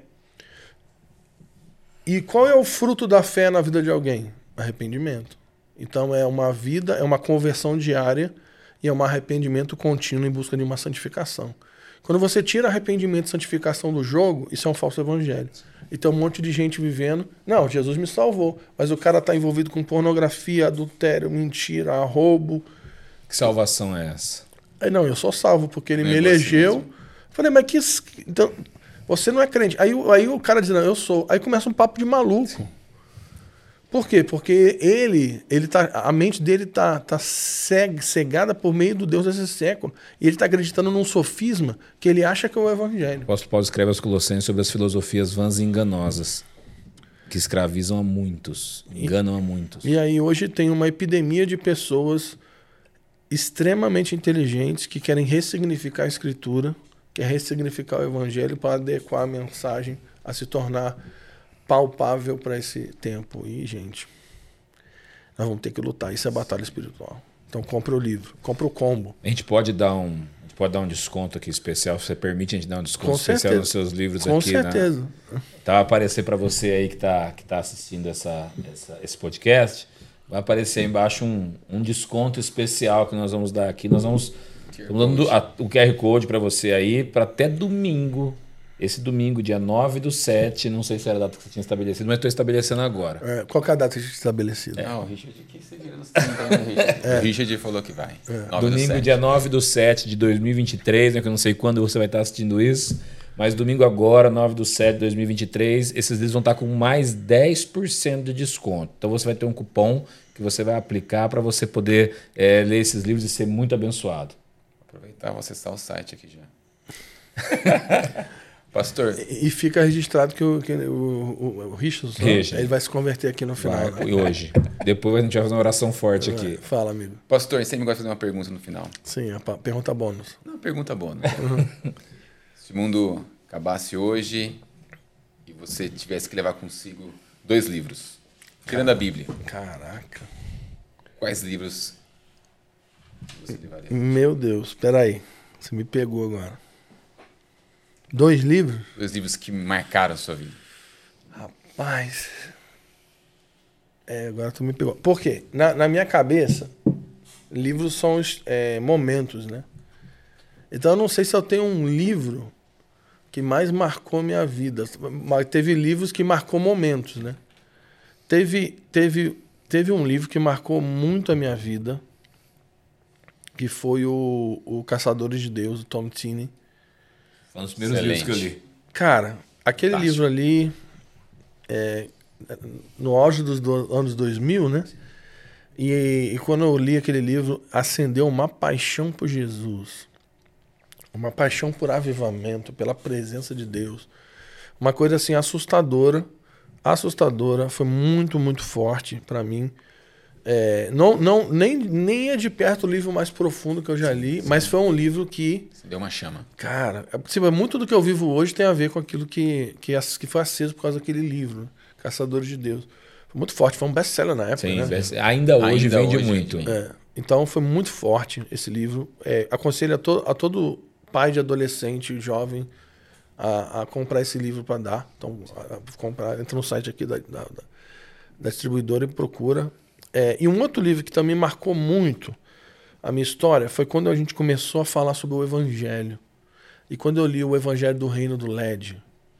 E qual é o fruto da fé na vida de alguém? Arrependimento. Então é uma vida, é uma conversão diária e é um arrependimento contínuo em busca de uma santificação. Quando você tira arrependimento e santificação do jogo, isso é um falso evangelho. E tem um monte de gente vivendo, não, Jesus me salvou, mas o cara está envolvido com pornografia, adultério, mentira, roubo. Que salvação é essa? Aí, não, eu sou salvo porque ele me elegeu. Assim falei, mas que... Então, você não é crente. Aí, aí o cara diz, não, eu sou. Aí começa um papo de maluco. Sim. Por quê? Porque ele, ele tá, a mente dele está tá ceg, cegada por meio do Deus desse século. E ele está acreditando num sofisma que ele acha que é o evangelho. O apóstolo Paulo escreve aos Colossenses sobre as filosofias vãs e enganosas, que escravizam a muitos, enganam e, a muitos. E aí hoje tem uma epidemia de pessoas extremamente inteligentes que querem ressignificar a escritura, quer ressignificar o evangelho para adequar a mensagem a se tornar palpável para esse tempo. E, gente, nós vamos ter que lutar. Isso é batalha espiritual. Então, compra o livro, compra o combo. A gente pode dar um, a gente pode dar um desconto aqui especial. Você permite a gente dar um desconto Com especial certeza. nos seus livros Com aqui? Com certeza. Na... Tá, vai aparecer para você aí que está que tá assistindo essa, essa, esse podcast. Vai aparecer aí embaixo um, um desconto especial que nós vamos dar aqui. Nós vamos... Estamos dando a, o Q R Code para você aí, para até domingo. Esse domingo, dia nove do sete, não sei se era a data que você tinha estabelecido, mas estou estabelecendo agora. É, qual que é a data que você tinha estabelecido? É, não, o Richard aqui, você vira nos trinta, né, Richard? É. O Richard falou que vai. É. Domingo, do dia nove do sete de dois mil e vinte e três, né, que eu não sei quando você vai estar assistindo isso, mas domingo agora, nove do sete de dois mil e vinte e três, esses livros vão estar com mais dez por cento de desconto. Então você vai ter um cupom que você vai aplicar para você poder é, ler esses livros e ser muito abençoado. Aproveitar, vou acessar o site aqui já. Pastor. E, e fica registrado que o, que o, o, o Richard, ele vai se converter aqui no final. Vai, né? Hoje. Depois a gente vai fazer uma oração forte aqui. Fala, amigo. Pastor, você me gosta de fazer uma pergunta no final? Sim, a pergunta bônus. Não, pergunta bônus. Uhum. Se o mundo acabasse hoje e você tivesse que levar consigo dois livros, tirando a Bíblia. Caraca. Quais livros você levaria? Meu Deus, peraí. Você me pegou agora. Dois livros? Dois livros que marcaram a sua vida. Rapaz. É, agora tu me pegou. Por quê? Na, na minha cabeça, livros são é, momentos, né? Então eu não sei se eu tenho um livro que mais marcou minha vida. Mas teve livros que marcou momentos, né? Teve, teve, teve um livro que marcou muito a minha vida, que foi o, o Caçadores de Deus, do Tom Tinney. Foi um dos primeiros Excelente. livros que eu li. Cara, aquele Fantástico. livro ali, é, no auge dos do, anos dois mil, né? E, e quando eu li aquele livro, acendeu uma paixão por Jesus. Uma paixão por avivamento, pela presença de Deus. Uma coisa assim assustadora, assustadora, foi muito, muito forte para mim. É, não, não, nem, nem é de perto o livro mais profundo que eu já li, mas foi um livro que, Deu uma chama. cara, é possível, muito do que eu vivo hoje tem a ver com aquilo que, que, que foi aceso por causa daquele livro, Caçadores de Deus. Foi muito forte, foi um best-seller na época, Sim, né? best- ainda hoje Ainda vende hoje muito. vende. É, então foi muito forte esse livro. É, aconselho a, to, a todo pai de adolescente, jovem, a, a comprar esse livro para dar. Então, a, a comprar, entra no site aqui da, da, da, da distribuidora e procura. É, e um outro livro que também marcou muito a minha história foi quando a gente começou a falar sobre o Evangelho. E quando eu li o Evangelho do Reino do L E D.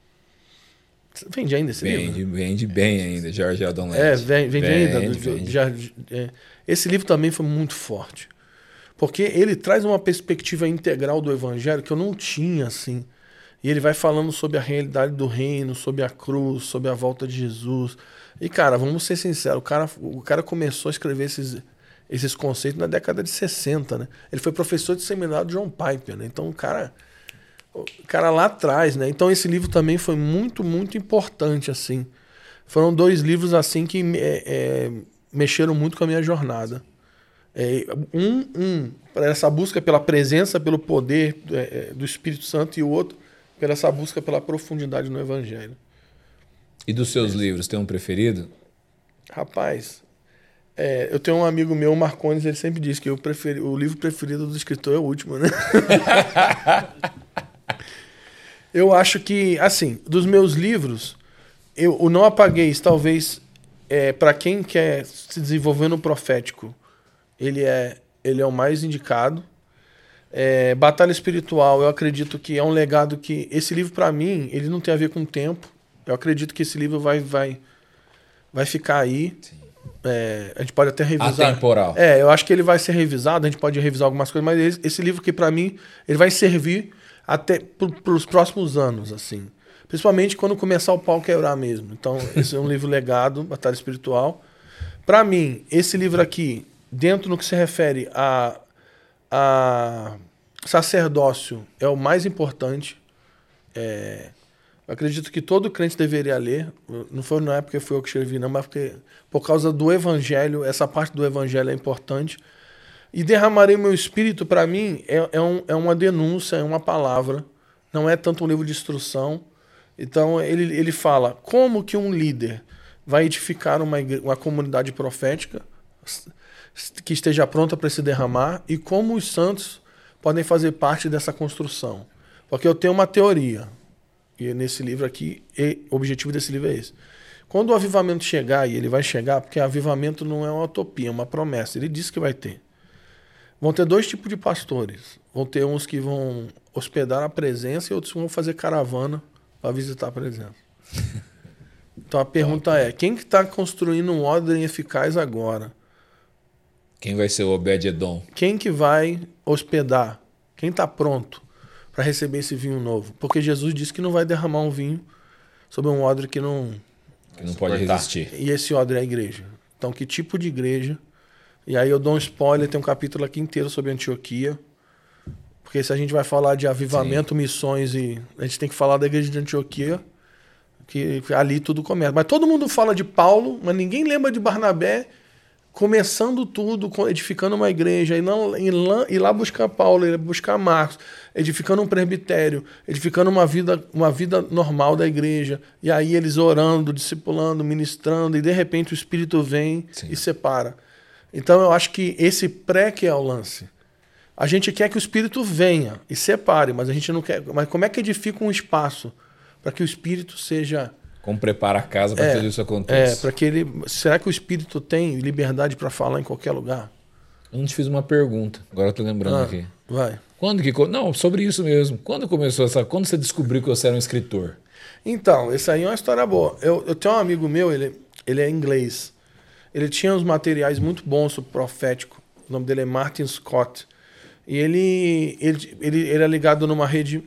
Vende ainda esse livro? Vende, vende bem ainda, George Eldon É, Land. vende, vende ainda. Vende, Do- vende. já- é. Esse livro também foi muito forte. Porque ele traz uma perspectiva integral do evangelho que eu não tinha, assim. E ele vai falando sobre a realidade do reino, sobre a cruz, sobre a volta de Jesus. E, cara, vamos ser sinceros, o cara, o cara começou a escrever esses, esses conceitos na década de sessenta, né? Ele foi professor de seminário de John Piper, né? Então, o cara... O cara lá atrás, né? Então esse livro também foi muito, muito importante, assim. Foram dois livros, assim, que é, é, mexeram muito com a minha jornada. É, um, um para essa busca pela presença, pelo poder é, do Espírito Santo, e o outro pela essa busca pela profundidade no Evangelho. E dos seus livros, tem um preferido? Rapaz, é, eu tenho um amigo meu, o Marcones, ele sempre diz que eu preferi, o livro preferido do escritor é o último, né? Eu acho que, assim, dos meus livros, eu, o Não Apagueis, talvez, é, para quem quer se desenvolver no profético, ele é, ele é o mais indicado. É, Batalha Espiritual, eu acredito que é um legado que... Esse livro, para mim, ele não tem a ver com o tempo. Eu acredito que esse livro vai, vai, vai ficar aí. É, a gente pode até revisar. Atemporal. É, eu acho que ele vai ser revisado, a gente pode revisar algumas coisas, mas esse, esse livro que, para mim, ele vai servir até para os próximos anos, assim. Principalmente quando começar o pau quebrar mesmo. Então, esse é um livro legado, Batalha Espiritual. Para mim, esse livro aqui, dentro no que se refere a, a sacerdócio, é o mais importante. É, eu acredito que todo crente deveria ler. Não foi na época que foi eu que escrevi, não, mas porque, por causa do evangelho, essa parte do evangelho é importante. E derramarei meu espírito, para mim, é, é, um, é uma denúncia, é uma palavra. Não é tanto um livro de instrução. Então, ele, ele fala como que um líder vai edificar uma, igre- uma comunidade profética que esteja pronta para se derramar e como os santos podem fazer parte dessa construção. Porque eu tenho uma teoria, e nesse livro aqui, e o objetivo desse livro é esse. Quando o avivamento chegar, e ele vai chegar, porque avivamento não é uma utopia, é uma promessa, ele disse que vai ter. Vão ter dois tipos de pastores. Vão ter uns que vão hospedar a presença e outros que vão fazer caravana para visitar a presença. Então a pergunta é, quem que está construindo um ordem eficaz agora? Quem vai ser o Obed-Edom? Quem que vai hospedar? Quem está pronto para receber esse vinho novo? Porque Jesus disse que não vai derramar um vinho sobre um odre que não... Que não pode Suportar. resistir. E esse odre é a igreja. Então que tipo de igreja? E aí eu dou um spoiler, tem um capítulo aqui inteiro sobre Antioquia. Porque se a gente vai falar de avivamento, missões, e a gente tem que falar da igreja de Antioquia, que ali tudo começa. Mas todo mundo fala de Paulo, mas ninguém lembra de Barnabé começando tudo, edificando uma igreja, e não ir lá, ir lá buscar Paulo, ir buscar Marcos, edificando um presbitério, edificando uma vida, uma vida normal da igreja. E aí eles orando, discipulando, ministrando, e de repente o Espírito vem Sim. e separa. Então eu acho que esse pré que é o lance. A gente quer que o Espírito venha e separe, mas a gente não quer. Mas como é que edifica um espaço para que o Espírito seja. Como prepara a casa para É, que tudo isso É, aconteça? para que ele. Será que o Espírito tem liberdade para falar em qualquer lugar? Eu não te fiz uma pergunta, agora eu tô lembrando Ah, aqui. vai. Quando que... Não, sobre isso mesmo. Quando começou essa... Quando você descobriu que você era um escritor? Então, essa aí é uma história boa. Eu, eu tenho um amigo meu, ele, ele é inglês. Ele tinha uns materiais muito bons sobre profético. O nome dele é Martin Scott. E ele, ele, ele, ele era ligado numa rede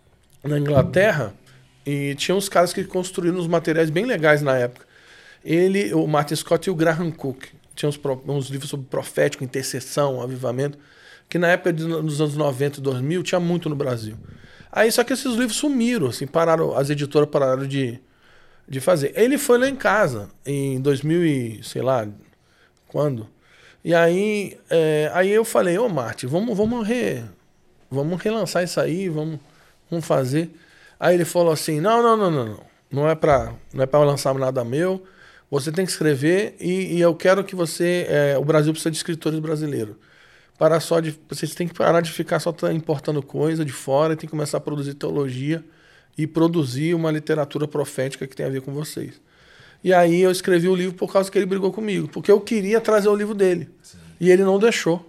na Inglaterra e tinha uns caras que construíram uns materiais bem legais na época. Ele, o Martin Scott e o Graham Cook. Tinha uns, uns livros sobre profético, intercessão, avivamento, que na época de, dos anos noventa e dois mil tinha muito no Brasil. Aí só que esses livros sumiram, assim, pararam, as editoras pararam de, de fazer. Ele foi lá em casa em dois mil e sei lá quando. E aí, é, aí eu falei, ô Martin, vamos, vamos, re, vamos relançar isso aí, vamos, vamos fazer. Aí ele falou assim, não, não, não, não, não, não é para não é para lançar nada meu, você tem que escrever e, e eu quero que você, é, o Brasil precisa de escritores brasileiros. Para só de, vocês têm que parar de ficar só importando coisa de fora e tem que começar a produzir teologia e produzir uma literatura profética que tem a ver com vocês. E aí eu escrevi o livro por causa que ele brigou comigo, porque eu queria trazer o livro dele. Sim. E ele não deixou.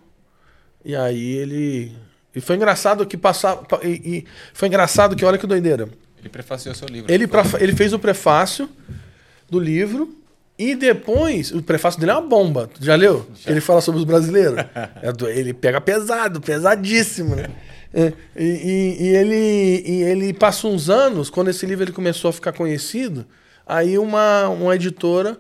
E aí ele... E foi engraçado que passava... E, e foi engraçado que, olha que doideira. Ele prefaciou seu livro. Ele, pra, ele fez o prefácio do livro e depois... O prefácio dele é uma bomba. Tu já leu? Já. Ele fala sobre os brasileiros. Ele pega pesado, pesadíssimo, né? E, e, e, ele, e ele passa uns anos, quando esse livro ele começou a ficar conhecido, aí uma, uma editora,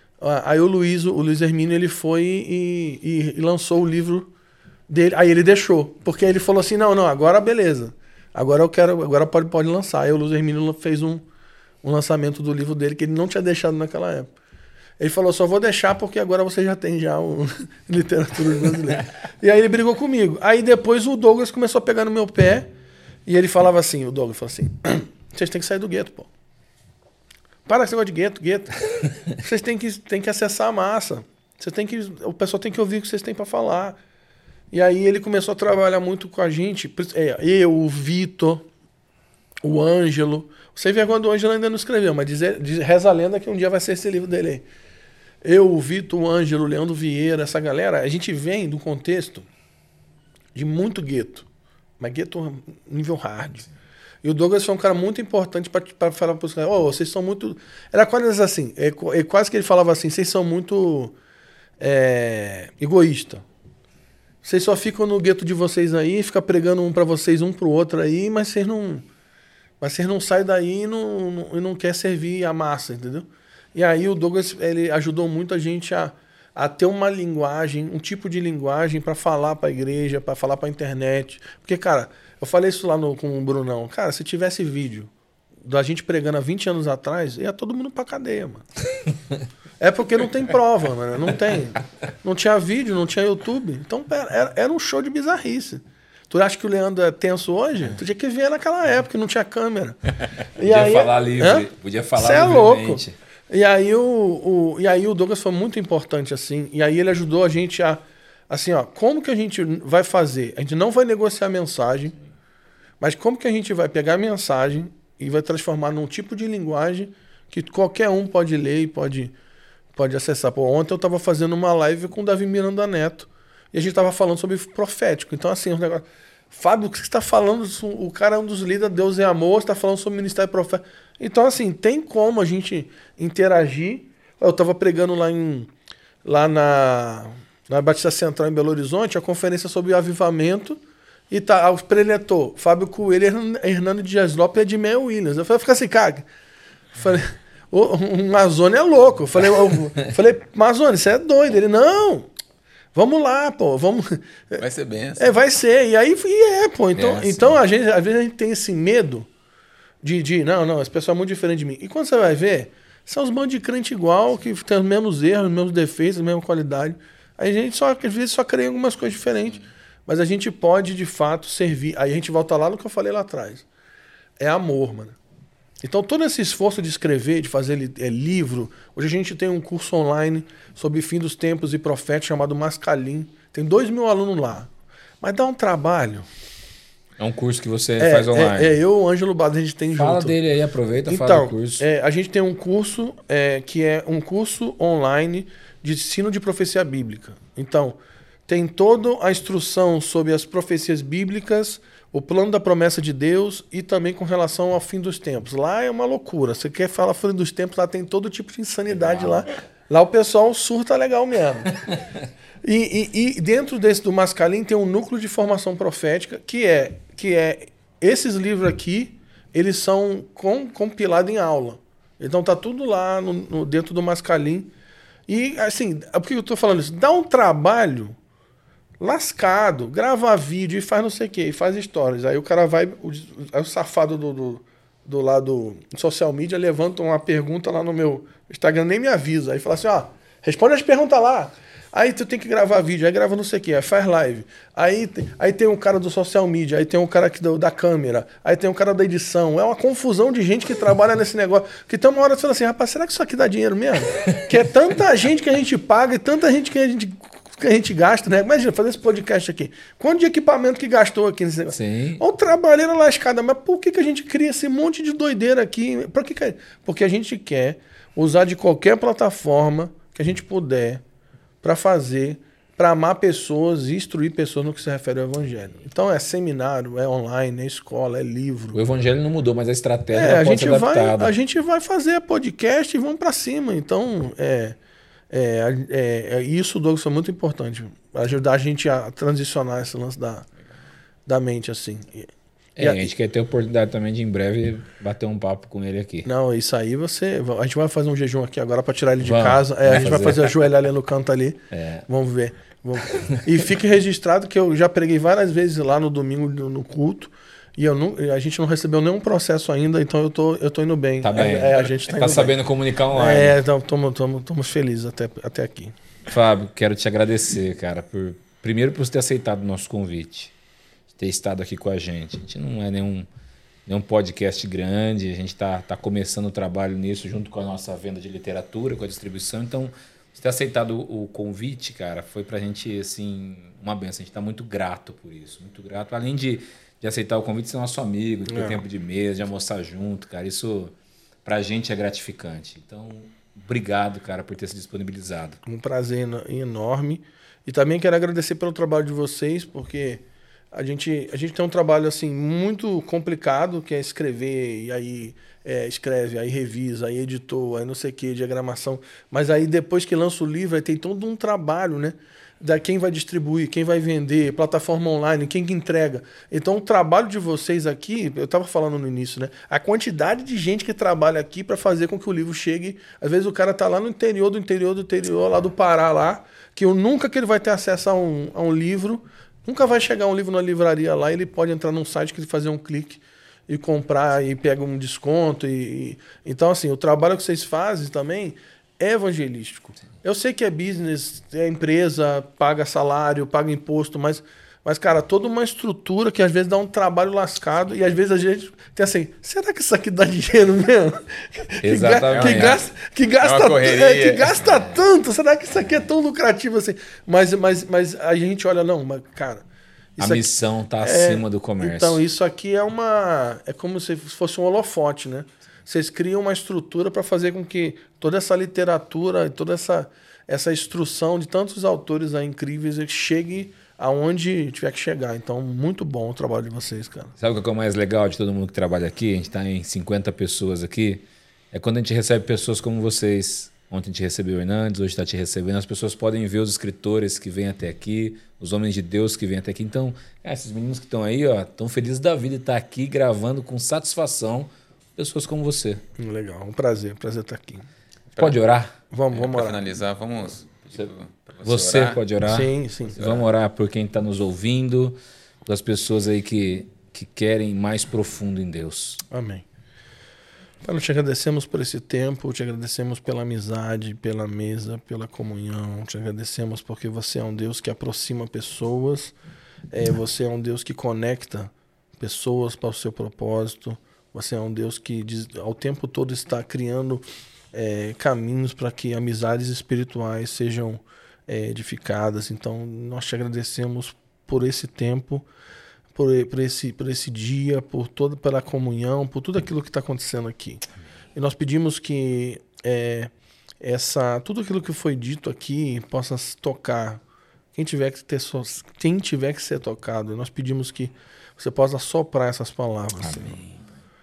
aí o Luiz, o Luiz Hermínio, ele foi e, e, e lançou o livro dele, aí ele deixou, porque ele falou assim, não, não, agora beleza, agora eu quero, agora pode, pode lançar. Aí o Luiz Hermínio fez um, um lançamento do livro dele que ele não tinha deixado naquela época. Ele falou, só vou deixar porque agora você já tem já um literatura brasileira. E aí ele brigou comigo. Aí depois o Douglas começou a pegar no meu pé e ele falava assim, o Douglas falou assim, vocês têm que sair do gueto, pô. Para com esse negócio de gueto, gueto. Vocês têm que, têm que acessar a massa. Você tem que, o pessoal tem que ouvir o que vocês têm para falar. E aí ele começou a trabalhar muito com a gente. Eu, o Vitor, o Ângelo. Você vê quando o Ângelo ainda não escreveu, mas diz, diz, reza a lenda que um dia vai ser esse livro dele aí. Eu, o Vitor, o Ângelo, o Leandro Vieira, essa galera, a gente vem do contexto de muito gueto. Mas gueto nível hard. E o Douglas foi um cara muito importante para falar para os caras, oh, vocês são muito... Era quase assim, é, é quase que ele falava assim, vocês são muito é, egoísta. Vocês só ficam no gueto de vocês aí, fica pregando um para vocês, um para o outro aí, mas vocês não, mas vocês não saem daí e não, não, e não quer servir a massa, entendeu? E aí o Douglas ele ajudou muito a gente a, a ter uma linguagem, um tipo de linguagem para falar para a igreja, para falar para a internet. Porque, cara... Eu falei isso lá no, com o Brunão. Cara, se tivesse vídeo da gente pregando há vinte anos atrás, ia todo mundo pra cadeia, mano. É porque não tem prova, mano. Não tem. Não tinha vídeo, não tinha YouTube. Então era, era um show de bizarrice. Tu acha que o Leandro é tenso hoje? Tu tinha que ver naquela época, não tinha câmera. E podia aí, falar livre. Hã? Podia falar Cê é louco. livremente. E aí o, o, e aí o Douglas foi muito importante, assim. E aí ele ajudou a gente a... Assim, ó, como que a gente vai fazer? A gente não vai negociar a mensagem, mas como que a gente vai pegar a mensagem e vai transformar num tipo de linguagem que qualquer um pode ler e pode, pode acessar. Pô, ontem eu estava fazendo uma live com o Davi Miranda Neto e a gente estava falando sobre profético. Então, assim, o negócio... Fábio, o que você está falando? O cara é um dos líderes, Deus é amor, você está falando sobre ministério profético. Então, assim, tem como a gente interagir. Eu estava pregando lá, em, lá na, na Batista Central, em Belo Horizonte, a conferência sobre avivamento. E tá, o preletor, Fábio Coelho, Hernando Dias Lopes e Edmé Williams. Eu falei, fica assim, cara. Falei, o, o Mazone é louco. Eu falei, eu, falei, Mazone, você é doido. Ele, não, vamos lá, pô, vamos. Vai ser bem assim. É, vai ser. E aí, e é, pô. Então, é assim. então a gente, às vezes a gente tem esse medo de, de, não, não, esse pessoal é muito diferente de mim. E quando você vai ver, são os bandos de crente igual, que tem os mesmos erros, os mesmos defeitos, a mesma qualidade. Aí a gente só, às vezes, só crê em algumas coisas diferentes. Mas a gente pode, de fato, servir. Aí a gente volta lá no que eu falei lá atrás. É amor, mano. Então, todo esse esforço de escrever, de fazer li é, livro... Hoje a gente tem um curso online sobre fim dos tempos e profetas chamado Mascalim. Tem dois mil alunos lá. Mas dá um trabalho. É um curso que você é, faz online. É, é eu e o Ângelo Bado, a gente tem fala junto. Fala dele aí, aproveita e então, fala do curso. É, a gente tem um curso é, que é um curso online de ensino de profecia bíblica. Então... tem toda a instrução sobre as profecias bíblicas, o plano da promessa de Deus e também com relação ao fim dos tempos. Lá é uma loucura. Você quer falar fim dos tempos, lá tem todo tipo de insanidade lá. Lá o pessoal surta legal mesmo. E, e, e dentro desse do Mascalim tem um núcleo de formação profética que é, que é esses livros aqui, eles são com, compilados em aula. Então tá tudo lá no, no, dentro do Mascalim. E assim, por que eu tô falando isso? Dá um trabalho lascado, grava vídeo e faz não sei o que, e faz stories. Aí o cara vai, o, aí o safado do, do, do lado social media levanta uma pergunta lá no meu Instagram, nem me avisa. Aí fala assim, ó, responde as perguntas lá. Aí tu tem que gravar vídeo, aí grava não sei o que, aí faz live. Aí, aí tem um cara do social media, aí tem um cara aqui do, da câmera, aí tem um cara da edição. É uma confusão de gente que trabalha nesse negócio. Que tem uma hora que você fala assim, rapaz, será que isso aqui dá dinheiro mesmo? Que é tanta gente que a gente paga e tanta gente que a gente... que a gente gasta, né? Imagina, fazer esse podcast aqui. Quanto de equipamento que gastou aqui nesse negócio? Sim. Olha o trabalheira lascada. Mas por que, que a gente cria esse monte de doideira aqui? Por que que... Porque a gente quer usar de qualquer plataforma que a gente puder para fazer, para amar pessoas e instruir pessoas no que se refere ao evangelho. Então é seminário, é online, é escola, é livro. O evangelho não mudou, mas a estratégia É, ela a pode gente ser vai, adaptada. a gente vai fazer podcast e vamos para cima. Então, é... É, é, é, isso, Douglas, é muito importante. Ajudar a gente a transicionar esse lance da, da mente, assim. E, é, e a, a gente quer ter a oportunidade também de, em breve, bater um papo com ele aqui. Não, isso aí você... A gente vai fazer um jejum aqui agora para tirar ele de vamos, casa. É, a gente fazer. vai fazer ajoelhar ali no canto ali. É. Vamos ver. Vamos. E fique registrado que eu já preguei várias vezes lá no domingo no culto. E eu não, a gente não recebeu nenhum processo ainda, então eu tô, eu tô indo bem. Tá bem. É, a gente tá, tá indo sabendo bem. comunicar online. É, então estamos felizes até, até aqui. Fábio, quero te agradecer, cara, por primeiro por você ter aceitado o nosso convite, ter estado aqui com a gente. A gente não é nenhum, nenhum podcast grande, a gente está tá começando o trabalho nisso junto com a nossa venda de literatura, com a distribuição. Então, você ter aceitado o, o convite, cara, foi pra gente, assim, uma benção. A gente está muito grato por isso, muito grato. Além de de aceitar o convite, ser nosso amigo, de ter é. tempo de mesa, de almoçar junto, cara. Isso pra gente é gratificante. Então, obrigado, cara, por ter se disponibilizado. Um prazer enorme. E também quero agradecer pelo trabalho de vocês, porque a gente, a gente tem um trabalho assim muito complicado, que é escrever, e aí é, escreve, aí revisa, aí editou, aí não sei o que, diagramação. Mas aí depois que lança o livro, aí tem todo um trabalho, né? Da quem vai distribuir, quem vai vender, plataforma online, quem que entrega. Então o trabalho de vocês aqui, eu estava falando no início, né? A quantidade de gente que trabalha aqui para fazer com que o livro chegue. Às vezes o cara tá lá no interior do interior do interior, lá do Pará, lá, que eu, nunca que ele vai ter acesso a um, a um livro, nunca vai chegar um livro na livraria lá, ele pode entrar num site que ele fazer um clique e comprar e pega um desconto. E, e... Então, assim, o trabalho que vocês fazem também é evangelístico. Eu sei que é business, é empresa, paga salário, paga imposto, mas, mas, cara, toda uma estrutura que às vezes dá um trabalho lascado e às vezes a gente tem assim, será que isso aqui dá dinheiro mesmo? Exatamente. Que, gasta, que, gasta, é, que gasta tanto, será que isso aqui é tão lucrativo assim? Mas, mas, mas a gente olha, não, mas, cara... A missão está acima do comércio. Então, isso aqui é uma... É como se fosse um holofote, né? Vocês criam uma estrutura para fazer com que toda essa literatura, toda essa, essa instrução de tantos autores aí incríveis chegue aonde tiver que chegar. Então, muito bom o trabalho de vocês, cara. Sabe o que é o mais legal de todo mundo que trabalha aqui? A gente está em cinquenta pessoas aqui. É quando a gente recebe pessoas como vocês. Ontem a gente recebeu o Hernandes, hoje está te recebendo. As pessoas podem ver os escritores que vêm até aqui, os homens de Deus que vêm até aqui. Então, é, esses meninos que estão aí, ó, estão felizes da vida de estar aqui gravando com satisfação. Pessoas como você. Legal, um prazer, um prazer estar aqui. Pode orar? Vamos, vamos é, orar. Para finalizar, vamos você, você, você orar. pode orar? Sim, sim. Vamos orar por quem está nos ouvindo, pelas pessoas aí que, que querem mais profundo em Deus. Amém. Pai, nós te agradecemos por esse tempo, te agradecemos pela amizade, pela mesa, pela comunhão, te agradecemos porque você é um Deus que aproxima pessoas, é, você é um Deus que conecta pessoas para o seu propósito. Você é um Deus que diz, ao tempo todo está criando é, caminhos para que amizades espirituais sejam é, edificadas. Então, nós te agradecemos por esse tempo, por, por, esse, por esse dia, por toda pela comunhão, por tudo aquilo que está acontecendo aqui. E nós pedimos que é, essa, tudo aquilo que foi dito aqui possa tocar quem tiver que, ter so... quem tiver que ser tocado, nós pedimos que você possa soprar essas palavras, Senhor. Amém.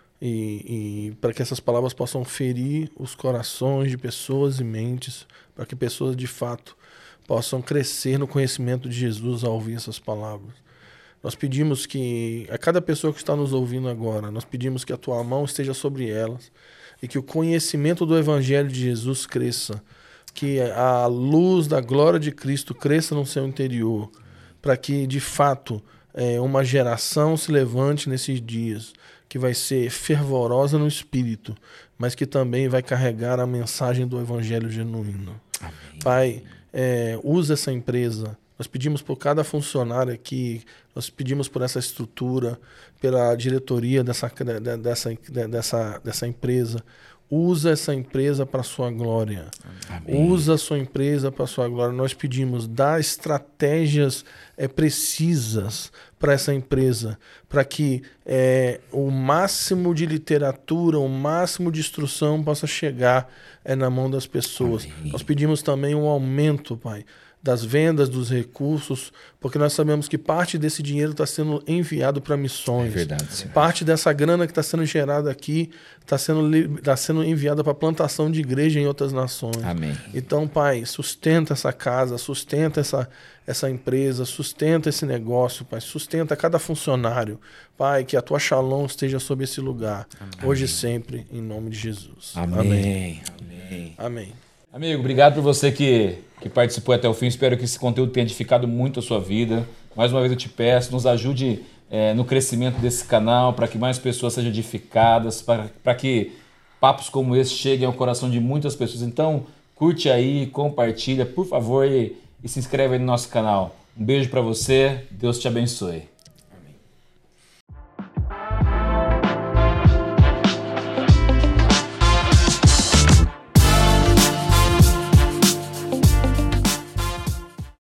E, e para que essas palavras possam ferir os corações de pessoas e mentes, para que pessoas de fato possam crescer no conhecimento de Jesus ao ouvir essas palavras. Nós pedimos que a cada pessoa que está nos ouvindo agora, nós pedimos que a tua mão esteja sobre elas e que o conhecimento do Evangelho de Jesus cresça, que a luz da glória de Cristo cresça no seu interior, para que de fato é, uma geração se levante nesses dias, que vai ser fervorosa no espírito, mas que também vai carregar a mensagem do Evangelho genuíno. Amém. Pai, é, usa essa empresa. Nós pedimos por cada funcionário aqui, nós pedimos por essa estrutura, pela diretoria dessa, dessa, dessa, dessa empresa. Usa essa empresa para a sua glória. Amém. Usa a sua empresa para a sua glória. Nós pedimos, dá estratégias é, precisas para essa empresa, para que é, o máximo de literatura, o máximo de instrução possa chegar é, na mão das pessoas. Amém. Nós pedimos também um aumento, Pai, das vendas, dos recursos, porque nós sabemos que parte desse dinheiro está sendo enviado para missões. É verdade, sim. Parte dessa grana que está sendo gerada aqui está sendo, tá sendo enviada para plantação de igreja em outras nações. Amém. Então, Pai, sustenta essa casa, sustenta essa, essa empresa, sustenta esse negócio, Pai, sustenta cada funcionário. Pai, que a tua Shalom esteja sobre esse lugar, Amém. Hoje e sempre, em nome de Jesus. Amém. Amém. Amém. Amém. Amigo, obrigado por você que, que participou até o fim. Espero que esse conteúdo tenha edificado muito a sua vida. Mais uma vez eu te peço, nos ajude é, no crescimento desse canal, para que mais pessoas sejam edificadas, para que papos como esse cheguem ao coração de muitas pessoas. Então, curte aí, compartilha, por favor, e, e se inscreve aí no nosso canal. Um beijo para você, Deus te abençoe.